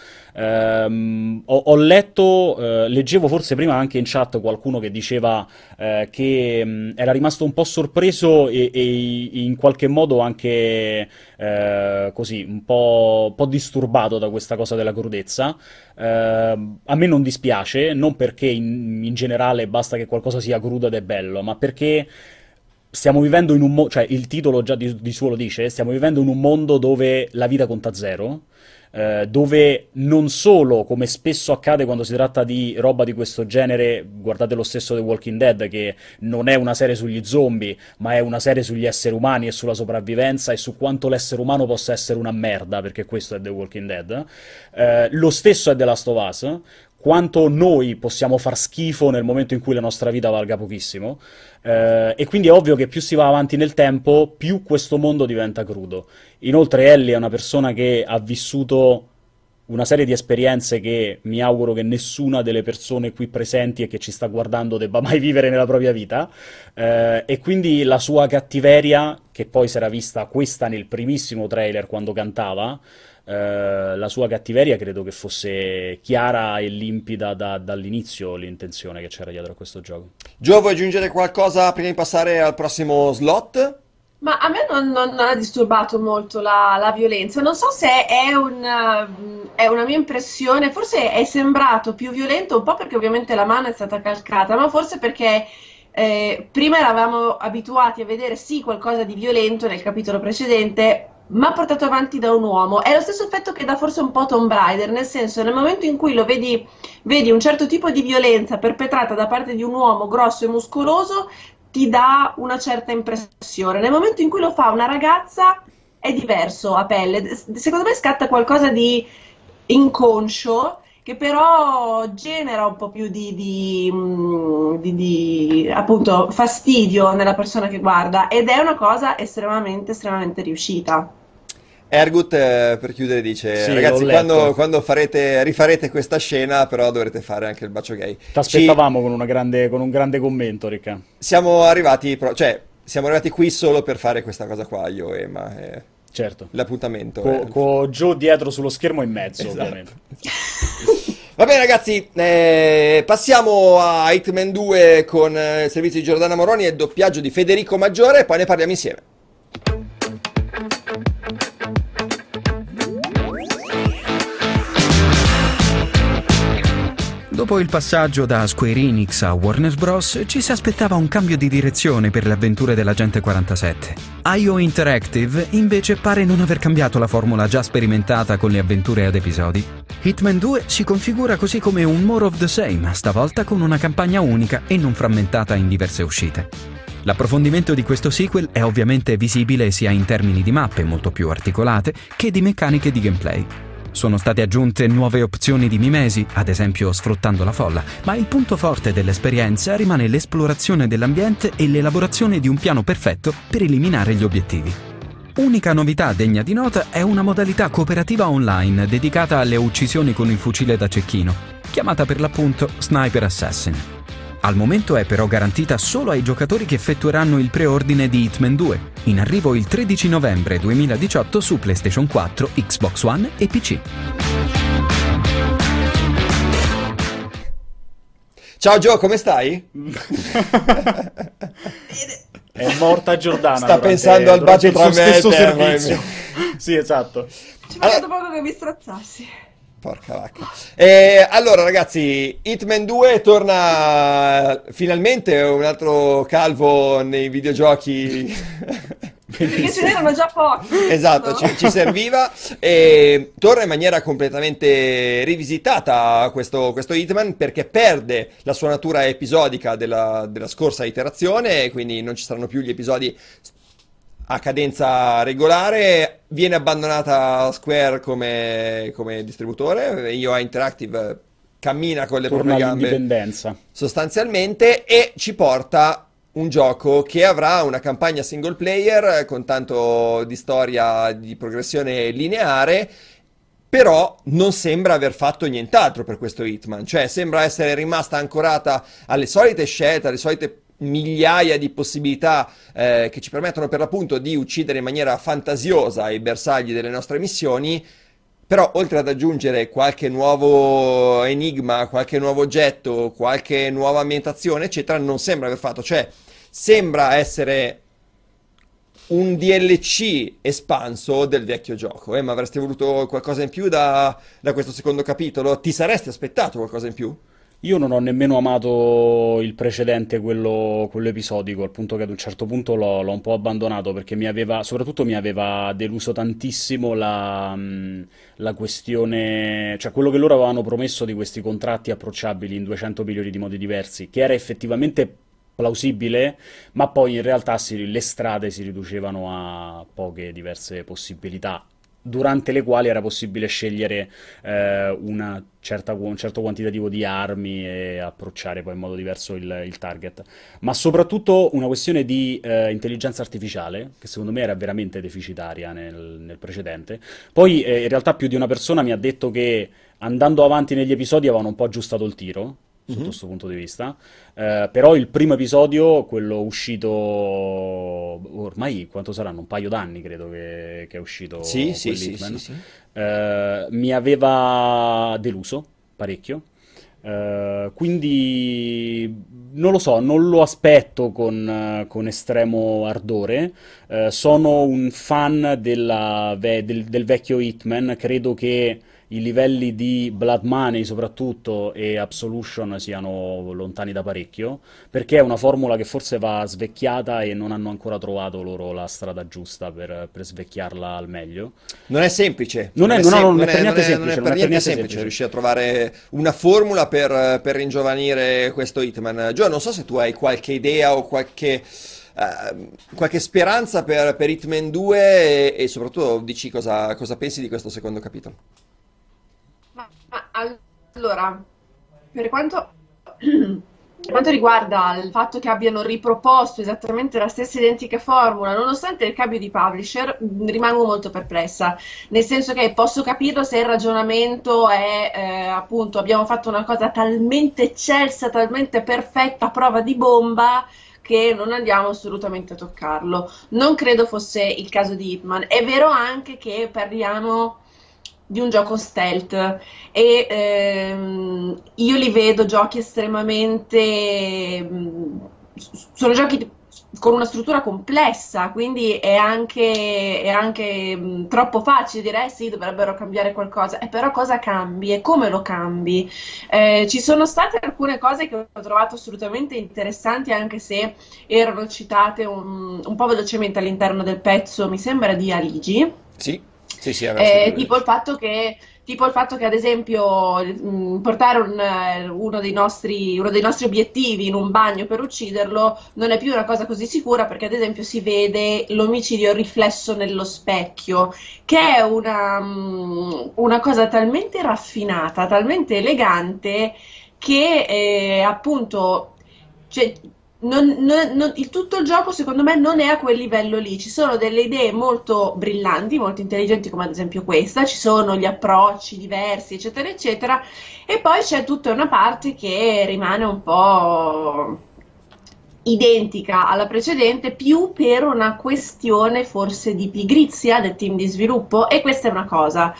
Ehm, ho, ho letto, eh, leggevo forse prima anche in chat qualcuno che diceva eh, che mh, era rimasto un po' sorpreso e, e in qualche modo anche eh, così, un po', un po' disturbato da questa cosa della crudezza. Ehm, a me non dispiace, non perché in, in generale basta che qualcosa sia crudo ed è bello, ma perché stiamo vivendo in un mondo, cioè il titolo già di, di suo lo dice, stiamo vivendo in un mondo dove la vita conta zero, eh, dove non solo, come spesso accade quando si tratta di roba di questo genere, guardate lo stesso The Walking Dead, che non è una serie sugli zombie, ma è una serie sugli esseri umani e sulla sopravvivenza e su quanto l'essere umano possa essere una merda, perché questo è The Walking Dead. Eh, lo stesso è The Last of Us, quanto noi possiamo far schifo nel momento in cui la nostra vita valga pochissimo. Eh, e quindi è ovvio che più si va avanti nel tempo, più questo mondo diventa crudo. Inoltre Ellie è una persona che ha vissuto una serie di esperienze che mi auguro che nessuna delle persone qui presenti e che ci sta guardando debba mai vivere nella propria vita, eh, e quindi la sua cattiveria, che poi si era vista questa nel primissimo trailer quando cantava, eh, la sua cattiveria credo che fosse chiara e limpida da- dall'inizio l'intenzione che c'era dietro a questo gioco. Gio, vuoi aggiungere qualcosa prima di passare al prossimo slot? Ma a me non, non ha disturbato molto la, la violenza. Non so se è, un, uh, è una mia impressione, forse è sembrato più violento, un po' perché ovviamente la mano è stata calcata, ma forse perché eh, prima eravamo abituati a vedere sì qualcosa di violento nel capitolo precedente, ma portato avanti da un uomo. È lo stesso effetto che dà forse un po' Tomb Raider, nel senso, nel momento in cui lo vedi, vedi un certo tipo di violenza perpetrata da parte di un uomo grosso e muscoloso, ti dà una certa impressione. Nel momento in cui lo fa una ragazza è diverso a pelle. Secondo me scatta qualcosa di inconscio che però genera un po' più di, di, mm, di- di, appunto fastidio nella persona che guarda, ed è una cosa estremamente estremamente riuscita. Ergut, eh, per chiudere, dice: Sì, ragazzi, l'ho letto. quando, quando farete, rifarete questa scena, però dovrete fare anche il bacio gay. Ci- T'aspettavamo con una grande, con un grande commento, Ricca. siamo arrivati, pro- cioè, siamo arrivati qui solo per fare questa cosa qua, io e Emma. eh, Certo. L'appuntamento. Co- è- Con Joe dietro sullo schermo in mezzo, Esatto. ovviamente. Va bene ragazzi, eh, passiamo a Hitman due con eh, il servizio di Giordana Moroni e il doppiaggio di Federico Maggiore e poi ne parliamo insieme. Dopo il passaggio da Square Enix a Warner Bros. Ci si aspettava un cambio di direzione per le avventure dell'Agente quarantasette. I O Interactive invece pare non aver cambiato la formula già sperimentata con le avventure ad episodi. Hitman due si configura così come un more of the same, stavolta con una campagna unica e non frammentata in diverse uscite. L'approfondimento di questo sequel è ovviamente visibile sia in termini di mappe molto più articolate che di meccaniche di gameplay. Sono state aggiunte nuove opzioni di mimesi, ad esempio sfruttando la folla, ma il punto forte dell'esperienza rimane l'esplorazione dell'ambiente e l'elaborazione di un piano perfetto per eliminare gli obiettivi. Unica novità degna di nota è una modalità cooperativa online dedicata alle uccisioni con il fucile da cecchino, chiamata per l'appunto Sniper Assassin. Al momento è però garantita solo ai giocatori che effettueranno il preordine di Hitman due, in arrivo il tredici novembre duemiladiciotto su PlayStation quattro, Xbox One e P C. Ciao Gio, come stai? È morta Giordana. Sta durante- pensando al durante bacio il tra suo me e stesso te, servizio. Sì, esatto. Ci è mancato poco che mi strazzassi. Porca vacca. Eh, allora ragazzi, Hitman due torna finalmente, un altro calvo nei videogiochi. Perché ce n'erano già pochi. Esatto, no? ci, ci serviva e torna in maniera completamente rivisitata questo, questo Hitman, perché perde la sua natura episodica della, della scorsa iterazione e quindi non ci saranno più gli episodi a cadenza regolare, viene abbandonata Square come, come distributore, I O A Interactive cammina con le Torna proprie gambe all'indipendenza. sostanzialmente, e ci porta un gioco che avrà una campagna single player con tanto di storia di progressione lineare, però non sembra aver fatto nient'altro per questo Hitman, cioè sembra essere rimasta ancorata alle solite scelte, alle solite migliaia di possibilità eh, che ci permettono per l'appunto di uccidere in maniera fantasiosa i bersagli delle nostre missioni. Però oltre ad aggiungere qualche nuovo enigma, qualche nuovo oggetto, qualche nuova ambientazione, eccetera, non sembra aver fatto. Cioè, sembra essere un D L C espanso del vecchio gioco. Eh, ma avresti voluto qualcosa in più da, da questo secondo capitolo? Ti saresti aspettato qualcosa in più? Io non ho nemmeno amato il precedente, quello, quello episodico, al punto che ad un certo punto l'ho, l'ho un po' abbandonato perché mi aveva, soprattutto mi aveva deluso tantissimo la, mh, la questione, cioè quello che loro avevano promesso di questi contratti approcciabili in duecento milioni di modi diversi, che era effettivamente plausibile, ma poi in realtà si- le strade si riducevano a poche diverse possibilità, durante le quali era possibile scegliere eh, una certa, un certo quantitativo di armi e approcciare poi in modo diverso il, il target. Ma soprattutto una questione di eh, intelligenza artificiale, che secondo me era veramente deficitaria nel, nel precedente. Poi eh, in realtà più di una persona mi ha detto che andando avanti negli episodi avevano un po' aggiustato il tiro, sotto questo punto di vista. Eh, però il primo episodio, quello uscito ormai quanto saranno? Un paio d'anni credo che, che è uscito Sì, sì, quel sì, Hitman. sì, sì. Eh, mi aveva deluso parecchio. Eh, quindi non lo so, non lo aspetto con, eh, con estremo ardore. Eh, sono un fan della ve- del, del vecchio Hitman, credo che i livelli di Blood Money soprattutto e Absolution siano lontani da parecchio, perché è una formula che forse va svecchiata e non hanno ancora trovato loro la strada giusta per, per svecchiarla al meglio. Non è semplice. Non è- sem- no, no, non è per non niente non semplice, è non per è per niente niente semplice semplice. riuscire a trovare una formula per, per ringiovanire questo Hitman. Gio, non so se tu hai qualche idea o qualche, eh, qualche speranza per, per Hitman due e, e soprattutto dici cosa, cosa pensi di questo secondo capitolo. Ma, ma allora, per quanto, per quanto riguarda il fatto che abbiano riproposto esattamente la stessa identica formula, nonostante il cambio di publisher, mh, rimango molto perplessa. Nel senso che posso capirlo se il ragionamento è eh, appunto abbiamo fatto una cosa talmente eccelsa, talmente perfetta, a prova di bomba, che non andiamo assolutamente a toccarlo. Non credo fosse il caso di Hitman. È vero anche che parliamo di un gioco stealth e ehm, io li vedo giochi estremamente mh, s- sono giochi con una struttura complessa, quindi è anche, è anche mh, troppo facile dire eh sì, dovrebbero cambiare qualcosa, e però cosa cambi e come lo cambi? Eh, ci sono state alcune cose che ho trovato assolutamente interessanti, anche se erano citate un, un po' velocemente all'interno del pezzo, mi sembra di Aligi. Sì, sì, sì, aveva Eh, scritto tipo il fatto che, tipo il fatto che ad esempio mh, portare un, eh, uno dei nostri, uno dei nostri obiettivi in un bagno per ucciderlo non è più una cosa così sicura, perché ad esempio si vede l'omicidio riflesso nello specchio, che è una, mh, una cosa talmente raffinata, talmente elegante, che eh, appunto cioè, non- non- non- il, tutto il gioco secondo me non è a quel livello lì. Ci sono delle idee molto brillanti, molto intelligenti, come ad esempio questa, ci sono gli approcci diversi, eccetera, eccetera, e poi c'è tutta una parte che rimane un po' identica alla precedente, più per una questione forse di pigrizia del team di sviluppo, e questa è una cosa.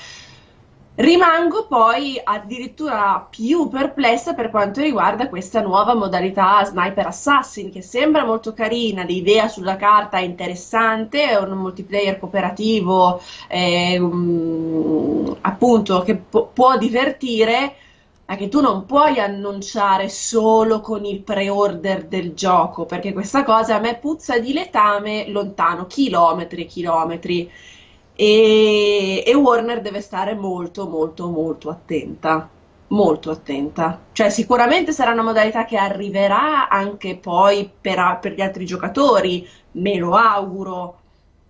Rimango poi addirittura più perplessa per quanto riguarda questa nuova modalità Sniper Assassin, che sembra molto carina, l'idea sulla carta è interessante, è un multiplayer cooperativo eh, um, appunto che pu- può divertire, ma che tu non puoi annunciare solo con il pre-order del gioco, perché questa cosa a me puzza di letame lontano, chilometri e chilometri. E, e Warner deve stare molto molto molto attenta, molto attenta. Cioè sicuramente sarà una modalità che arriverà anche poi per, a- per gli altri giocatori, me lo auguro,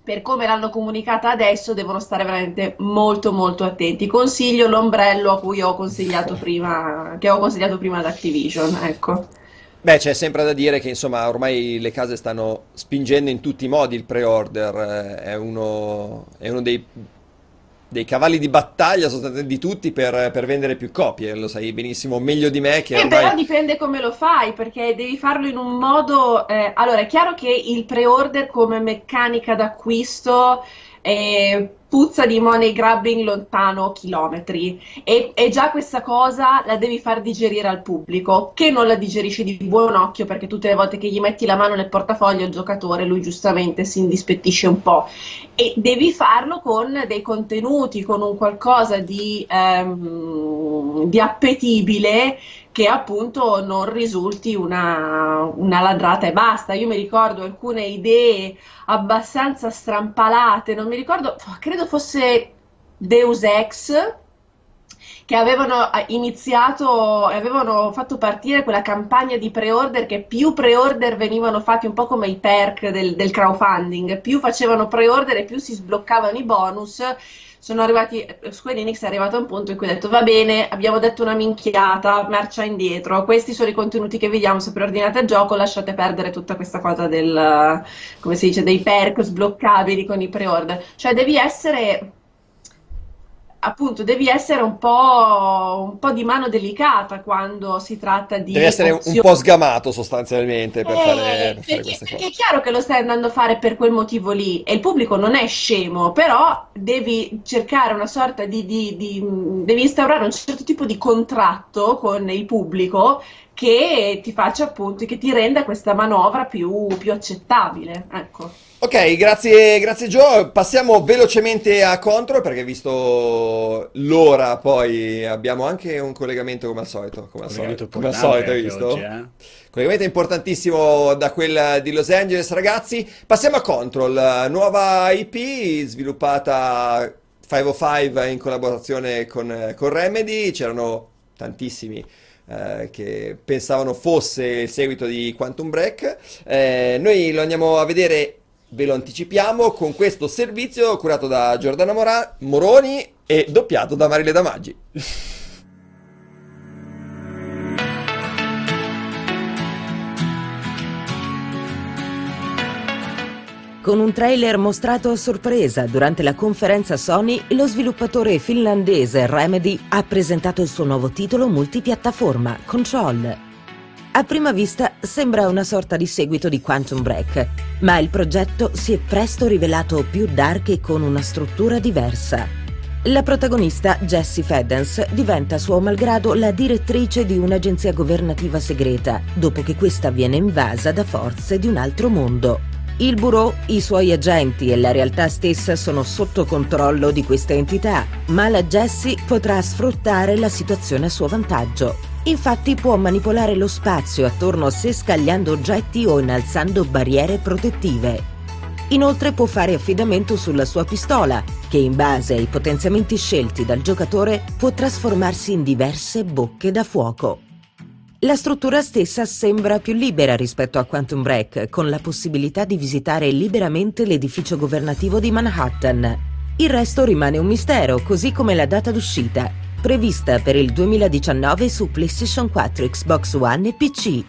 per come l'hanno comunicata adesso devono stare veramente molto molto attenti. Consiglio l'ombrello a cui ho consigliato prima, che ho consigliato prima ad Activision, ecco. Beh, c'è sempre da dire che insomma ormai le case stanno spingendo in tutti i modi il pre-order, eh, è uno, è uno dei, dei cavalli di battaglia sostanzialmente di tutti per, per vendere più copie, lo sai benissimo meglio di me che E ormai... però dipende come lo fai, perché devi farlo in un modo... eh, allora, è chiaro che il pre-order come meccanica d'acquisto eh, puzza di money grabbing lontano chilometri e, e già questa cosa la devi far digerire al pubblico, che non la digerisce di buon occhio, perché tutte le volte che gli metti la mano nel portafoglio al giocatore lui giustamente si indispettisce un po', e devi farlo con dei contenuti, con un qualcosa di, ehm, di appetibile, che appunto non risulti una, una ladrata e basta. Io mi ricordo alcune idee abbastanza strampalate, non mi ricordo, credo fosse Deus Ex, che avevano iniziato, avevano fatto partire quella campagna di pre-order, che più pre-order venivano fatti, un po' come i perk del, del crowdfunding, più facevano pre-order e più si sbloccavano i bonus. Sono arrivati, Square Enix è arrivato a un punto in cui ha detto va bene, abbiamo detto una minchiata, marcia indietro, questi sono i contenuti che vediamo, se preordinate il gioco lasciate perdere tutta questa cosa del, come si dice, dei perk sbloccabili con i pre-order. Cioè devi essere, appunto, devi essere un po', un po' di mano delicata quando si tratta di Devi essere un opzioni. po' sgamato sostanzialmente per Eh, fare, per fare perché, queste perché cose. è chiaro che lo stai andando a fare per quel motivo lì e il pubblico non è scemo, però devi cercare una sorta di, di- di- devi instaurare un certo tipo di contratto con il pubblico che ti faccia appunto, che ti renda questa manovra più, più accettabile, ecco. Ok, grazie, grazie Gio. Passiamo velocemente a Control perché visto l'ora poi abbiamo anche un collegamento come al solito, come al Collegamento solito, come al importante solito, hai anche visto? oggi, eh? Collegamento importantissimo da quella di Los Angeles, ragazzi. Passiamo a Control, nuova I P sviluppata cinquecentocinque in collaborazione con, con Remedy. C'erano tantissimi eh, che pensavano fosse il seguito di Quantum Break. Eh, noi lo andiamo a vedere, ve lo anticipiamo, con questo servizio curato da Giordana Mora- Moroni e doppiato da Marile Damaggi. Con un trailer mostrato a sorpresa durante la conferenza Sony, lo sviluppatore finlandese Remedy ha presentato il suo nuovo titolo multipiattaforma, Control. A prima vista sembra una sorta di seguito di Quantum Break, ma il progetto si è presto rivelato più dark e con una struttura diversa. La protagonista, Jessie Fedens, diventa a suo malgrado la direttrice di un'agenzia governativa segreta, dopo che questa viene invasa da forze di un altro mondo. Il bureau, i suoi agenti e la realtà stessa sono sotto controllo di questa entità, ma la Jessie potrà sfruttare la situazione a suo vantaggio. Infatti può manipolare lo spazio attorno a sé scagliando oggetti o innalzando barriere protettive. Inoltre può fare affidamento sulla sua pistola, che in base ai potenziamenti scelti dal giocatore può trasformarsi in diverse bocche da fuoco. La struttura stessa sembra più libera rispetto a Quantum Break, con la possibilità di visitare liberamente l'edificio governativo di Manhattan. Il resto rimane un mistero, così come la data d'uscita, prevista per il duemiladiciannove su PlayStation quattro, Xbox One e P C.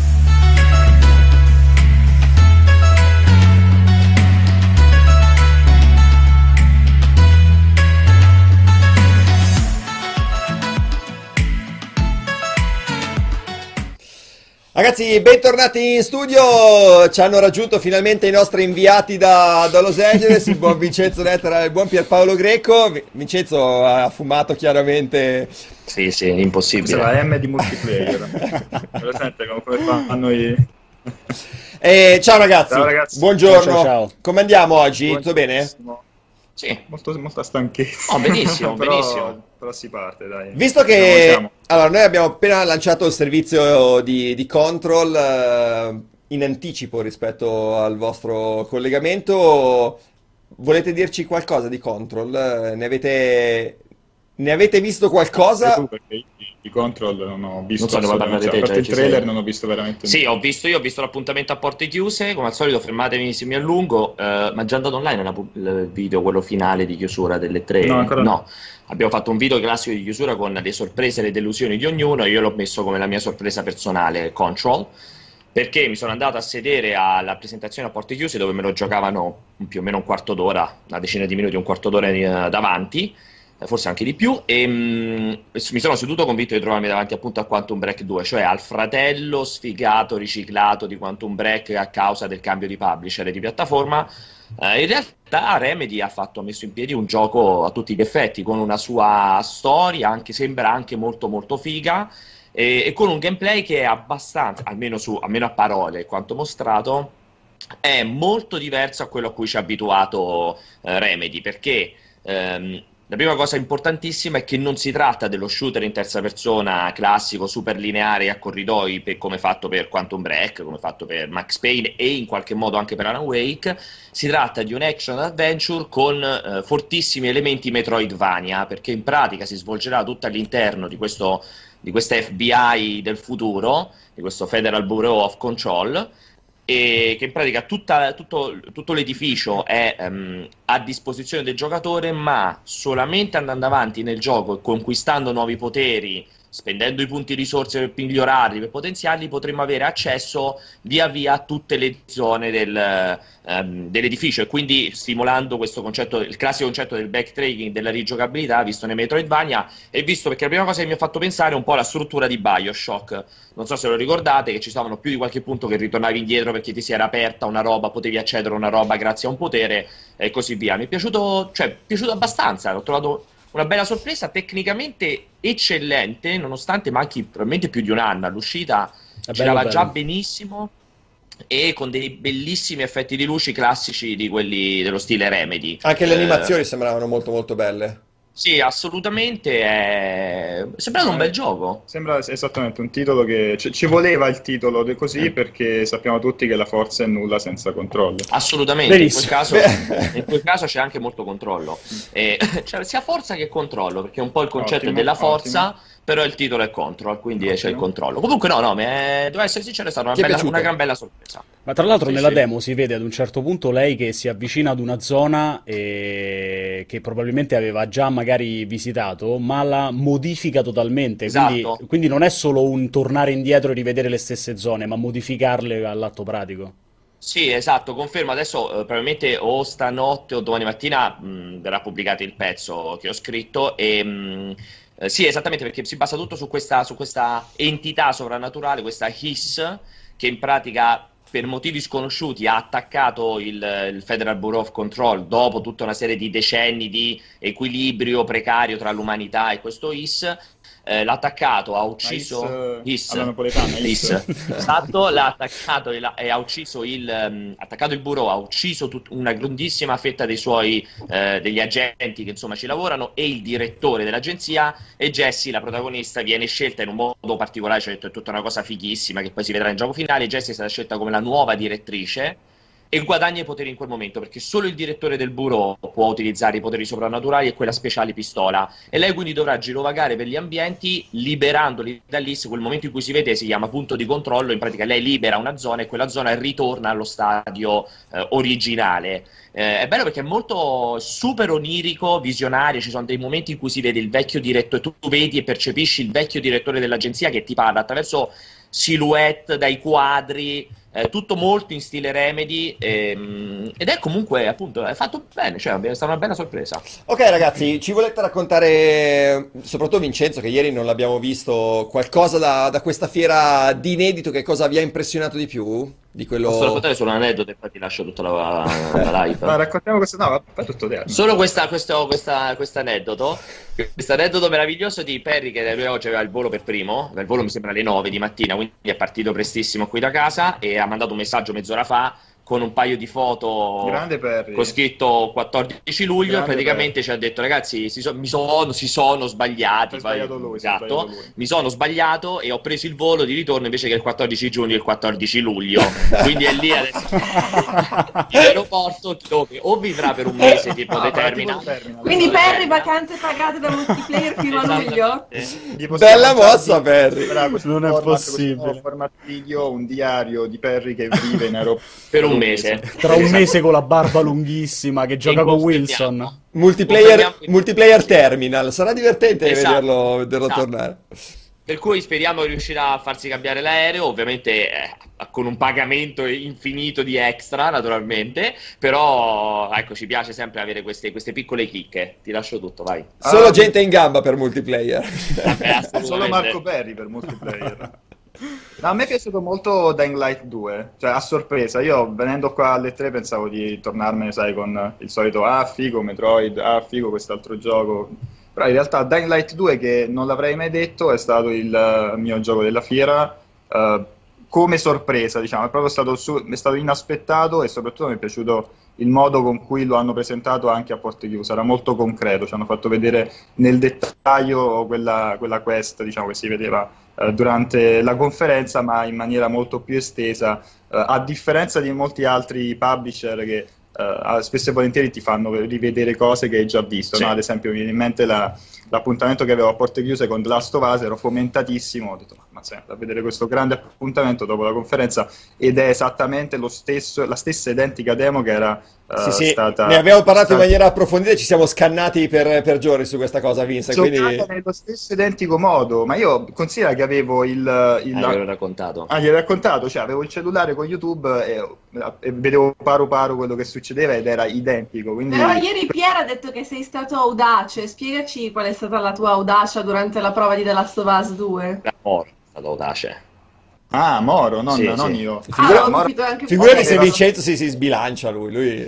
Ragazzi, bentornati in studio, ci hanno raggiunto finalmente i nostri inviati da, da Los Angeles, il buon Vincenzo Nettera e il buon Pierpaolo Greco. Vincenzo ha fumato chiaramente. Sì, sì, impossibile. Questa è la M di multiplayer. Lo sente come fanno i... Eh, ciao ragazzi, Ciao ragazzi. buongiorno, Ciao, ciao, ciao. come andiamo oggi? Tutto bene? Buonissimo. Sì. Molto, molta stanchezza. Oh, benissimo, Però- benissimo. Però si parte, dai. Visto Siamo, che siamo. allora noi abbiamo appena lanciato il servizio di, di Control eh, in anticipo rispetto al vostro collegamento, volete dirci qualcosa di Control? Eh, Ne avete Ne avete visto E qualcosa? tu, perché io di di Control non ho visto Non so dove parlare assolutamente, te, a parte cioè, il ci trailer sei. non ho visto veramente Sì, nulla. ho visto io, ho visto l'appuntamento a porte chiuse, come al solito fermatemi se mi allungo, eh, ma è già andato online la pu- il video, quello finale di chiusura delle tre? No, ancora no. No, abbiamo fatto un video classico di chiusura con le sorprese e le delusioni di ognuno, io l'ho messo come la mia sorpresa personale, Control, perché mi sono andato a sedere alla presentazione a porte chiuse dove me lo giocavano più o meno un quarto d'ora, una decina di minuti, un quarto d'ora eh, davanti, eh, forse anche di più, e mm, mi sono seduto convinto di trovarmi davanti appunto a Quantum Break due, cioè al fratello sfigato, riciclato di Quantum Break a causa del cambio di publisher e di piattaforma. Eh, in realtà Remedy ha fatto, ha messo in piedi un gioco a tutti gli effetti, con una sua storia, anche, sembra anche molto molto figa, e, e con un gameplay che è abbastanza, almeno, su, almeno a parole, quanto mostrato, è molto diverso a quello a cui ci ha abituato eh, Remedy, perché ehm, la prima cosa importantissima è che non si tratta dello shooter in terza persona classico, super lineare a corridoi, per- come fatto per Quantum Break, come fatto per Max Payne e in qualche modo anche per Alan Wake. Si tratta di un action adventure con eh, fortissimi elementi Metroidvania, perché in pratica si svolgerà tutto all'interno di questo, di questa F B I del futuro, di questo Federal Bureau of Control, e che in pratica tutta- tutto, tutto l'edificio è ehm, a disposizione del giocatore, ma solamente andando avanti nel gioco e conquistando nuovi poteri, spendendo i punti risorse per migliorarli, per potenziarli, potremo avere accesso via via a tutte le zone del, ehm, dell'edificio, e quindi stimolando questo concetto, il classico concetto del backtracking, della rigiocabilità, visto nei Metroidvania, e visto perché la prima cosa che mi ha fatto pensare è un po' alla struttura di BioShock. Non so se lo ricordate, che ci stavano più di qualche punto che ritornavi indietro perché ti si era aperta una roba, potevi accedere a una roba grazie a un potere e così via. Mi è piaciuto, cioè, mi è piaciuto abbastanza, l'ho trovato una bella sorpresa, tecnicamente eccellente, nonostante manchi probabilmente più di un anno all'uscita, È girava bello, già bello. benissimo e con dei bellissimi effetti di luci classici di quelli dello stile Remedy. Anche le Eh, animazioni sembravano molto molto belle. sì, assolutamente, è sembrato un bel gioco. Sembra esattamente un titolo che ci, ci voleva il titolo de- così, perché sappiamo tutti che la forza è nulla senza controllo. Assolutamente, in quel Benissimo. caso, in quel caso c'è anche molto controllo. E, cioè, sia forza che controllo, perché un po' il concetto Ottimo, è della forza, ottimo. però il titolo è control, quindi c'è il Ottimo. controllo. Comunque no, no, mi è- devo essere sincero, è stata una, Ti è bella- piaciuto? una gran bella sorpresa. Ma tra l'altro Sì, nella sì. demo si vede ad un certo punto lei che si avvicina ad una zona eh, che probabilmente aveva già magari visitato, ma la modifica totalmente. Quindi, Esatto. quindi non è solo un tornare indietro e rivedere le stesse zone, ma modificarle all'atto pratico. Sì, esatto, confermo. Adesso eh, probabilmente o stanotte o domani mattina mh, verrà pubblicato il pezzo che ho scritto e mh, eh, sì, esattamente, perché si basa tutto su questa, su questa entità sovrannaturale, questa Hiss, che in pratica per motivi sconosciuti ha attaccato il, il Federal Bureau of Control dopo tutta una serie di decenni di equilibrio precario tra l'umanità e questo Hiss. Eh, l'ha attaccato, ha ucciso Hiss, Hiss. alla napoletana, Hiss. Hiss. Esatto, l'ha attaccato e, l'ha- e ha ucciso il, ehm, attaccato il bureau, ha ucciso tut- una grandissima fetta dei suoi eh, degli agenti che insomma ci lavorano e il direttore dell'agenzia, e Jessie, la protagonista, viene scelta in un modo particolare, cioè è tutta una cosa fighissima che poi si vedrà nel gioco finale. Jessie è stata scelta come la nuova direttrice e guadagna i poteri in quel momento, perché solo il direttore del bureau può utilizzare i poteri soprannaturali e quella speciale pistola, e lei quindi dovrà girovagare per gli ambienti liberandoli da lì. Quel momento in cui si vede si chiama punto di controllo, in pratica lei libera una zona e quella zona ritorna allo stadio eh, originale. Eh, è bello perché è molto super onirico, visionario, ci sono dei momenti in cui si vede il vecchio direttore, tu vedi e percepisci il vecchio direttore dell'agenzia che ti parla attraverso silhouette, dai quadri, eh, tutto molto in stile Remedy, ehm, ed è comunque appunto è fatto bene, cioè è stata una bella sorpresa. Ok ragazzi, ci volete raccontare, soprattutto Vincenzo che ieri non l'abbiamo visto, qualcosa da, da questa fiera di inedito? Che cosa vi ha impressionato di più? Di quello... Posso raccontare solo un aneddoto e poi ti lascio tutta la, la live. Ma raccontiamo questo, no, è tutto te. Solo questa, questo questa, questo aneddoto, questo aneddoto meraviglioso di Perry, che lui oggi aveva il volo per primo, il volo mi sembra alle nove di mattina, quindi è partito prestissimo qui da casa e ha mandato un messaggio mezz'ora fa con un paio di foto Grande Perry. con scritto quattordici luglio. Grande praticamente Perry. ci ha detto ragazzi si, so, mi sono, si sono sbagliati, Si è sbagliato lui, si è esatto, sbagliato lui. mi sono sbagliato e ho preso il volo di ritorno invece che il quattordici giugno il quattordici luglio, quindi è lì adesso in aeroporto dove o vivrà per un mese tipo Ah, determinato. tipo Terminal. Quindi Perry, vacanze pagate da multiplayer fino a luglio? Gli possiamo Bella mandare mossa, di- Perry. sarà questo Non è format, questo possibile. nuovo format video, un diario di Perry che vive in aeroporto Per un mese. Tra un mese con la barba lunghissima che gioca con confermiamo. Wilson. Multiplayer, Confermiamo- multiplayer Terminal, sarà divertente Esatto. vederlo, vederlo Esatto. tornare. Per cui speriamo che riuscirà a farsi cambiare l'aereo, ovviamente eh, con un pagamento infinito di extra, naturalmente, però ecco, ci piace sempre avere queste, queste piccole chicche. Ti lascio tutto, vai. Solo Ah, gente in gamba per multiplayer. Vabbè, assolutamente. solo Marco Perry per multiplayer. No, a me è piaciuto molto Dying Light due, cioè a sorpresa. Io venendo qua alle tre pensavo di tornarmene, sai, con il solito ah figo Metroid, ah figo quest'altro gioco. Però in realtà Dying Light due, che non l'avrei mai detto, è stato il uh, mio gioco della fiera, uh, come sorpresa, diciamo, è proprio stato, su- è stato inaspettato e soprattutto mi è piaciuto il modo con cui lo hanno presentato anche a porte chiuse, era molto concreto, ci hanno fatto vedere nel dettaglio quella, quella quest, diciamo, che si vedeva uh, durante la conferenza, ma in maniera molto più estesa, uh, a differenza di molti altri publisher che Uh, spesso e volentieri ti fanno rivedere cose che hai già visto, Sì. no? Ad esempio mi viene in mente la- l'appuntamento che avevo a porte chiuse con The Last of Us, ero fomentatissimo, ho detto ma, ma senti, a vedere questo grande appuntamento dopo la conferenza, ed è esattamente lo stesso, la stessa identica demo che era uh, Sì, sì, stata... ne abbiamo parlato in stata- maniera approfondita e ci siamo scannati per, per giorni su questa cosa, Vince. Quindi... giocata nello stesso identico modo, ma io considero che avevo il... il Ah, gliel'ho raccontato. Ah, gli hai raccontato, cioè avevo il cellulare con YouTube e, e vedevo paro paro quello che succedeva ed era identico, quindi... Però ieri Pier ha detto che sei stato audace, spiegaci qual è stata la tua audacia durante la prova di The Last of Us due. Amor, è stato audace. Ah, Moro, non, Sì, non sì. io. Figura- Ah, ho Moro- capito anche Figurati poi. se Vincenzo si, si sbilancia lui, lui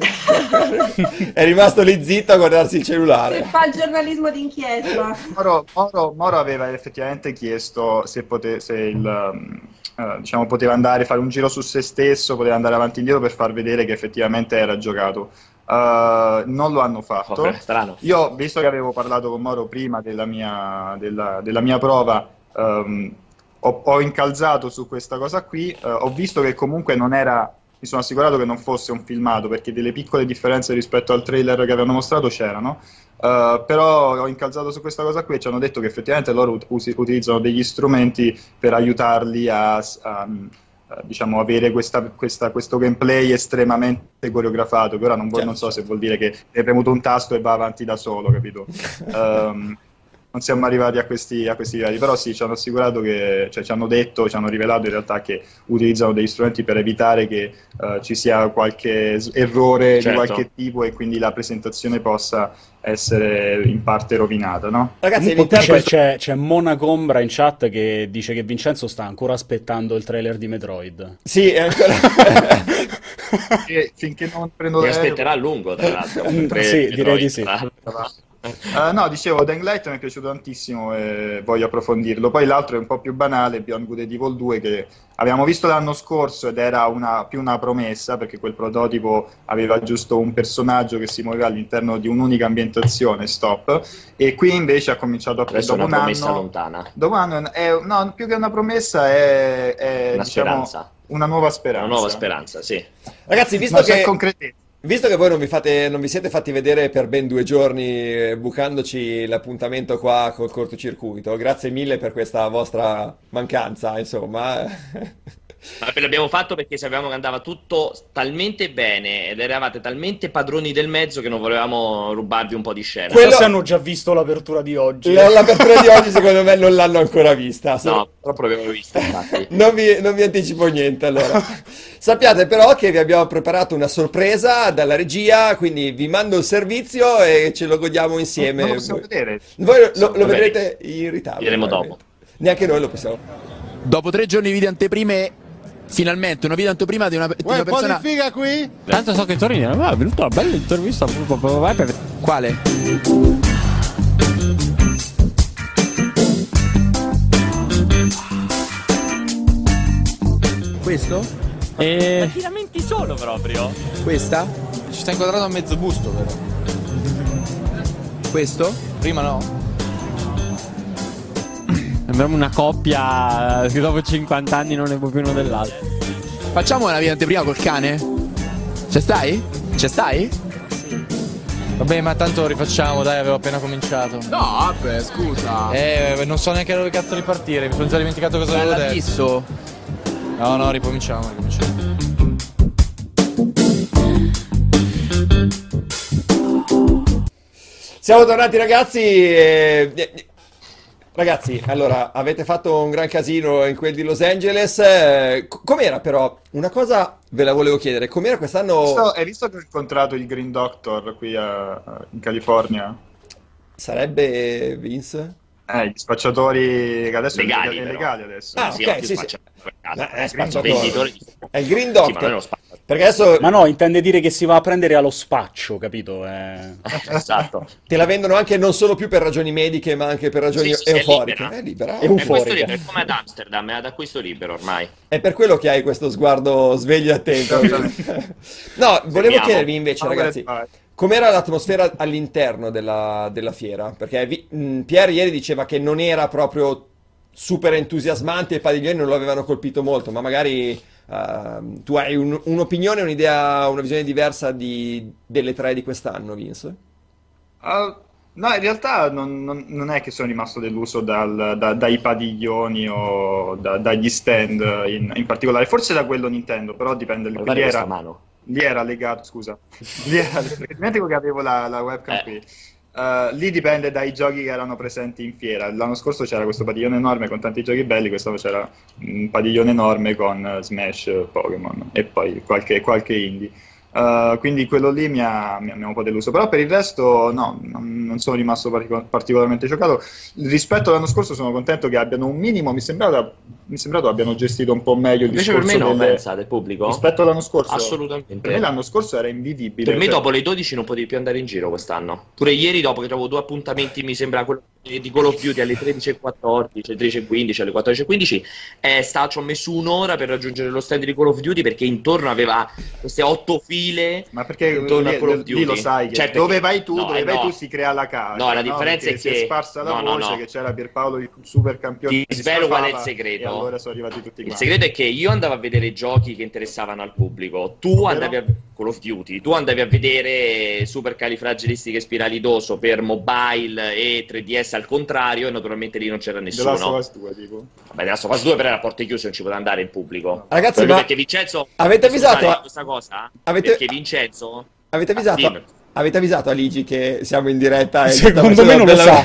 è rimasto lì zitto a guardarsi il Se cellulare. fa il giornalismo d'inchiesta. Moro, Moro- Moro aveva effettivamente chiesto se, pote- se il, um, eh, diciamo, poteva andare a fare un giro su se stesso, poteva andare avanti e indietro per far vedere che effettivamente era giocato. Uh, non lo hanno fatto. Oh, strano. Io, visto che avevo parlato con Moro prima della mia, della, della mia prova, um, ho, ho incalzato su questa cosa qui, uh, ho visto che comunque non era, mi sono assicurato che non fosse un filmato, perché delle piccole differenze rispetto al trailer che avevano mostrato c'erano, uh, però ho incalzato su questa cosa qui e ci hanno detto che effettivamente loro ut- usi- utilizzano degli strumenti per aiutarli a... a Uh, diciamo avere questa, questa, questo gameplay estremamente coreografato, che ora non, vuol- non so se vuol dire che hai premuto un tasto e va avanti da solo, capito? Um, non siamo arrivati a questi, a questi livelli, però sì, ci hanno assicurato che, cioè ci hanno detto, ci hanno rivelato in realtà che utilizzano degli strumenti per evitare che uh, ci sia qualche s- errore Certo. di qualche tipo e quindi la presentazione possa essere in parte rovinata, no? Ragazzi, Comunque all'interno c'è, c'è, c'è Mona Combra in chat che dice che Vincenzo sta ancora aspettando il trailer di Metroid. Sì, è ancora... E finché non prendo Mi l'aereo- aspetterà a lungo, tra l'altro. Mm, Tre- sì, direi Metroid, di sì. tra l'altro. Uh, no, dicevo, Dying Light mi è piaciuto tantissimo e voglio approfondirlo. Poi l'altro è un po' più banale, Beyond Good and Evil due, che abbiamo visto l'anno scorso ed era una, più una promessa, perché quel prototipo aveva giusto un personaggio che si muoveva all'interno di un'unica ambientazione, stop, e qui invece ha cominciato a Adesso è dopo una un promessa anno, lontana. dopo un anno è, no, più che una promessa è, è, Una diciamo, speranza. una nuova speranza. Una nuova speranza, sì. Ragazzi, visto Ma c'è che... concretezza. Visto che voi non vi, fate, non vi siete fatti vedere per ben due giorni eh, bucandoci l'appuntamento qua col cortocircuito, grazie mille per questa vostra mancanza, insomma. Ma ve l'abbiamo fatto perché sapevamo che andava tutto talmente bene ed eravate talmente padroni del mezzo che non volevamo rubarvi un po' di scena. Quello- Forse hanno già visto l'apertura di oggi. L- L'apertura di oggi secondo me non l'hanno ancora vista. No, Sono- proprio l'abbiamo vista, infatti. Non vi, non vi anticipo niente allora. Sappiate però che vi abbiamo preparato una sorpresa dalla regia, quindi vi mando il servizio e ce lo godiamo insieme. Non lo possiamo Voi- vedere. Voi lo, lo Vabbè. vedrete in ritardo. Vedremo probabilmente. dopo. Neanche noi lo possiamo. Dopo tre giorni di anteprime, finalmente una video anteprima di una, di una persona. figa qui? Tanto so che Torino è venuta una bella intervista. Quale? Questo? E... Ma ti lamenti solo proprio? Questa? Ci sta inquadrato a mezzo busto però. Questo? Prima no? Sembriamo una coppia che dopo cinquanta anni non ne può più uno dell'altro. Facciamo una via anteprima col cane? Ci stai? Ci stai? Sì. Vabbè, ma tanto rifacciamo, dai, avevo appena cominciato. No, vabbè, scusa. Eh, non so neanche dove cazzo ripartire, mi sono già dimenticato cosa avevo detto. Fisso. No, no, ricominciamo, ricominciamo. Siamo tornati ragazzi, e... ragazzi, allora, avete fatto un gran casino in quel di Los Angeles, eh, com'era però? Una cosa ve la volevo chiedere, com'era quest'anno? Hai visto, hai visto che ho incontrato il Green Doctor qui a, in California? Sarebbe Vince? Eh, gli spacciatori che adesso legali, è legali adesso. Ah, sì, ok, sì, sì. Ma è spacciatore. Venditori. È il Green Sì, Doctor. ma non è lo spaccio. Perché adesso Ma no, intende dire che si va a prendere allo spaccio, capito? Eh... Esatto. te la vendono anche non solo più per ragioni mediche, ma anche per ragioni Sì, sì, sì, è euforiche. libera. È libera. È È questo euforica. libero, è come ad Amsterdam, è ad acquisto libero ormai. È per quello che hai questo sguardo sveglio e attento. No, volevo Fermiamo. chiedervi invece, Ah, ragazzi, vai. com'era l'atmosfera all'interno della, della fiera? Perché vi- mh, Pierre ieri diceva che non era proprio super entusiasmante, i padiglioni non lo avevano colpito molto, ma magari uh, tu hai un- un'opinione, un'idea, una visione diversa di- delle tre di quest'anno, Vince? Ah, no, in realtà non, non- non è che sono rimasto deluso dal- da- dai padiglioni o da- dagli stand in, in particolare, forse da quello Nintendo, però dipende. Lì Guardate questa era, mano. lì era legato, scusa, lì era, perché dimentico che avevo la, la webcam Eh. qui. Uh, lì dipende dai giochi che erano presenti in fiera. L'anno scorso c'era questo padiglione enorme con tanti giochi belli, quest'anno c'era un padiglione enorme con eh, Smash, eh, Pokémon e poi qualche, qualche indie. Uh, quindi quello lì mi ha, mi ha- mi ha un po' deluso, però per il resto no, non, non sono rimasto partico- particolarmente scioccato. Rispetto all'anno scorso sono contento che abbiano un minimo, mi sembrava, mi è sembrato abbiano gestito un po' meglio il Invece per discorso me no, delle- pensa, del pubblico. rispetto all'anno scorso. Assolutamente. Per me l'anno scorso era invivibile. Per me cioè- dopo le dodici non potevi più andare in giro quest'anno. Pure ieri dopo che avevo due appuntamenti, mi sembra quello di Call of Duty alle tredici e quattordici, alle tredici e quindici, alle quattordici e quindici, eh, sta, ci ho messo un'ora per raggiungere lo stand di Call of Duty perché intorno aveva queste otto file. Ma perché intorno lì, a Call of lì Duty. lo sai che Cioè, perché- dove vai tu, no, dove eh, vai no. tu si crea la casa. No, la differenza Perché è che- si è sparsa la no, no, voce no. che c'era Pierpaolo il super campione. Ti si svelo qual è il scafava, segreto. E allora sono arrivati tutti Il quanti. segreto è che io andavo a vedere i giochi che interessavano al pubblico, tu andavi a Call of Duty, tu andavi a vedere supercalifragilistichespiralidoso per mobile e tre D S al contrario, e naturalmente lì non c'era The nessuno. Last of Us due, tipo. Vabbè, The Last of Us due però era a porte chiuse, non ci poteva andare il pubblico. Ragazzi, Proprio ma perché Vincenzo avete posso avvisato fare a- questa cosa? avete- Perché Vincenzo Avete Ah, avvisato, dimmi. avete avvisato a Ligi che siamo in diretta e Secondo me non lo sa.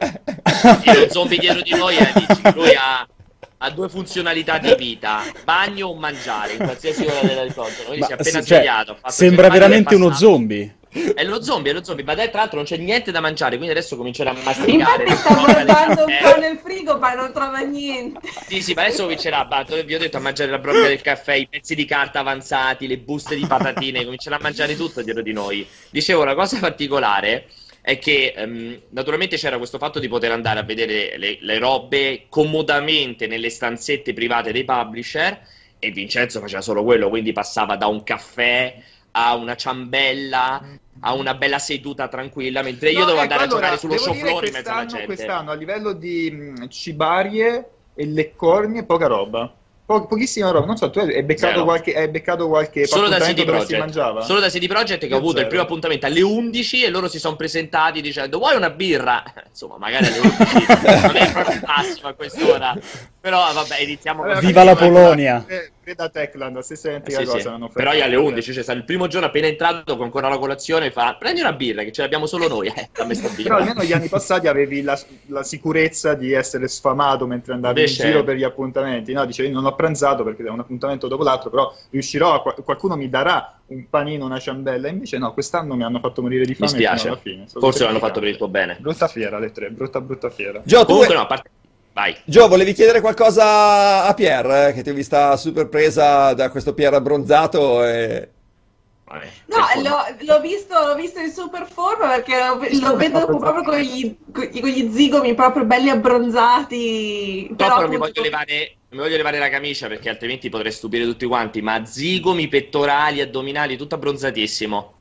Io lo zombie dietro di noi e dici che lui ha, ha due funzionalità di vita, bagno o mangiare in qualsiasi ora della risorsa. Lui Ma si è appena se- cioè, svegliato, ha fatto sembra il bagno, veramente è uno passato. zombie. È lo zombie, è lo zombie, ma tra l'altro non c'è niente da mangiare, quindi adesso comincerà a masticare. Infatti sta guardando un po' nel frigo ma non trova niente. Sì, sì, ma adesso comincerà, bah, vi ho detto, a mangiare la brocca del caffè, i pezzi di carta avanzati, le buste di patatine, comincerà a mangiare tutto dietro di noi. Dicevo, una cosa particolare è che ehm, naturalmente c'era questo fatto di poter andare a vedere le, le robe comodamente nelle stanzette private dei publisher, e Vincenzo faceva solo quello, quindi passava da un caffè a una ciambella a una bella seduta tranquilla, mentre io No, dovevo ecco, andare allora, a giocare sullo devo show dire floor in mezzo alla quest'anno, gente. quest'anno a livello di mh, cibarie e leccornie poca roba. Po- pochissima roba, non so, tu hai beccato Zero. qualche, hai beccato qualche Solo da appuntamento C D dove si Projekt, mangiava? solo da C D Projekt che Io ho avuto zero. il primo appuntamento alle undici e loro si sono presentati dicendo vuoi una birra? Insomma, magari alle undici non è proprio il massimo a quest'ora, però vabbè, iniziamo Vabbè, così. Viva la perché- Polonia. eh, Veda Techland, la stessa Eh, identica sì, cosa. sì. non ho Però io fatto alle niente. undici, cioè stato il primo giorno appena entrato con ancora la colazione, fa prendi una birra che ce l'abbiamo solo noi, eh, dammi sta Però birra. almeno gli anni passati avevi la, la sicurezza di essere sfamato mentre andavi Invece- in giro per gli appuntamenti. No, dicevi non ho pranzato perché è un appuntamento dopo l'altro, però riuscirò a, qualcuno mi darà un panino, una ciambella. Invece no, quest'anno mi hanno fatto morire di Mi fame fino spiace, alla fine. Sono forse l'hanno fatto terrificante. per il tuo bene. Brutta fiera, le tre, brutta brutta fiera. Gio, tu Comunque no, a parte... Vai. Gio, volevi chiedere qualcosa a Pierre, eh, che ti ho vista super presa da questo Pierre abbronzato e... Vabbè, No, sei l'ho, l'ho visto, l'ho visto in super forma perché lo, lo vedo proprio con gli, con gli zigomi proprio belli abbronzati. Purtroppo Però non mi appunto- voglio levare mi voglio levare la camicia perché altrimenti potrei stupire tutti quanti, ma zigomi, pettorali, addominali, tutto abbronzatissimo.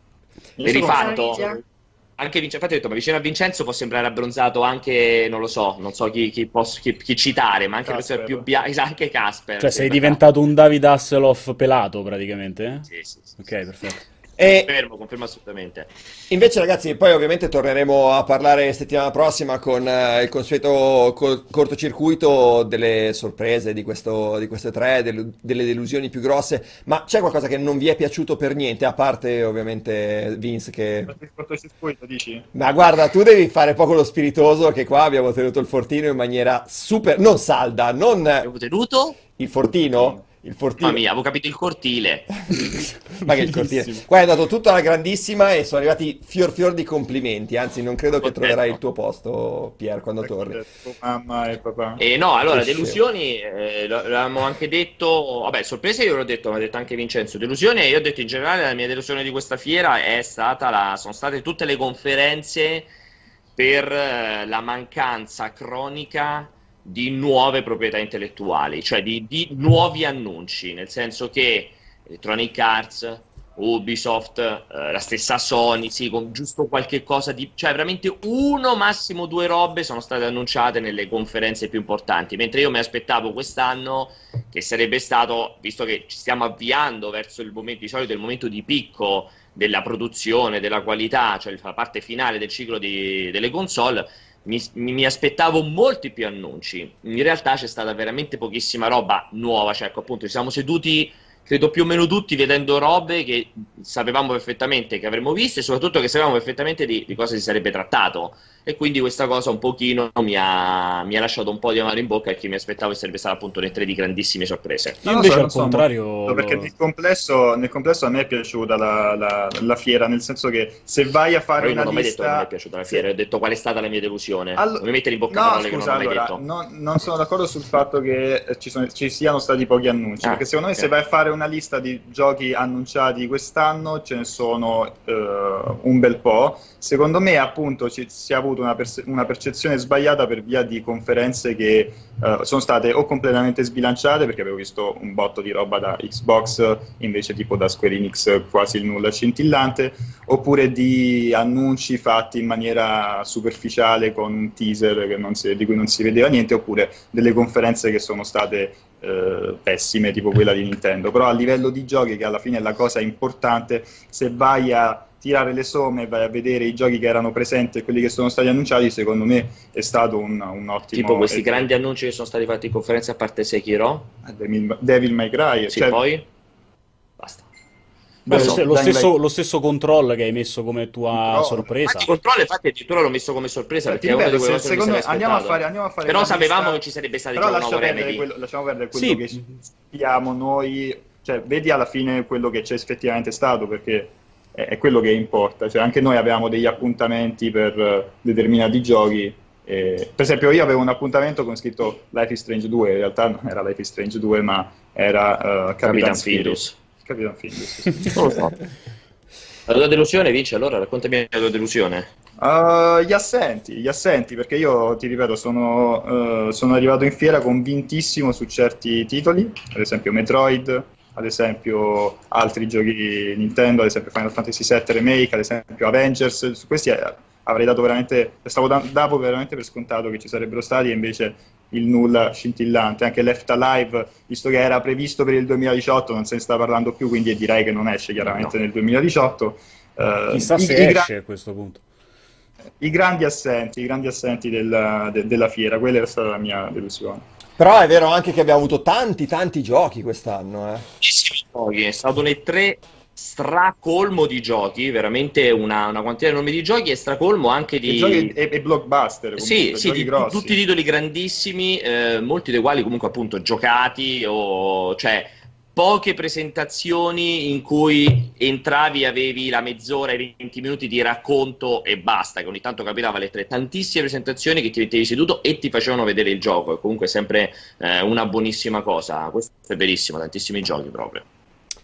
Io E sono- rifatto. Meraviglia. Anche Vincenzo, infatti ho detto, ma vicino a Vincenzo può sembrare abbronzato anche, non lo so, non so chi, chi, posso, chi, chi citare, ma anche le persone Casper. più bianche, anche Casper. Cioè sì, sei ma- diventato un David Hasselhoff pelato praticamente? eh? Sì, sì, sì, Ok, sì, sì. perfetto. E Confermo, confermo assolutamente. invece ragazzi, poi ovviamente torneremo a parlare settimana prossima con eh, il consueto co- cortocircuito delle sorprese di questo, di queste tre, del- delle delusioni più grosse, ma c'è qualcosa che non vi è piaciuto per niente, a parte ovviamente Vince che... Il cortocircuito, dici? Ma guarda, tu devi fare poco lo spiritoso, che qua abbiamo tenuto il fortino in maniera super... non salda, non... Abbiamo tenuto? Il fortino? Il fortino... Mamma mia, avevo capito il cortile. Ma che il cortile. Qua è andato tutto alla grandissima e sono arrivati fior fior di complimenti. Anzi, non credo che Contento. troverai il tuo posto, Pier, quando torni. Ecco, mamma e papà. E no, allora, Che delusioni, eh, lo- l'avevamo anche detto, vabbè, sorprese io l'ho detto, ma ha detto anche Vincenzo, delusione, io ho detto in generale la mia delusione di questa fiera è stata la, sono state tutte le conferenze per eh, la mancanza cronica di nuove proprietà intellettuali, cioè di, di nuovi annunci, nel senso che Electronic Arts, Ubisoft, eh, la stessa Sony, sì, con giusto qualche cosa di... cioè veramente uno, massimo due robe sono state annunciate nelle conferenze più importanti, mentre io mi aspettavo quest'anno che sarebbe stato, visto che ci stiamo avviando verso il momento, di solito il momento di picco della produzione, della qualità, cioè la parte finale del ciclo di- delle console, mi, mi aspettavo molti più annunci. In realtà c'è stata veramente pochissima roba nuova, cioè ecco, appunto ci siamo seduti credo più o meno tutti vedendo robe che sapevamo perfettamente che avremmo visto e soprattutto che sapevamo perfettamente di, di cosa si sarebbe trattato, e quindi questa cosa un pochino mi ha, mi ha lasciato un po' di amaro in bocca, e che mi aspettavo che sarebbe stata appunto le tre di grandissime sorprese. Io Non lo invece so, al non so, contrario molto, perché lo- nel complesso, nel complesso a me è piaciuta la, la- la fiera, nel senso che se vai a Ma fare io una non ho mai detto che lista... non mi è piaciuta la se- fiera, ho detto qual è stata la mia delusione. Allo- Non mi mettere in bocca No, parole che scusa, non ho mai allora, detto. non, non sono d'accordo sul fatto che eh, ci, sono- ci siano stati pochi annunci, Ah, perché secondo me ok. se vai a fare una lista di giochi annunciati quest'anno ce ne sono eh, un bel po'. Secondo me appunto ci, si è avuto una, perse- una percezione sbagliata per via di conferenze che eh, sono state o completamente sbilanciate, perché avevo visto un botto di roba da Xbox, invece tipo da Square Enix quasi il nulla scintillante, oppure di annunci fatti in maniera superficiale con un teaser che non si- di cui non si vedeva niente, oppure delle conferenze che sono state eh, pessime, tipo quella di Nintendo. Però a livello di giochi, che alla fine è la cosa importante, se vai a tirare le somme, vai a vedere i giochi che erano presenti e quelli che sono stati annunciati, secondo me è stato un, un ottimo... Tipo questi eh, grandi annunci che sono stati fatti in conferenza, a parte Sekiro. Devil, Devil May Cry, Sì, cioè, poi? Basta. Beh, non lo, so, ste- lo Dying stesso, Light- lo stesso control che hai messo come tua Control. sorpresa. Infatti controllo, infatti addirittura l'ho messo come sorpresa, Cioè, ti perché è una di ripeto, quelle se- cose che mi secondo me sarei andiamo a aspettato. fare, andiamo a fare Però una sapevamo lista- che ci sarebbe stato però già un lascia nuovo perdere Remedy. quello, lasciamo perdere quello Sì. che spiamo noi, cioè vedi alla fine quello che c'è effettivamente stato, perché è, è quello che importa. Cioè, anche noi avevamo degli appuntamenti per eh, determinati giochi. E, per esempio io avevo un appuntamento con scritto Life is Strange due, in realtà non era Life is Strange due, ma era uh, Capitan, Capitan Spirit. Findus. Capitan Findus, sì, sì. Non lo so. La tua delusione, Vince, allora raccontami la tua delusione. Uh, gli assenti, gli assenti, perché io ti ripeto, sono, uh, sono arrivato in fiera convintissimo su certi titoli, ad esempio Metroid, ad esempio altri giochi Nintendo, ad esempio Final Fantasy sette Remake, ad esempio Avengers. Su questi eh, avrei dato veramente, stavo da- davo veramente per scontato che ci sarebbero stati, e invece il nulla scintillante. Anche Left Alive, visto che era previsto per il duemiladiciotto, non se ne sta parlando più, quindi direi che non esce chiaramente No. nel duemiladiciotto. Uh, Chissà i- se i gra- esce a questo punto. I grandi assenti, i grandi assenti della, de- della fiera, quella è stata la mia delusione. Però è vero anche che abbiamo avuto tanti tanti giochi quest'anno, eh. Tantissimi giochi, è stato un E tre stracolmo di giochi, veramente una, una quantità enorme di giochi, e stracolmo anche di... I giochi e, e blockbuster, comunque, Sì, sì, giochi di, grossi. tutti i titoli grandissimi, eh, molti dei quali comunque appunto giocati, o cioè poche presentazioni in cui entravi e avevi la mezz'ora e venti minuti di racconto e basta, che ogni tanto capitava alle tre. Tantissime presentazioni che ti mettevi seduto e ti facevano vedere il gioco, e comunque sempre eh, una buonissima cosa. Questo è verissimo, tantissimi giochi proprio.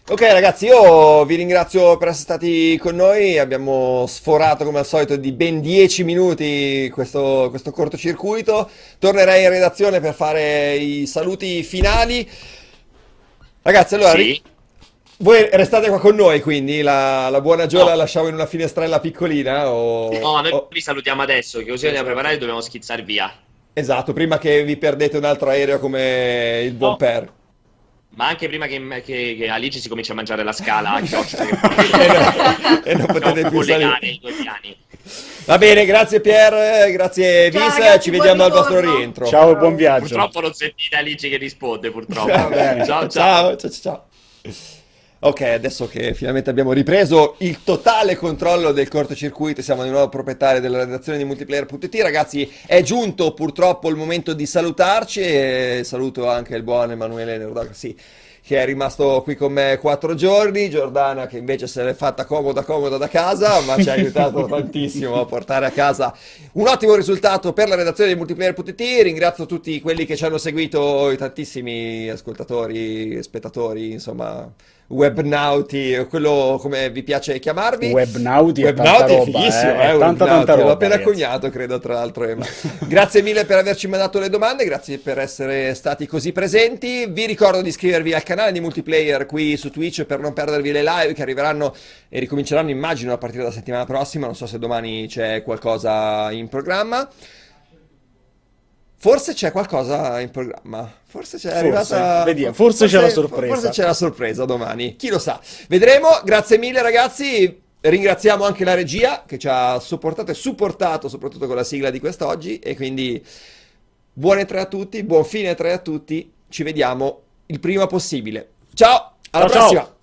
Ok ragazzi, io vi ringrazio per essere stati con noi, abbiamo sforato come al solito di ben dieci minuti questo, questo cortocircuito, tornerei in redazione per fare i saluti finali. Ragazzi, allora, Sì. ri- voi restate qua con noi, quindi la, la buona Gio la No. lasciamo in una finestrella piccolina o... No, noi o- vi salutiamo adesso, che così andiamo a preparare e dobbiamo schizzare via. Esatto, prima che vi perdete un altro aereo come il buon No. Per. Ma anche prima che, che, che Alice si cominci a mangiare la scala a chioccia, che E non potete più salire. collegare i due piani. Va bene, grazie Pier, grazie Ciao, Vis, ragazzi, ci buon vediamo al vostro ritorno. rientro. Ciao e buon viaggio. Purtroppo non sentite Alice che risponde, purtroppo. Va bene. Ciao, ciao. ciao, ciao, ciao. Ok, adesso che finalmente abbiamo ripreso il totale controllo del cortocircuito, siamo di nuovo proprietari della redazione di multiplayer punto it, ragazzi, è giunto purtroppo il momento di salutarci e saluto anche il buon Emanuele Neurdocracy che è rimasto qui con me quattro giorni, Giordana che invece se l'è fatta comoda comoda da casa, ma ci ha aiutato tantissimo a portare a casa un ottimo risultato per la redazione di multiplayer punto it. Ringrazio tutti quelli che ci hanno seguito, i tantissimi ascoltatori, spettatori, insomma, webnauti, quello come vi piace chiamarvi. Webnauti è tanta Webnauti è roba, fighissimo, eh, eh, è tanta, webnauti, tanta roba, l'ho appena ragazzi. coniato, credo, tra l'altro. Emma. Grazie mille per averci mandato le domande, grazie per essere stati così presenti. Vi ricordo di iscrivervi al canale di Multiplayer qui su Twitch per non perdervi le live che arriveranno e ricominceranno, immagino, a partire dalla settimana prossima. Non so se domani c'è qualcosa in programma. Forse c'è qualcosa in programma. Forse c'è Forse, arrivata. vediamo, forse c'è la sorpresa. Forse c'è la sorpresa domani. Chi lo sa. Vedremo. Grazie mille, ragazzi. Ringraziamo anche la regia che ci ha supportato e supportato, soprattutto con la sigla di quest'oggi. E quindi buone tre a tutti, buon fine tre a tutti. Ci vediamo il prima possibile. Ciao, alla Ciao, ciao. prossima.